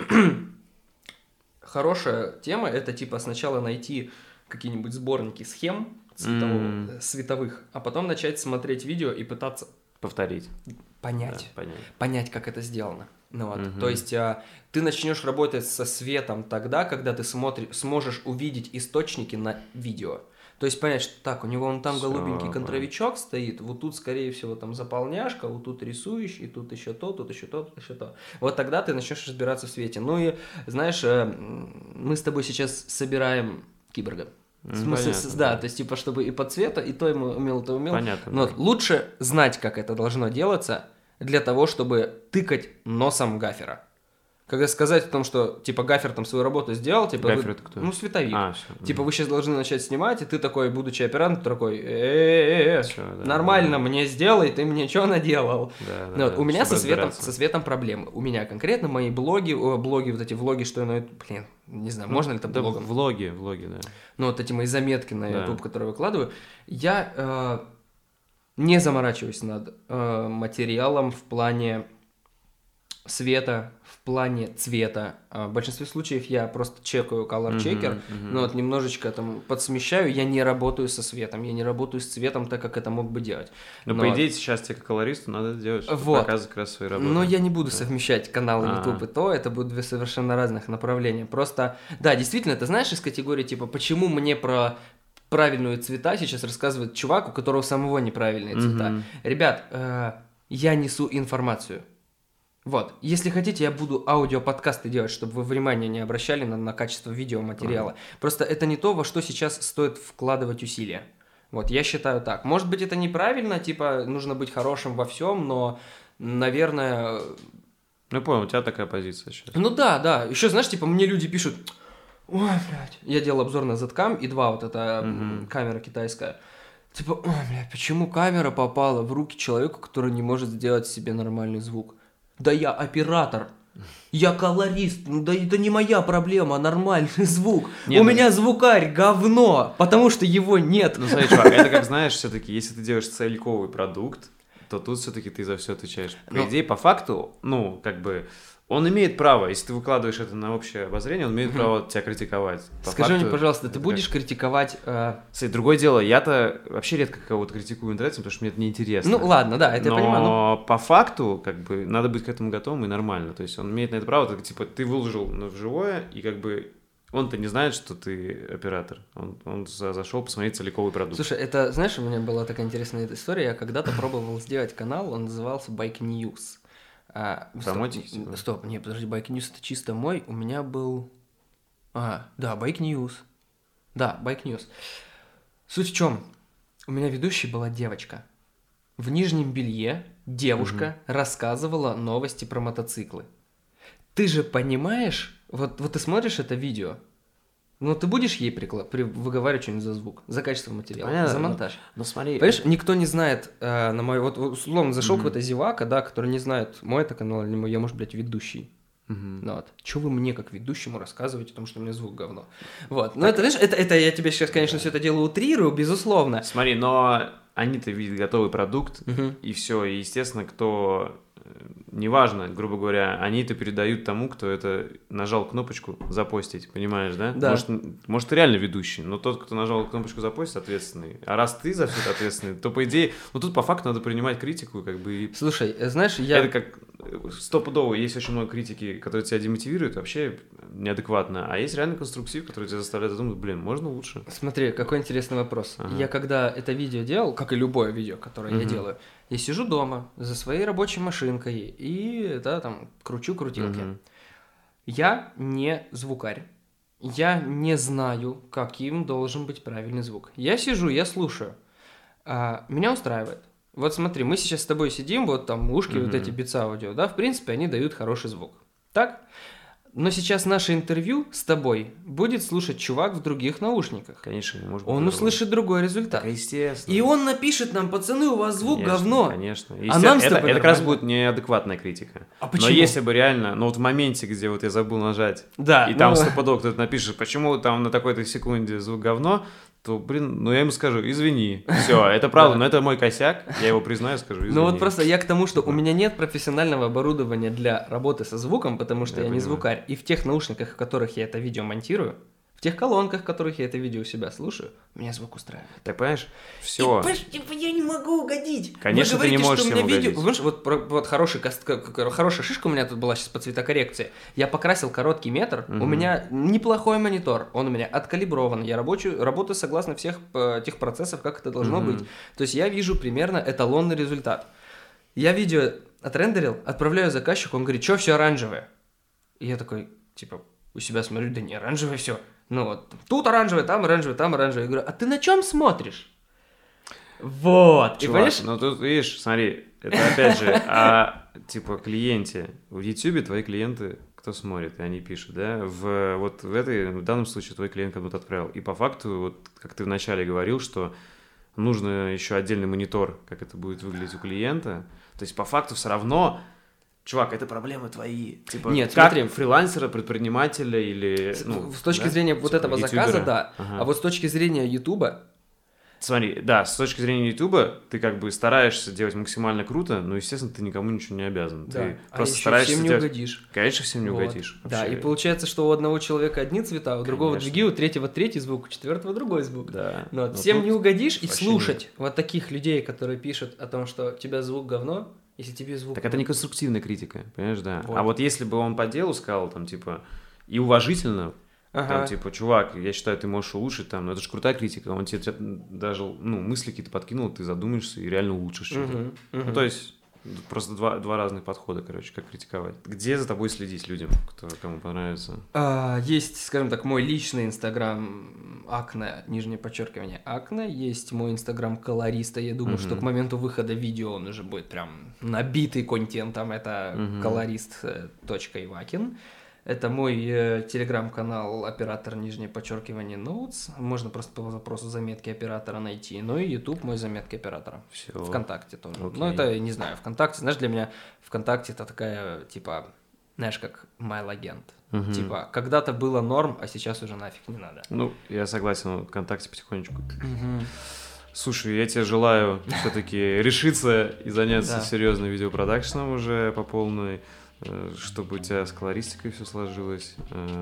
хорошая тема, это типа сначала найти какие-нибудь сборники схем световых, а потом начать смотреть видео и пытаться повторить. Понять, как это сделано. Ну, вот. То есть ты начнешь работать со светом тогда, когда ты сможешь увидеть источники на видео. То есть понять, что так, у него вон там голубенький контровичок стоит, вот тут, скорее всего, там заполняшка, вот тут рисующий, тут еще то, тут еще то, тут еще то. Вот тогда ты начнешь разбираться в свете. Ну и, знаешь, мы с тобой сейчас собираем киборга. В смысле, да, то есть, типа, чтобы и по цвету, и то ему умел, то умел. Понятно. Но лучше знать, как это должно делаться, для того, чтобы тыкать носом гафера. Когда сказать о том, что, типа, гафер там свою работу сделал, типа... Гафер это кто? Ну, световик. Все. Типа, вы сейчас должны начать снимать, и ты такой, будучи оператором, такой, нормально, мне сделай, ты мне что наделал? Да, у меня со светом проблемы. У меня конкретно мои блоги, вот эти влоги, что я на YouTube, не знаю, можно ли это блогом? Влоги, да. Ну, вот эти мои заметки на YouTube, которые выкладываю, я не заморачиваюсь над материалом в плане света, в плане цвета. В большинстве случаев я просто чекаю color checker, но вот немножечко там подсмещаю, я не работаю со светом, я не работаю с цветом так, как это мог бы делать. Но по идее сейчас тебе как колористу надо делать, чтобы показывать как раз свои работы. Но я не буду совмещать каналы YouTube и то, это будут две совершенно разных направления. Просто, да, действительно, ты знаешь из категории типа, почему мне про правильные цвета сейчас рассказывает чувак, у которого самого неправильные цвета. Ребят, я несу информацию. Вот, если хотите, я буду аудиоподкасты делать, чтобы вы внимание не обращали на качество видеоматериала. Просто это не то, во что сейчас стоит вкладывать усилия. Вот, я считаю так. Может быть, это неправильно, типа, нужно быть хорошим во всем, но, наверное... Ну, понял, у тебя такая позиция сейчас. Ну да. Еще, знаешь, типа, мне люди пишут, ой, блядь, я делал обзор на Z-Cam, и 2, вот эта камера китайская. Типа, ой, блядь, почему камера попала в руки человеку, который не может сделать себе нормальный звук? Да я оператор, я колорист, да это не моя проблема, нормальный звук. У меня звукарь говно, потому что его нет. Ну смотри, чувак, это как знаешь, все-таки, если ты делаешь целиковый продукт, то тут все-таки ты за все отвечаешь. По идее, по факту, ну, как бы, он имеет право, если ты выкладываешь это на общее обозрение, он имеет право тебя критиковать. Скажи мне, пожалуйста, ты будешь критиковать... Кстати, другое дело, я-то вообще редко кого-то критикую в интернете, потому что мне это неинтересно. Ну ладно, да, это я понимаю. Но по факту, как бы, надо быть к этому готовым и нормально. То есть он имеет на это право, так, типа, ты выложил в живое, и как бы он-то не знает, что ты оператор. Он зашел посмотреть целиковый продукт. Слушай, это, знаешь, у меня была такая интересная история, я когда-то пробовал сделать канал, он назывался Bike News. Стоп, не, подожди, Bike News это чисто мой, у меня был... да, Bike News. Да, Bike News. Суть в чем? У меня ведущей была девочка. в нижнем белье девушка рассказывала новости про мотоциклы. Ты же понимаешь, вот ты смотришь это видео, ну ты будешь ей выговаривать что-нибудь за звук, за качество материала, понятно, за монтаж. Ну смотри. Понимаешь, никто не знает на мой... Вот условно зашел какой-то зевака, да, который не знает, мой это канал или не мой, я, может, блядь, ведущий. Ну вот. Чё вы мне, как ведущему, рассказываете о том, что у меня звук говно? Вот. Ну, это, знаешь, это я тебе сейчас, конечно, все это дело утрирую, безусловно. Смотри, но они-то видят готовый продукт, и все. И, естественно, кто... Неважно, грубо говоря, они это передают тому, кто это нажал кнопочку «запостить», понимаешь, да? Да. Может, ты реально ведущий, но тот, кто нажал кнопочку «запостить», ответственный. А раз ты за все это ответственный, то, по идее, ну тут по факту надо принимать критику, как бы... Слушай, знаешь, я... Это как стопудово, есть очень много критики, которые тебя демотивируют, вообще неадекватно, а есть реально конструктив, который тебя заставляет задуматься, блин, можно лучше. Смотри, какой интересный вопрос. Я когда это видео делал, как и любое видео, которое я делаю, я сижу дома за своей рабочей машинкой и, да, там, кручу крутилки. Я не звукарь. Я не знаю, каким должен быть правильный звук. Я сижу, я слушаю. Меня устраивает. Вот смотри, мы сейчас с тобой сидим, вот там ушки, вот эти Beats Audio, да, в принципе, они дают хороший звук. Так? Но сейчас наше интервью с тобой будет слушать чувак в других наушниках. Конечно, может быть. Он услышит другой результат. Так, естественно. И он напишет нам: пацаны, у вас звук Конечно, говно. Конечно. А нам с тобой это как раз нормально. будет неадекватная критика. А почему? Но если бы реально, ну вот в моменте, где вот я забыл нажать, Да, и там стопудово кто-то напишет, почему там на такой-то секунде звук говно, то, блин, ну я ему скажу, извини. Все, это правда, но это мой косяк, я его признаю, скажу, извини. Ну вот просто я к тому, что у меня нет профессионального оборудования для работы со звуком, потому что я не понимаю. звукарь. И в тех наушниках, в которых я это видео монтирую, в тех колонках, в которых я это видео у себя слушаю, меня звук устраивает. Так понимаешь, все. Я не могу угодить. Конечно, Вы ты не говорите, можешь что у меня всем видео... угодить. Знаешь, вот хорошая шишка у меня тут была сейчас по цветокоррекции. Я покрасил короткий метр, у меня неплохой монитор, он у меня откалиброван, я работаю согласно всех тех процессов, как это должно быть. То есть я вижу примерно эталонный результат. Я видео отрендерил, отправляю заказчику, он говорит: что все оранжевое? И я такой, типа, у себя смотрю, да не, оранжевое все. Ну вот, тут оранжевое, там оранжевое, там оранжевое. Я говорю: а ты на чем смотришь? Вот. Чувак, И понимаешь? ну тут, видишь, смотри, это опять же типа клиенте. В Ютубе твои клиенты, кто смотрит, и они пишут, да? В данном случае твой клиент кому-то отправил. И по факту, вот как ты вначале говорил, что нужно еще отдельный монитор, как это будет выглядеть у клиента. То есть по факту все равно... Чувак, это проблемы твои. Типа, Нет, как смотри. фрилансера, предпринимателя или... С точки зрения вот этого ютубера. заказа, да. Ага. А вот с точки зрения Ютуба, Смотри, да, с точки зрения Ютуба ты как бы стараешься делать максимально круто, но, естественно, ты никому ничего не обязан. да. Ты просто еще стараешься всем не делать... угодишь. Конечно, всем не Вот. угодишь. Да, Вообще. и получается, что у одного человека одни цвета, у другого Конечно. другие, у третьего третий звук, у четвертого другой звук. Да. Но Но всем тут не угодишь, и вообще слушать вот таких людей, которые пишут о том, что у тебя звук говно, если тебе звук... Так это не конструктивная критика, понимаешь, да. Вот. А вот если бы он по делу сказал, там, типа, и уважительно, Ага. там, типа, чувак, я считаю, ты можешь улучшить, там, ну, это же крутая критика, он тебе даже, ну, мысли какие-то подкинул, ты задумаешься и реально улучшишь что-то. Ну, то есть, просто два разных подхода, короче, как критиковать. Где за тобой следить людям, кому понравится? Есть, скажем так, мой личный инстаграм Акне, нижнее подчеркивание Акне, есть мой инстаграм колориста, я думаю, что к моменту выхода видео он уже будет прям набитый контентом, это колорист.ивакин. Это мой телеграм-канал оператор нижнее подчеркивание Notes. Можно просто по запросу заметки оператора найти. Ну и YouTube мой заметки оператора. Все. ВКонтакте тоже. Окей. Ну это, не знаю, ВКонтакте, знаешь, для меня ВКонтакте это такая, типа, знаешь, как майл-агент. Типа, когда-то было норм, а сейчас уже нафиг не надо. Ну, я согласен, ВКонтакте потихонечку. Слушай, я тебе желаю все-таки решиться и заняться серьезным видеопродакшеном уже по полной, чтобы у тебя с колористикой все сложилось.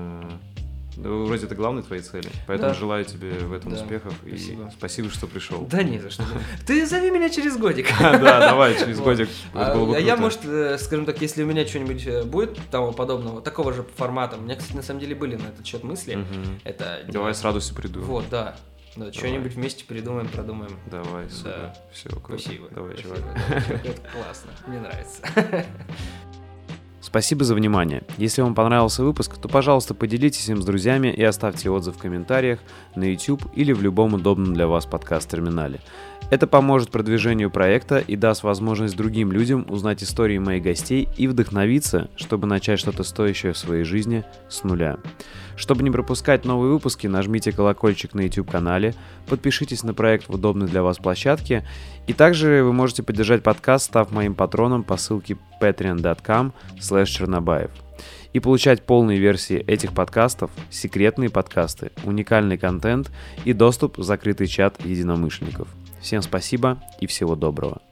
Ну, вроде это главные твои цели. Поэтому желаю тебе в этом успехов. Спасибо. И спасибо, что пришел. Да не за что. Ты зови меня через годик. Да, давай, через годик. Это было бы А я, круто. может, скажем так, если у меня что-нибудь будет того подобного, такого же формата, у меня, кстати, на самом деле были на этот счет мысли. Это... Давай с радостью приду. Вот, да. Что-нибудь вместе придумаем, продумаем. Давай, супер. Все, круто. Спасибо. Давай, Спасибо. чувак. Это классно. Мне нравится. Спасибо за внимание. Если вам понравился выпуск, то, пожалуйста, поделитесь им с друзьями и оставьте отзыв в комментариях на YouTube или в любом удобном для вас подкаст-терминале. Это поможет продвижению проекта и даст возможность другим людям узнать истории моих гостей и вдохновиться, чтобы начать что-то стоящее в своей жизни с нуля. Чтобы не пропускать новые выпуски, нажмите колокольчик на YouTube-канале, подпишитесь на проект в удобной для вас площадке, и также вы можете поддержать подкаст, став моим патроном по ссылке patreon.com/Чернобаев. И получать полные версии этих подкастов, секретные подкасты, уникальный контент и доступ в закрытый чат единомышленников. Всем спасибо и всего доброго.